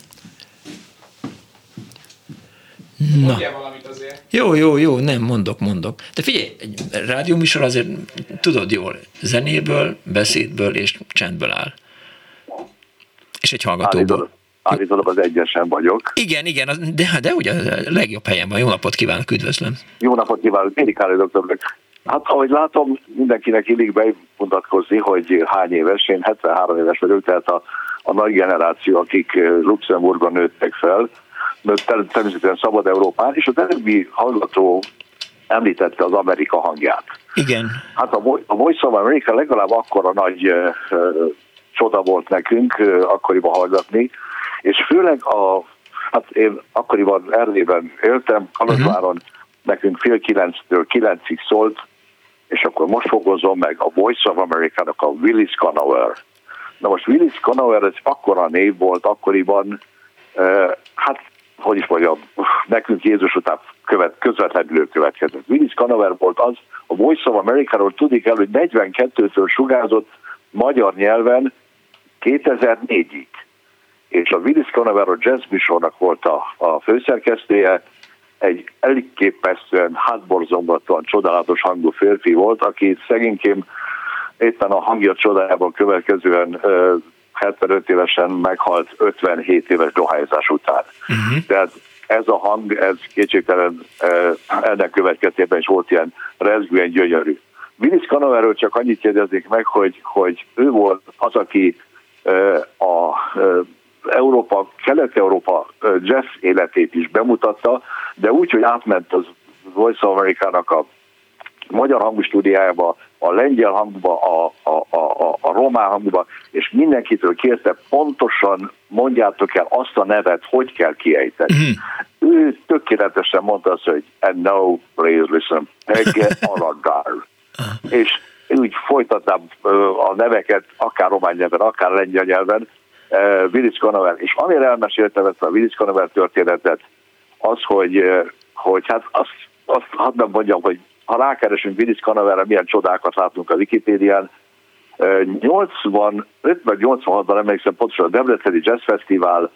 Na. Jó, jó, jó, nem, mondok, mondok. De figyelj, egy rádióműsor azért tudod jól, zenéből, beszédből és csendből áll. És egy hallgatóból. Állítólag az egyesen vagyok. Igen, igen, de, de ugye a legjobb helyen van. Jó napot kívánok, üdvözlöm. Jó napot kívánok, Médikári doktor vagyok. Hát ahogy látom, mindenkinek illik bemutatkozni, hogy hány éves. Én hetvenhárom éves vagyok, tehát a, a nagy generáció, akik Luxemburgban nőttek fel, természetesen szabad Európán, és az előbbi hallgató említette az Amerika hangját. Igen. Hát a, a Voice of America legalább akkora nagy uh, uh, csoda volt nekünk uh, akkoriban hallgatni, és főleg a, hát én akkoriban Erdélyben éltem, Kalosváron, uh-huh. nekünk fél kilenctől kilencig szólt, és akkor most fogozom meg a Voice of America-nak a Willis Conover. Na most Willis Conover, ez akkora név volt akkoriban, uh, hát hogy is mondjam, nekünk Jézus után követ, közvetlenül következett. Willis Conover volt az, a Voice of America-ról tudik el, hogy negyvenkettőtől sugárzott magyar nyelven kétezer-négyig. És a Willis Conover a jazz műsornak volt a, a főszerkesztője, egy elképesztően hátborzongatóan csodálatos hangú férfi volt, aki szegénykém éppen a hangja csodájából következően hetvenöt évesen meghalt ötvenhét éves dohányzás után. Uh-huh. Tehát ez a hang, ez kétségtelen ennek következtében is volt ilyen rezgően gyönyörű. Willis Canoverről csak annyit kérdeznék meg, hogy, hogy ő volt az, aki a Európa, Kelet-Európa jazz életét is bemutatta, de úgy, hogy átment az Voice of America-nak a magyar hangú stúdiájába, a lengyel hangba, a, a, a, a román hangba, és mindenkitől kérte, pontosan mondjátok el azt a nevet, hogy kell kiejteni. Mm. Ő tökéletesen mondta azt, hogy and now please listen, Pegge Aragár. És úgy folytatnám a neveket, akár román nyelven, akár lengyel nyelven, Willis Canover. És amire elmeséltem ezt a Willis Canover történetet, az, hogy, hogy hát azt, azt hadd nem mondjam, hogy ha rákeresünk Willis Canoverre, milyen csodákat látunk a Wikipédián. nyolcvanöt vagy nyolcvanhatban emlékszem pontosan a Debreceni Jazz Fesztivál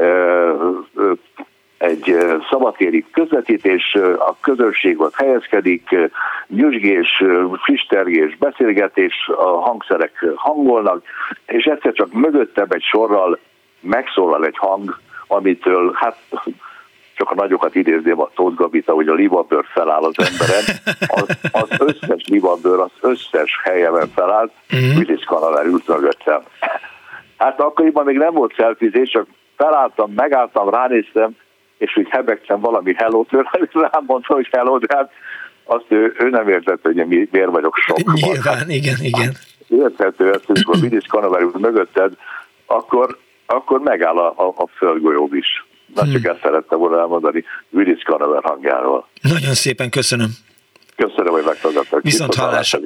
egy szabadtéri közvetítés, a közönség ott helyezkedik, nyüzsgés, fristergés, beszélgetés, a hangszerek hangolnak, és egyszer csak mögöttem egy sorral megszólal egy hang, amitől hát csak a nagyokat idézném, a Tóth Gabita, hogy a libabőr feláll az emberen, az, az összes libabőr, az összes helyemen felállt, mm. Willis Canover ült mögöttem. Hát akkoriban még nem volt szelfizés, csak felálltam, megálltam, ránéztem, és úgy hebegtem valami hello-t, rám mondta, hogy hello, de hát azt ő, ő nem értett, hogy mi, miért vagyok sokban. Nyilván, igen, igen. Érthető ezt, hogy a Willis Canover ült mögötted, akkor, akkor megáll a, a, a földgolyóm is. Na, csak hmm. ezt szerettem volna elmondani Willis Canover hangjáról. Nagyon szépen köszönöm. Köszönöm, hogy megtagadtak. Viszont hallásra.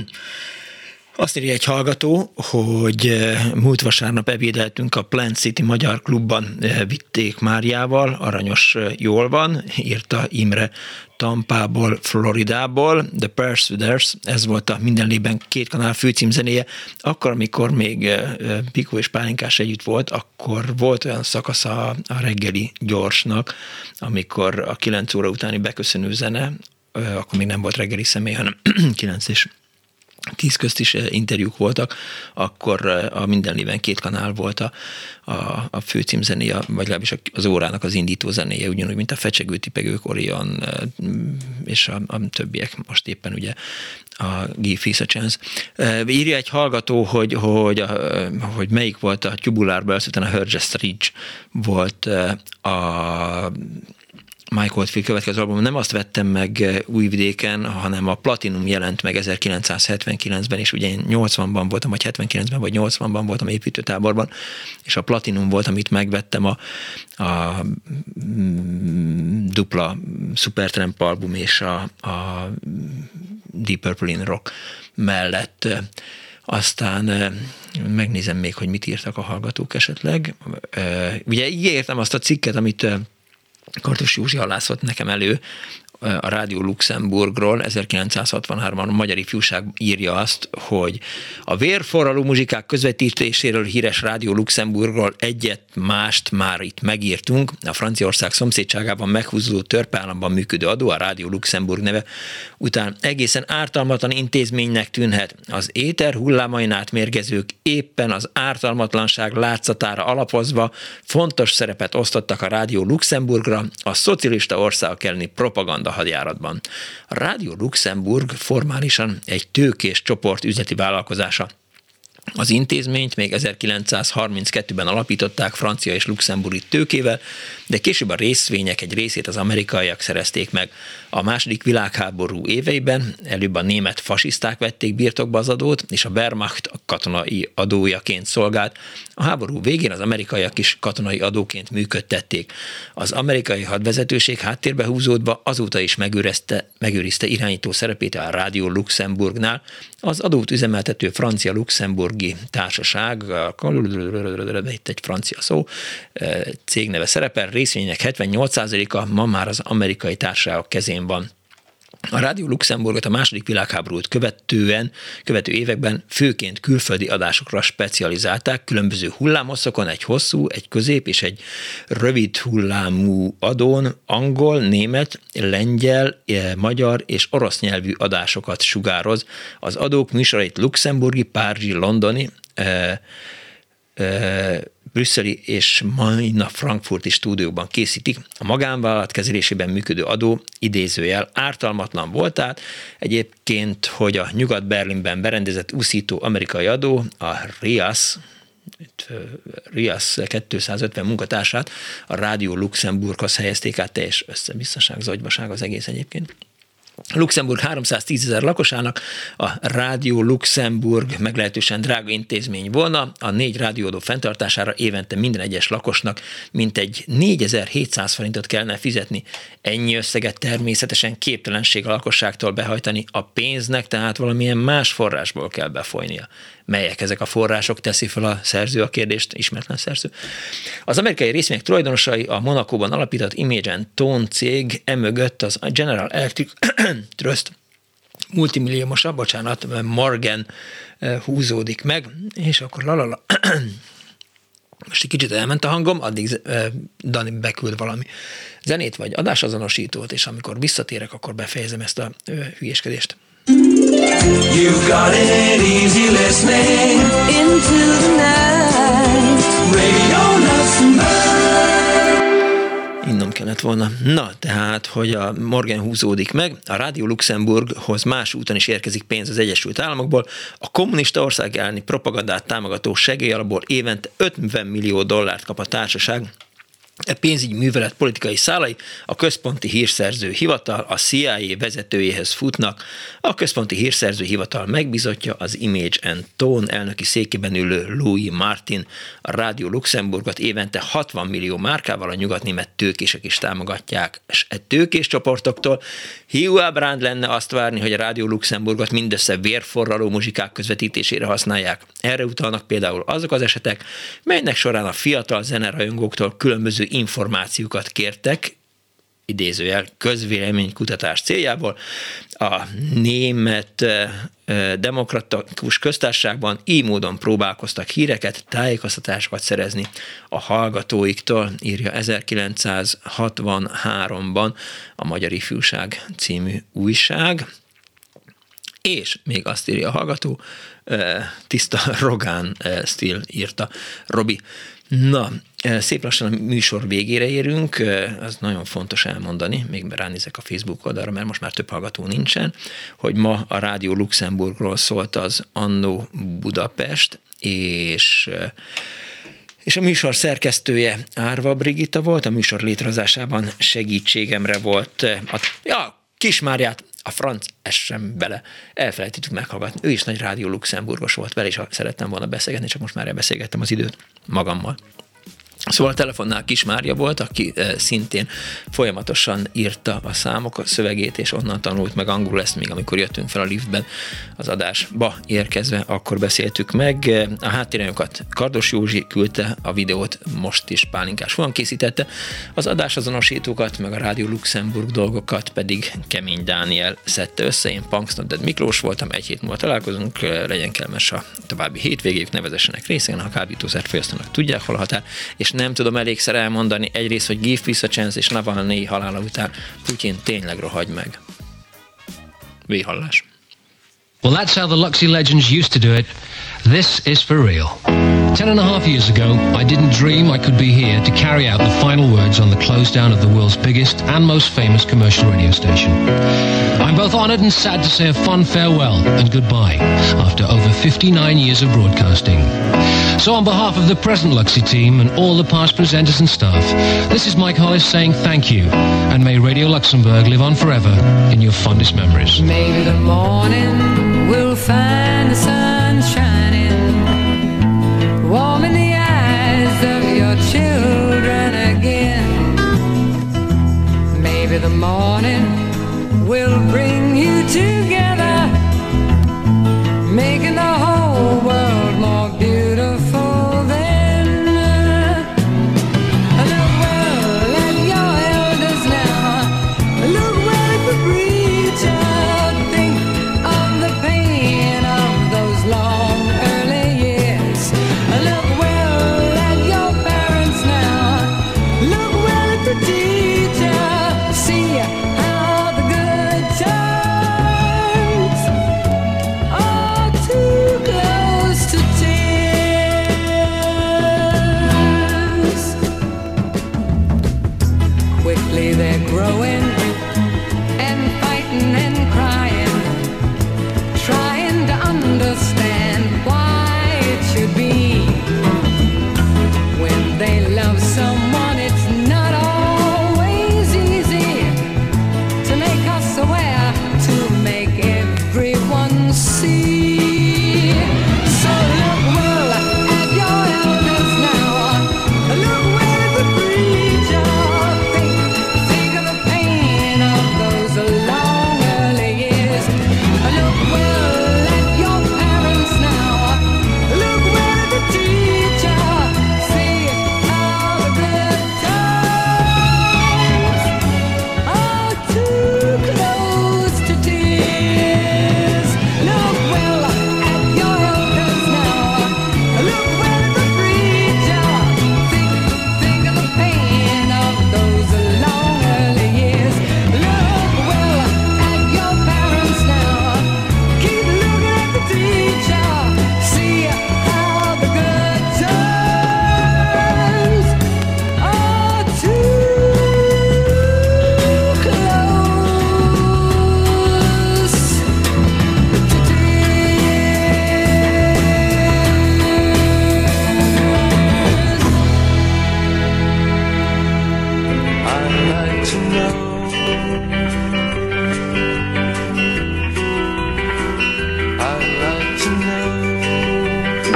Azt írja egy hallgató, hogy múlt vasárnap ebédeltünk a Plant City Magyar Klubban Vitték Máriával, aranyos jól van, írta Imre Tampából, Floridából, The Pursuers, ez volt a Mindenlében két kanál főcímzenéje. Akkor, amikor még Pikó és Pálinkás együtt volt, akkor volt olyan szakasza a reggeli gyorsnak, amikor a kilenc óra utáni beköszönő zene, akkor még nem volt reggeli személy, hanem kilenc és tíz közt is interjúk voltak, akkor a Mindenlében két kanál volt a, a, a főcímzenéje, vagy legalábbis az órának az indító zenéje, ugyanúgy, mint a Fecsegő, Tipegők, Orion és a, a többiek, most éppen ugye a Give Peace a Chance. Írja egy hallgató, hogy, hogy, a, hogy melyik volt a Tubular Bells, után a Hergest Ridge volt a Mike Oldfield következő album. Nem azt vettem meg Újvidéken, hanem a Platinum jelent meg ezerkilencszázhetvenkilencben, és ugye én nyolcvanban voltam, vagy hetvenkilencben, vagy nyolcvanban voltam építőtáborban, és a Platinum volt, amit megvettem a, a dupla Supertramp album és a, a Deep Purple in Rock mellett. Aztán megnézem még, hogy mit írtak a hallgatók esetleg. Ugye így értem azt a cikket, amit Kardos Józsi halászott nekem elő a Rádió Luxemburgról, ezerkilencszázhatvanháromban a Magyar Ifjúság írja azt, hogy a vérforraló muzsikák közvetítéséről híres Rádió Luxemburgról egyet mást már itt megírtunk. A Franciaország szomszédságában meghúzódó törpeállamban működő adó, a Rádió Luxemburg neve után egészen ártalmatlan intézménynek tűnhet. Az éter hullámain át mérgezők éppen az ártalmatlanság látszatára alapozva fontos szerepet osztottak a Rádió Luxemburgra a szocialista országok elleni propaganda hadjáratban. A Rádió Luxemburg formálisan egy tőkés csoport üzleti vállalkozása. Az intézményt még ezerkilencszázharminckettőben alapították francia és luxemburgi tőkével, de később a részvények egy részét az amerikaiak szerezték meg. A második világháború éveiben előbb a német fasiszták vették birtokba az adót, és a Wehrmacht a katonai adójaként szolgált. A háború végén az amerikaiak is katonai adóként működtették. Az amerikai hadvezetőség háttérbe húzódva azóta is megőrizte, megőrizte irányító szerepét a Rádió Luxemburgnál. Az adót üzemeltető francia luxemburgi társaság, itt egy francia szó, cégneve szerepel, részvények hetvennyolc százaléka ma már az amerikai társaságok kezén van. A Rádió Luxemburgot a második világháborút követően, követő években főként külföldi adásokra specializálták, különböző hullámhosszokon, egy hosszú, egy közép és egy rövid hullámú adón angol, német, lengyel, magyar és orosz nyelvű adásokat sugároz. Az adók műsorait luxemburgi, párizsi, londoni, eh, eh, brüsszeli és Majna frankfurti stúdióban készítik. A magánvállalat kezelésében működő adó idézőjel ártalmatlan volt, tehát egyébként, hogy a Nyugat-Berlinben berendezett úszító amerikai adó, a R I A S, RIAS kétszázötven munkatársát a Rádió Luxemburghoz helyezték át, teljes összebiztonság, zagyvaság az egész egyébként. Luxemburg háromszáztízezer lakosának a Rádió Luxemburg meglehetősen drága intézmény volna, a négy rádióadó fenntartására évente minden egyes lakosnak mintegy négyezer-hétszáz forintot kellene fizetni. Ennyi összeget természetesen képtelenség a lakosságtól behajtani, a pénznek tehát valamilyen más forrásból kell befolynia. Melyek ezek a források, teszi fel a szerző a kérdést, ismeretlen szerző. Az amerikai részvények tulajdonosai a Monacóban alapított Image and Tone cég, emögött az General Electric Trust multimilliómosa, bocsánat, Morgan húzódik meg, és akkor lalala. Most egy kicsit elment a hangom, addig Dani beküld valami zenét vagy adásazonosítót, és amikor visszatérek, akkor befejezem ezt a hülyéskedést. You've got it easy listening into the night. Radio Luxembourg. Innom kellett volna. Na, tehát, hogy a Morgan húzódik meg, a Rádió Luxemburghoz más úton is érkezik pénz az Egyesült Államokból, a kommunista ország elleni propagandát támogató segélyalapból évente ötven millió dollárt kap a társaság. E pénzügyi művelet politikai szálai a Központi Hírszerző Hivatal, a C I A vezetőjéhez futnak. A Központi Hírszerző Hivatal megbízottja az Image and Tone elnöki székében ülő Louis Martin. A Rádió Luxemburgot évente hatvan millió márkával a nyugatnémet tőkések is támogatják. És e tőkés csoportoktól hiúábránd lenne azt várni, hogy a Rádió Luxemburgot mindössze vérforraló muzsikák közvetítésére használják. Erre utalnak például azok az esetek, melynek során a fiatal zenerajongóktól különböző információkat kértek, idézőjel közvéleménykutatás céljából. A német demokratikus köztársaságban így módon próbálkoztak híreket, tájékoztatásokat szerezni a hallgatóiktól, írja ezerkilencszázhatvanháromban a Magyar Ifjúság című újság. És még azt írja a hallgató, tiszta Rogán stíl írta Robi. Na, szép lassan a műsor végére érünk, az nagyon fontos elmondani, még ránézek a Facebook oldalra, mert most már több hallgató nincsen, hogy ma a Rádió Luxemburgról szólt az Annó Budapest, és... és a műsor szerkesztője Árva Brigitta volt, a műsor létrehozásában segítségemre volt a... Ja, Kismáriát, a franc essen bele. Elfelejtettük meghallgatni. Ő is nagy Rádió Luxemburgos volt, vele is szerettem volna beszélgetni, csak most már elbeszélgettem az időt magammal. Szóval a telefonnál Kis Mária volt, aki e, szintén folyamatosan írta a számok a szövegét, és onnan tanult meg angolul ezt, még amikor jöttünk fel a liftben az adásba érkezve, akkor beszéltük meg. A háttéranyagokat Kardos Józsi küldte, a videót most is Pálinkás Fuan készítette, az adásazonosítókat, meg a Rádió Luxemburg dolgokat pedig Kemény Dániel szedte össze. Én Punksnodded Miklós voltam, egy hét múlva találkozunk, legyen kellemes a további hétvégéjük, nevezessenek részén, ha kábítószert fogyasztanak, tudják hol a határ, és nem tudom elégszer elmondani egyrészt, hogy give peace a chance, és Navalnyi halála után Putyin tényleg rohagy meg. Véhallás. Well, that's how the Luxy legends used to do it. This is for real. Ten and a half years ago, I didn't dream I could be here to carry out the final words on the close down of the world's biggest and most famous commercial radio station. I'm both honoured and sad to say a fond farewell and goodbye after over fifty-nine years of broadcasting. So on behalf of the present Luxy team and all the past presenters and staff, this is Mike Hollis saying thank you, and may Radio Luxembourg live on forever in your fondest memories. Maybe the morning will find the sun shining, warm in the eyes of your children again. Maybe the morning will bring you together, making the whole world more beautiful then. Look well at your elders now, look well at the preacher.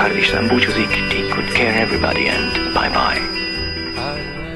Árd István búcsúzik, take good care everybody and bye bye.